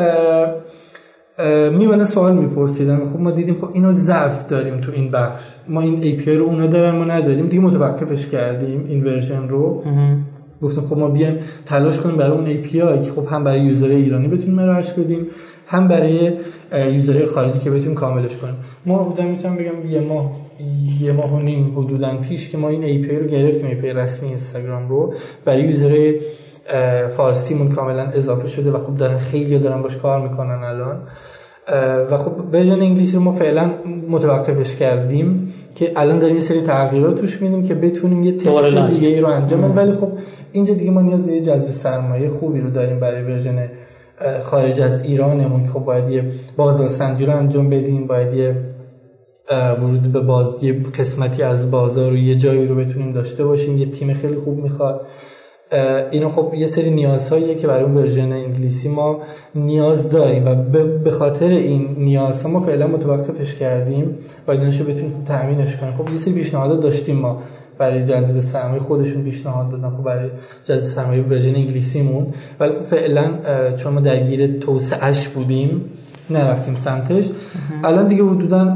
Speaker 3: میونه سوال میپرسیدن. خب ما دیدیم خب اینو ضعف داریم تو این بخش، ما این ای پی رو اونا دارن ما نداریم دیگه، متوقفش کردیم این ورژن رو. گفتم خب ما بیایم تلاش کنیم برای اون ای پی آی که خب هم برای یوزر ایرانی بتونیم ارائهش بدیم، هم برای یوزر خارجی که بتونیم کاملش کنیم. ما حدودا میتونم بگم یه ماه یه ماه و نیم حدوداً پیش که ما این ای پی رو گرفتیم، ای پی رسمی اینستاگرام رو برای یوزر فارسیمون کاملا اضافه شده و خب دارن خیلی دارن باش کار میکنن الان. و خب ورژن انگلیسی رو ما فعلا متوقفش کردیم که الان داریم یه سری تغییرات توش میدیم که بتونیم یه تست دیگه ای رو انجام بدیم. ولی خب اینجا دیگه ما نیاز به یه جذب سرمایه خوبی رو داریم برای ورژن خارج از ایرانمون که خب باید یه بازارسنجی رو انجام بدیم، باید یه ورود به بازی قسمتی از بازار رو یه جایی رو بتونیم داشته باشیم، یه تیم خیلی خوب میخواد. اینو خب یه سری نیازهاییه که برای اون ورژن انگلیسی ما نیاز داریم و به خاطر این نیازها ما فعلا متوقفش کردیم، باید اینشو بتونیم تامینش کنیم. خب یه سری پیشنهادات داشتیم ما برای جذب سرمایه، خودشون پیشنهاد دادن خب برای جذب سرمایه ورژن انگلیسیمون، ولی خب فعلا چون ما درگیر توسعهش بودیم نرفتیم سمتش. الان دیگه حدوداً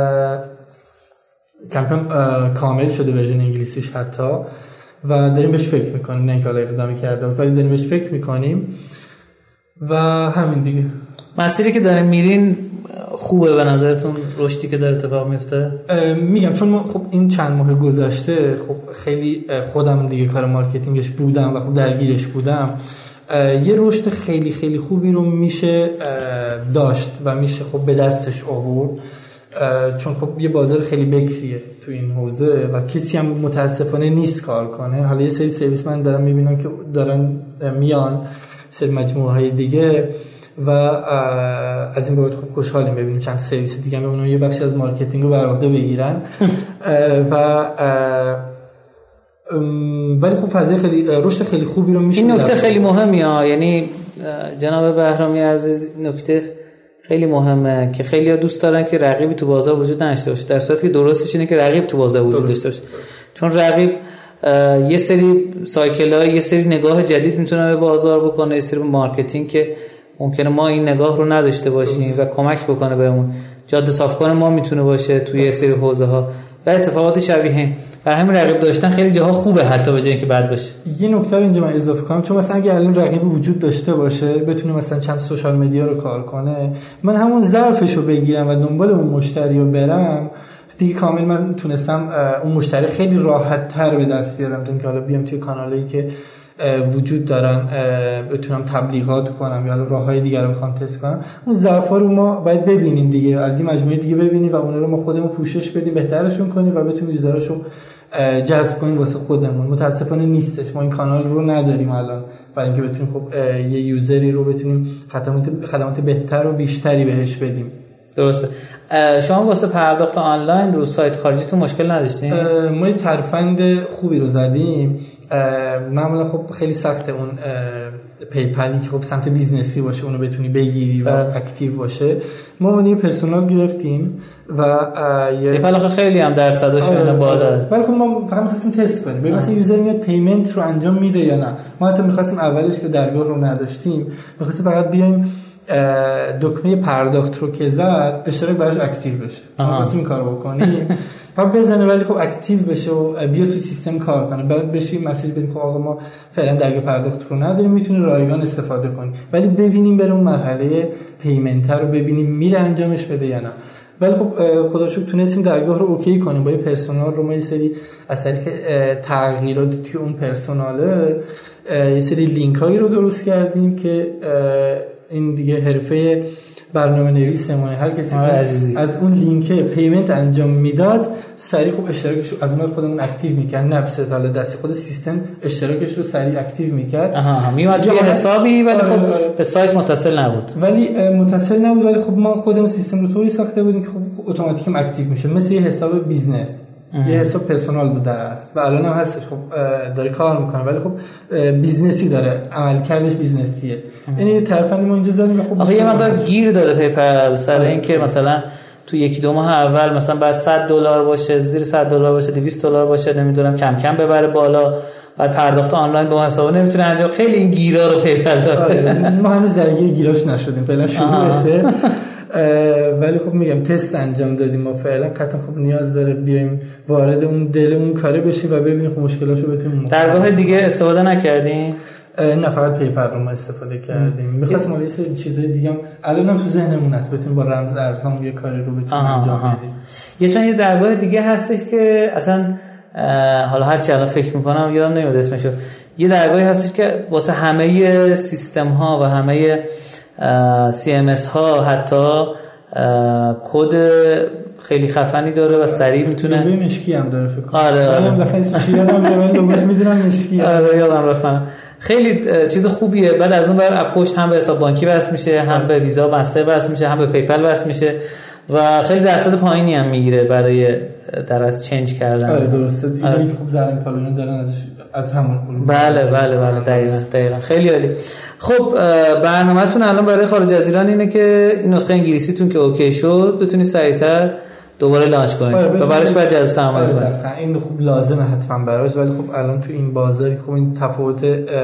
Speaker 3: کم کم کامل شده ورژن انگلیسیش حتی و داریم بهش فکر میکنیم، نه اینکه حالا اقدامی کرده ولی داریم بهش فکر میکنیم و همین دیگه.
Speaker 1: مسیری که داریم میرین خوبه به نظرتون؟ رشدی که داره اتفاق میفته؟
Speaker 3: میگم چون ما خب این چند ماه گذشته خب خیلی خودم دیگه کار مارکتینگش بودم و خب درگیرش بودم، یه رشد خیلی خیلی خوبی رو میشه داشت و میشه خب به دستش آورد. چون خب یه بازار خیلی بکریه تو این حوزه و کسی هم متاسفانه نیست کار کنه. حالا یه سری سرویس من دارم میبینم که دارن میان سری مجموعه های دیگه و از این بابت خوب خوشحالیم ببینیم چند سرویس دیگه هم اونها یه بخشی از مارکتینگ رو بر عهده بگیرن و ولی خب فضای خیلی رشد خیلی خوبی رو میشه.
Speaker 1: این نکته خیلی مهمیه ها، یعنی جناب بهرامی عزیز نکته خیلی مهمه که خیلی‌ها دوست دارن که رقیبی تو بازار وجود نداشته باشه، در صورتی که درستش اینه که رقیب تو بازار وجود داشته باشه. چون رقیب یه سری سایکل‌ها، یه سری نگاه جدید میتونه به بازار بکنه، یه سری مارکتینگ که ممکنه ما این نگاه رو نداشته باشیم و کمک بکنه بهمون. جاده صافکار ما میتونه باشه توی یه سری حوزه‌ها و اتفاقات شبیه. برای همین رقیب داشتن خیلی جاها خوبه حتی به جای اینکه بد باشه.
Speaker 3: یه نکته رو اینجا من اضافه کنم، چون مثلا اگه الان رقیب وجود داشته باشه بتونه مثلا چند سوشال مدیا رو کار کنه، من همون ظرفش رو بگیرم و دنبال اون مشتری رو برم، دیگه کامل من تونستم اون مشتری خیلی راحت تر به دست بیارم تا اینکه حالا بیام توی کانالایی که وجود دارن بتونم تبلیغات کنم یا راههای دیگر رو بخوام تست کنم. اون ضعف‌ها رو ما باید ببینیم دیگه، از این مجموعه دیگه ببینیم و اونا رو ما خودمون پوشش بدیم، بهترشون کنیم و بتونیم یوزراشو جذب کنیم واسه خودمون. متاسفانه نیستش، ما این کانال رو نداریم الان برای اینکه بتونیم خب یه یوزری رو بتونیم خدمات خدمات بهتر و بیشتری بهش بدیم.
Speaker 1: درسته. شما واسه پرداخت آنلاین رو سایت خارجیتون مشکل نداشتین؟
Speaker 3: ما یه ترفند خوبی رو زدیم. معمولا خب خیلی سخته اون پیپلی که خب سمت بیزنسی باشه اونو بتونی بگیری و اکتیو باشه. ما اون یه پرسونال گرفتیم و
Speaker 1: یه پیپل خیلی هم درصدش بالا،
Speaker 3: ولی خب ما فقط می‌خواستیم تست کنیم ببینیم مثلا یوزر میاد پیمنت رو انجام میده یا نه. ما حتی می‌خواستیم اولش که درگاه رو نداشتیم، می‌خواستیم فقط بیایم دکمه پرداخت رو که زد اشتراک براش اکتیو بشه. ما خواستیم این کارو بکنیم فقط بزنه ولی خب اکتیو بشه و بیا تو سیستم کار کنه. بعد بشیم مسیج بدیم خب آقا ما فعلا درگاه پرداخت رو نداریم، میتونی رایگان استفاده کنی، ولی ببینیم بریم اون مرحله پیمنت رو ببینیم میره انجامش بده یا نه. ولی خب خدا رو شکر تونستیم درگاه رو اوکی کنیم با یه پرسونال رو. ما یه سری از طریق تغییرات توی اون پرسوناله یه سری لینک هایی رو درست کردیم که این دیگه حرفه برنامه نویسمونه. هر کسی از اون لینک پیمنت انجام میداد سریع خوب اشتراکش رو از ما خودمون اکتیو میکرد، نه بسیار حالا دست خود سیستم اشتراکش رو سریع اکتیو میکرد.
Speaker 1: آها میومد توی حسابی ولی خب به سایت متصل نبود.
Speaker 3: ولی متصل نبود ولی خب ما خودمون سیستم رو طوری ساخته بودیم که خب اتوماتیک اکتیو میشه، مثل یه حساب بیزنس. یه حساب پرسونال بود در است و الان هم هستش، خب داره کار میکنه ولی خب بیزنسی داره، عملکردش بیزنسیه. یعنی طرفندی ما اینجا زدیم. خب
Speaker 1: آخه یه مقدار گیر داره پیپل سر این که مثلا تو یکی دو ماه اول مثلا بعد صد دلار باشه، زیر صد دلار باشه، دویست دلار باشه، نمیدونم کم کم ببره بالا، بعد پرداخت آنلاین با حساب نمیتونه انجام. خیلی این گیرا رو پیپل داره.
Speaker 3: ما هنوز درگیر گیراش نشدیم، فعلا شروعشه. ولی خب میگم تست انجام دادیم ما فعلا. قطعا خب نیاز داره بیایم وارد اون دل اون کاره بشیم و ببینیم خب مشکلاشو بتونیم.
Speaker 1: درگاه دیگه استفاده نکردین؟
Speaker 3: نه فقط پیپل رو ما استفاده کردیم. می‌خواستیم حالا یه سری چیزای دیگه هم الانم تو ذهنمون هست بتونیم با رمز ارزان یه کاری رو بتونیم انجام بدیم.
Speaker 1: یه چون یه درگاه دیگه هستش که اصلا حالا هر چی الان فکر می‌کنم یادم نمیاد اسمشو، یه درگاهی هستش که واسه همه سیستم ها و همه سی ام اس ها حتی کد خیلی خفنی داره و سریع میتونه.
Speaker 3: لوگوی مشکی هم داره فکر کنم.
Speaker 1: آره آره.
Speaker 3: من دفعه اسمش یادم نمیاد لوگوش میدونم مشکی.
Speaker 1: آره یادم رفت. خیلی چیز خوبیه. بعد از اون بر پشت هم به حساب بانکی وصل میشه، هم به ویزا مستر وصل میشه، هم به پیپل وصل میشه و خیلی درصد پایینی هم میگیره برای در از چنج کردن.
Speaker 3: آره درسته. اینا که خوب زرن کالون دارن ازش از همون علوم.
Speaker 1: بله بله بله دقیقاً دقیقاً خیلی عالی. خب برنامه‌تون الان برای خارج از ایران اینه که این نسخه انگلیسیتون که اوکی شد بتونید سریعتر دوباره لانچ کنید و براش باید جذب سرمایه کنید.
Speaker 3: این خوب لازمه حتما براش، ولی خب الان تو این بازاری خب این تفاوت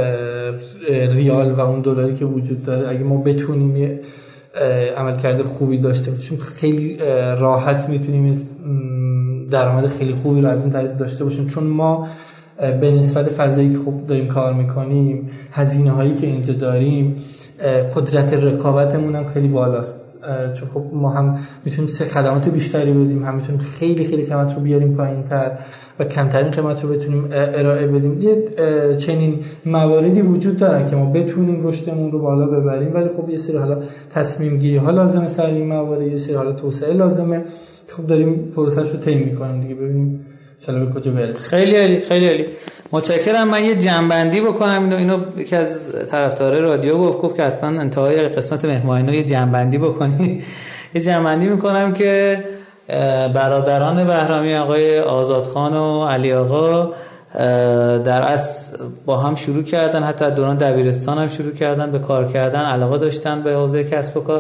Speaker 3: ریال و اون دلاری که وجود داره اگه ما بتونیم یه عملکرد خوبی داشته باشیم خیلی راحت میتونیم درآمد خیلی خوبی رو از این طریق داشته باشیم، چون ما به نسبت فضایی که خوب داریم کار میکنیم، هزینه هایی که اینجا داریم، قدرت رقابتمون هم خیلی بالاست، چون خب ما هم میتونیم سه خدمات بیشتری بدیم، هم میتونیم خیلی خیلی قیمت رو بیاریم پایین‌تر و کمترین قیمت رو بتونیم ارائه بدیم. یه چنین مواردی وجود دارن که ما بتونیم رشدمون رو بالا ببریم، ولی خب یه سری حالا تصمیم گیری ها لازمه سر این موارد، یه سری حالا توسعه لازمه خب داریم پروسش رو طی می‌کنیم دیگه، ببینیم ان به کجا برسه.
Speaker 1: خیلی عالی خیلی عالی، متشکرم. من یه جنبندی بکنم اینو اینو یکی از طرفدارای رادیو گفت گفت که حتما انتهای قسمت مهمانینا یه جنبندی بکنی. یه جنبندی میکنم که برادران بهرامی آقای آزادخان و علی آقا در اصل با هم شروع کردن، حتی دوران دبیرستان هم شروع کردن به کار کردن، علاقه داشتن به حوزه کسب و کار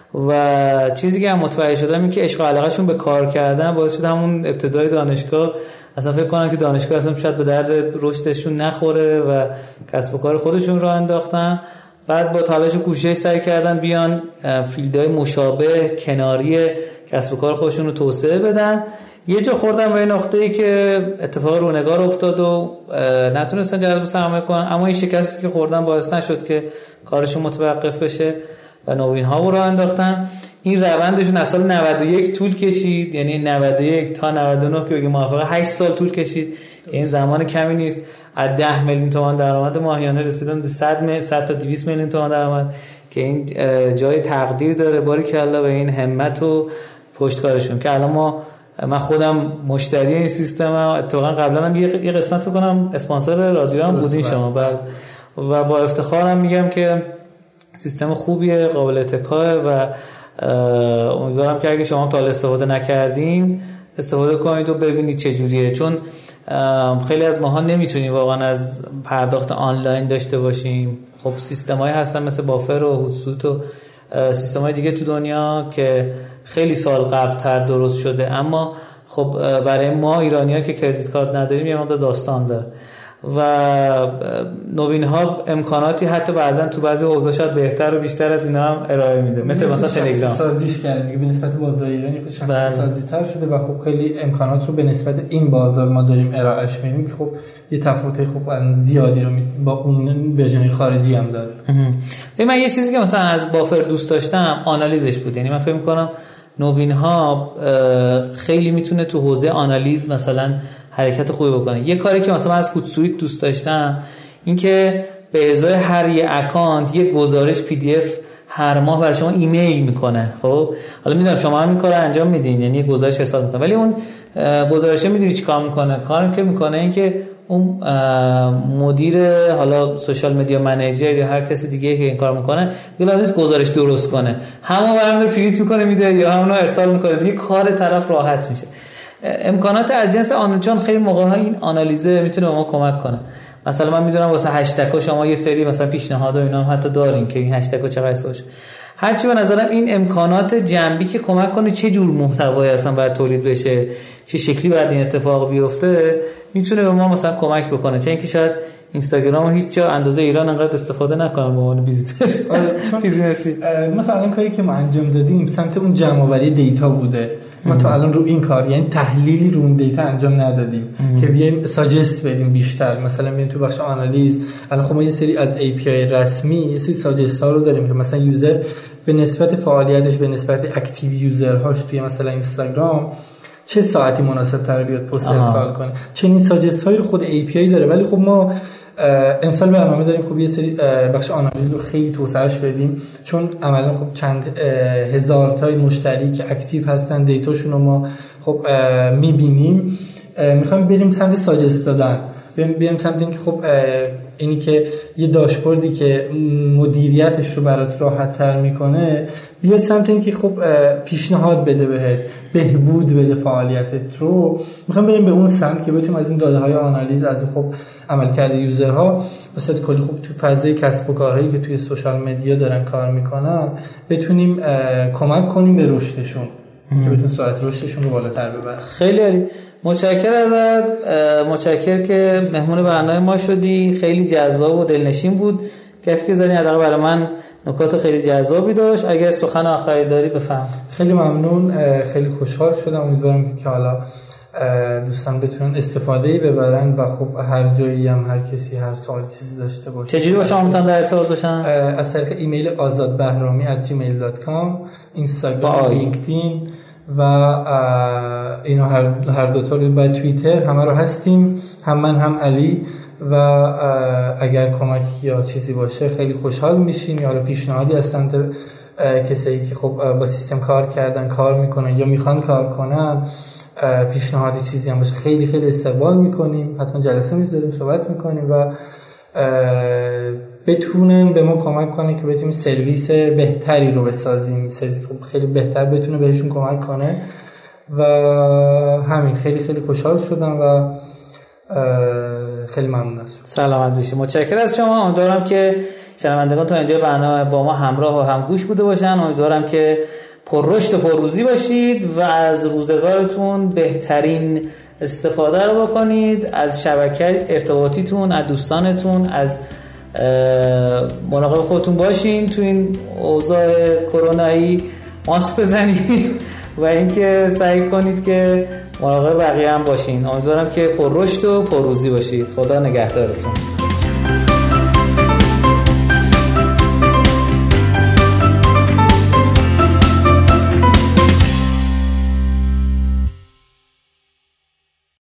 Speaker 1: و چیزی که هم متوجه شدم این که عشق و علاقهشون به کار کردن باعث شد همون ابتدای دانشگاه اصلا فکر کنن که دانشگاه اصلا شاید به درد رشدشون نخوره و کسب و کار خودشون رو انداختن. بعد با تلاش و کوشش سعی کردن بیان فیلدهای مشابه کناری کسب و کار خودشون رو توسعه بدن. یه جا خوردن به نقطه‌ای که اتفاق رونگار افتاد و نتونستن جذب سرمایه کنن، اما این شکستی که خوردن باعث نشد که کارشون متوقف بشه و نوین ها رو انداختن. این روندشون از سال نود و یک طول کشید، یعنی نود و یک تا نود و نه که بگیم موافقه هشت سال طول کشید که این زمان کمی نیست. از ده میلیون تومان درآمد ماهیانه رسیدن به صد تا دویست میلیون تومان درآمد که این جای تقدیر داره. باریکلا به این همت و پشتکارشون که الان ما من خودم مشتری این سیستمم، اتفاقا قبلا هم یه قسمت بکنم اسپانسر رادیو هم بودین شما بله، و با افتخارم میگم که سیستم خوبیه، قابل اتکاه و امیدوارم که اگه شما تا استفاده نکردین استفاده کنید و ببینید چه جوریه، چون خیلی از ماها نمیتونیم واقعا از پرداخت آنلاین داشته باشیم. خب سیستمایی هستن مثل بافر و هوتسوت و سیستمای دیگه تو دنیا که خیلی سال قبل‌تر درست شده، اما خب برای ما ایرانی‌ها که کردیت کارت نداریم یه مقدار داستان داره و نوین ها امکاناتی حتی بعضا تو بعضی حوزه شاید بهتر و بیشتر از اینا هم ارائه میده، مثل مثلا تلگرام
Speaker 3: سازیش کرد دیگه به نسبت بازار ایرانی خود شخصی سازی تر شده و خب خیلی امکانات رو به نسبت این بازار ما داریم ارائهش میدیم که خب یه تفاوت خب زیادی رو با اون ورژن خارجی هم داره.
Speaker 1: من یه چیزی که مثلا از بافر دوست داشتم آنالیزش بود، یعنی من فکر می‌کنم نوین ها خیلی میتونه تو حوزه آنالیز مثلا حرکت خوبی بکنه. یه کاری که مثلا از هوتسویت دوست داشتم این که به ازای هر یه اکانت یه گزارش پی دی اف هر ماه برای شما ایمیل میکنه. خب حالا میدونم شما هم این کارو انجام میدین، یعنی گزارش حساب میکنه، ولی اون گزارشه میدونی چی کار میکنه؟ کاری که میکنه این که اون مدیر حالا سوشال مدیا منیجر یا هر کسی دیگه که این کار میکنه دیگه لازم گزارش درست کنه، همون برام پرینت میکنه میده یا همون ارسال میکنه، دیگه کار طرف راحت میشه. امکانات از جنس آن، چون خیلی موقع‌ها این آنالیزه میتونه به ما کمک کنه. مثلا من میدونم واسه هشتگ شما یه سری مثلا پیشنهاد و اینا هم حتی دارین که این هشتگ چقدر سوش، هرچی به نظرم این امکانات جنبی که کمک کنه چه جور محتوایی اصلا باید تولید بشه، چه شکلی باید این اتفاق بیفته، میتونه به ما مثلا کمک بکنه. چه اینکه شاید اینستاگرام هیچ جا اندازه ایران انقدر استفاده نکنن به عنوان بیزنسی.
Speaker 3: مثلا الان کاری که ما انجام دادیم سمت اون جمع آوری دیتا بوده. ما تا الان رو این کار یعنی تحلیلی رو اون دیتا انجام ندادیم ام. که بیایم ساجست بدیم بیشتر. مثلا میایم تو بخش آنالیز، الان خب ما یه سری از ای پی آی رسمی یه سری ساجست ها رو داریم که مثلا یوزر به نسبت فعالیتش به نسبت اکتیو یوزرهاش توی مثلا اینستاگرام چه ساعتی مناسب تر بیاد پست ارسال کنه، چنین ساجست هایی رو خود ای پی آی داره. ولی خب ما امسال برنامه داریم خب یه سری بخش آنالیز رو خیلی توسعهش بدیم، چون عملا خب چند هزار تای مشتری که اکتیو هستن دیتاشون رو ما خب میبینیم. میخوایم بریم سمت ساجست دادن، بریم سمت اینکه خب اینی که یه داشبوردی که مدیریتش رو برات راحت تر میکنه بیاد سمت اینکه خب پیشنهاد بده بهت، بهبود بده فعالیتت رو. میخوام بریم به اون سمت که بتونیم از این داده های آنالیز از خب عملکرد یوزرها واسه کلی خب تو فضای کسب و کارهایی که توی سوشال مدیا دارن کار میکنن بتونیم کمک کنیم به رشدشون که بتونن سرعت رشدشون رو بالاتر ببرن.
Speaker 1: خیلی عالی، متشکرم ازت، متشکرم که مهمون برنامه ما شدی. خیلی جذاب و دلنشین بود گفتی که زدی، حداقل برای من نکات خیلی جذابی داشت. اگر سخن آخری داری بفهم.
Speaker 3: خیلی ممنون، خیلی خوشحال شدم. امیدوارم که حالا دوستان بتونن استفاده‌ای ببرن و خب هر جایی هم هر کسی هر سوالی چیزی داشته باشه
Speaker 1: چجوری با شما میتونن در ارتباط باشن؟
Speaker 3: از طریق ایمیل آزادبهرامی ات جیمیل دات کام، اینستاگرام، لینکدین و اینا هر هر دو تا رو با توییتر همه رو هستیم، هم من هم علی. و اگر کمک یا چیزی باشه خیلی خوشحال میشیم، یا حالا پیشنهادی از سمت کسایی که خب با سیستم کار کردن، کار میکنن یا میخوان کار کنن، پیشنهادی چیزی هم باشه خیلی خیلی استقبال میکنیم، حتما جلسه میذاریم صحبت میکنیم و بتونن به ما کمک کنن که بتونیم سرویس بهتری رو بسازیم، سرویس که خیلی بهتر بتونه بهشون کمک کنه و همین. خیلی خیلی خوشحال شدم و خیلی ممنون از شما.
Speaker 1: سلامت باشید. متشکرم از شما. امیدوارم که شنوندگان تا اینجا برنامه با ما همراه و همگوش بوده باشن. امیدوارم که پر رشد و پر روزی باشید و از روزگارتون بهترین استفاده رو بکنید، از شبکه ارتباطیتون، از دوستانتون، از مراقب خودتون باشین، تو این اوضاع کرونایی ماسک بزنید و اینکه سعی کنید که مراقب بقیه هم باشین. امیدوارم که پر رشد و پر روزی باشید. خدا نگهدارتون.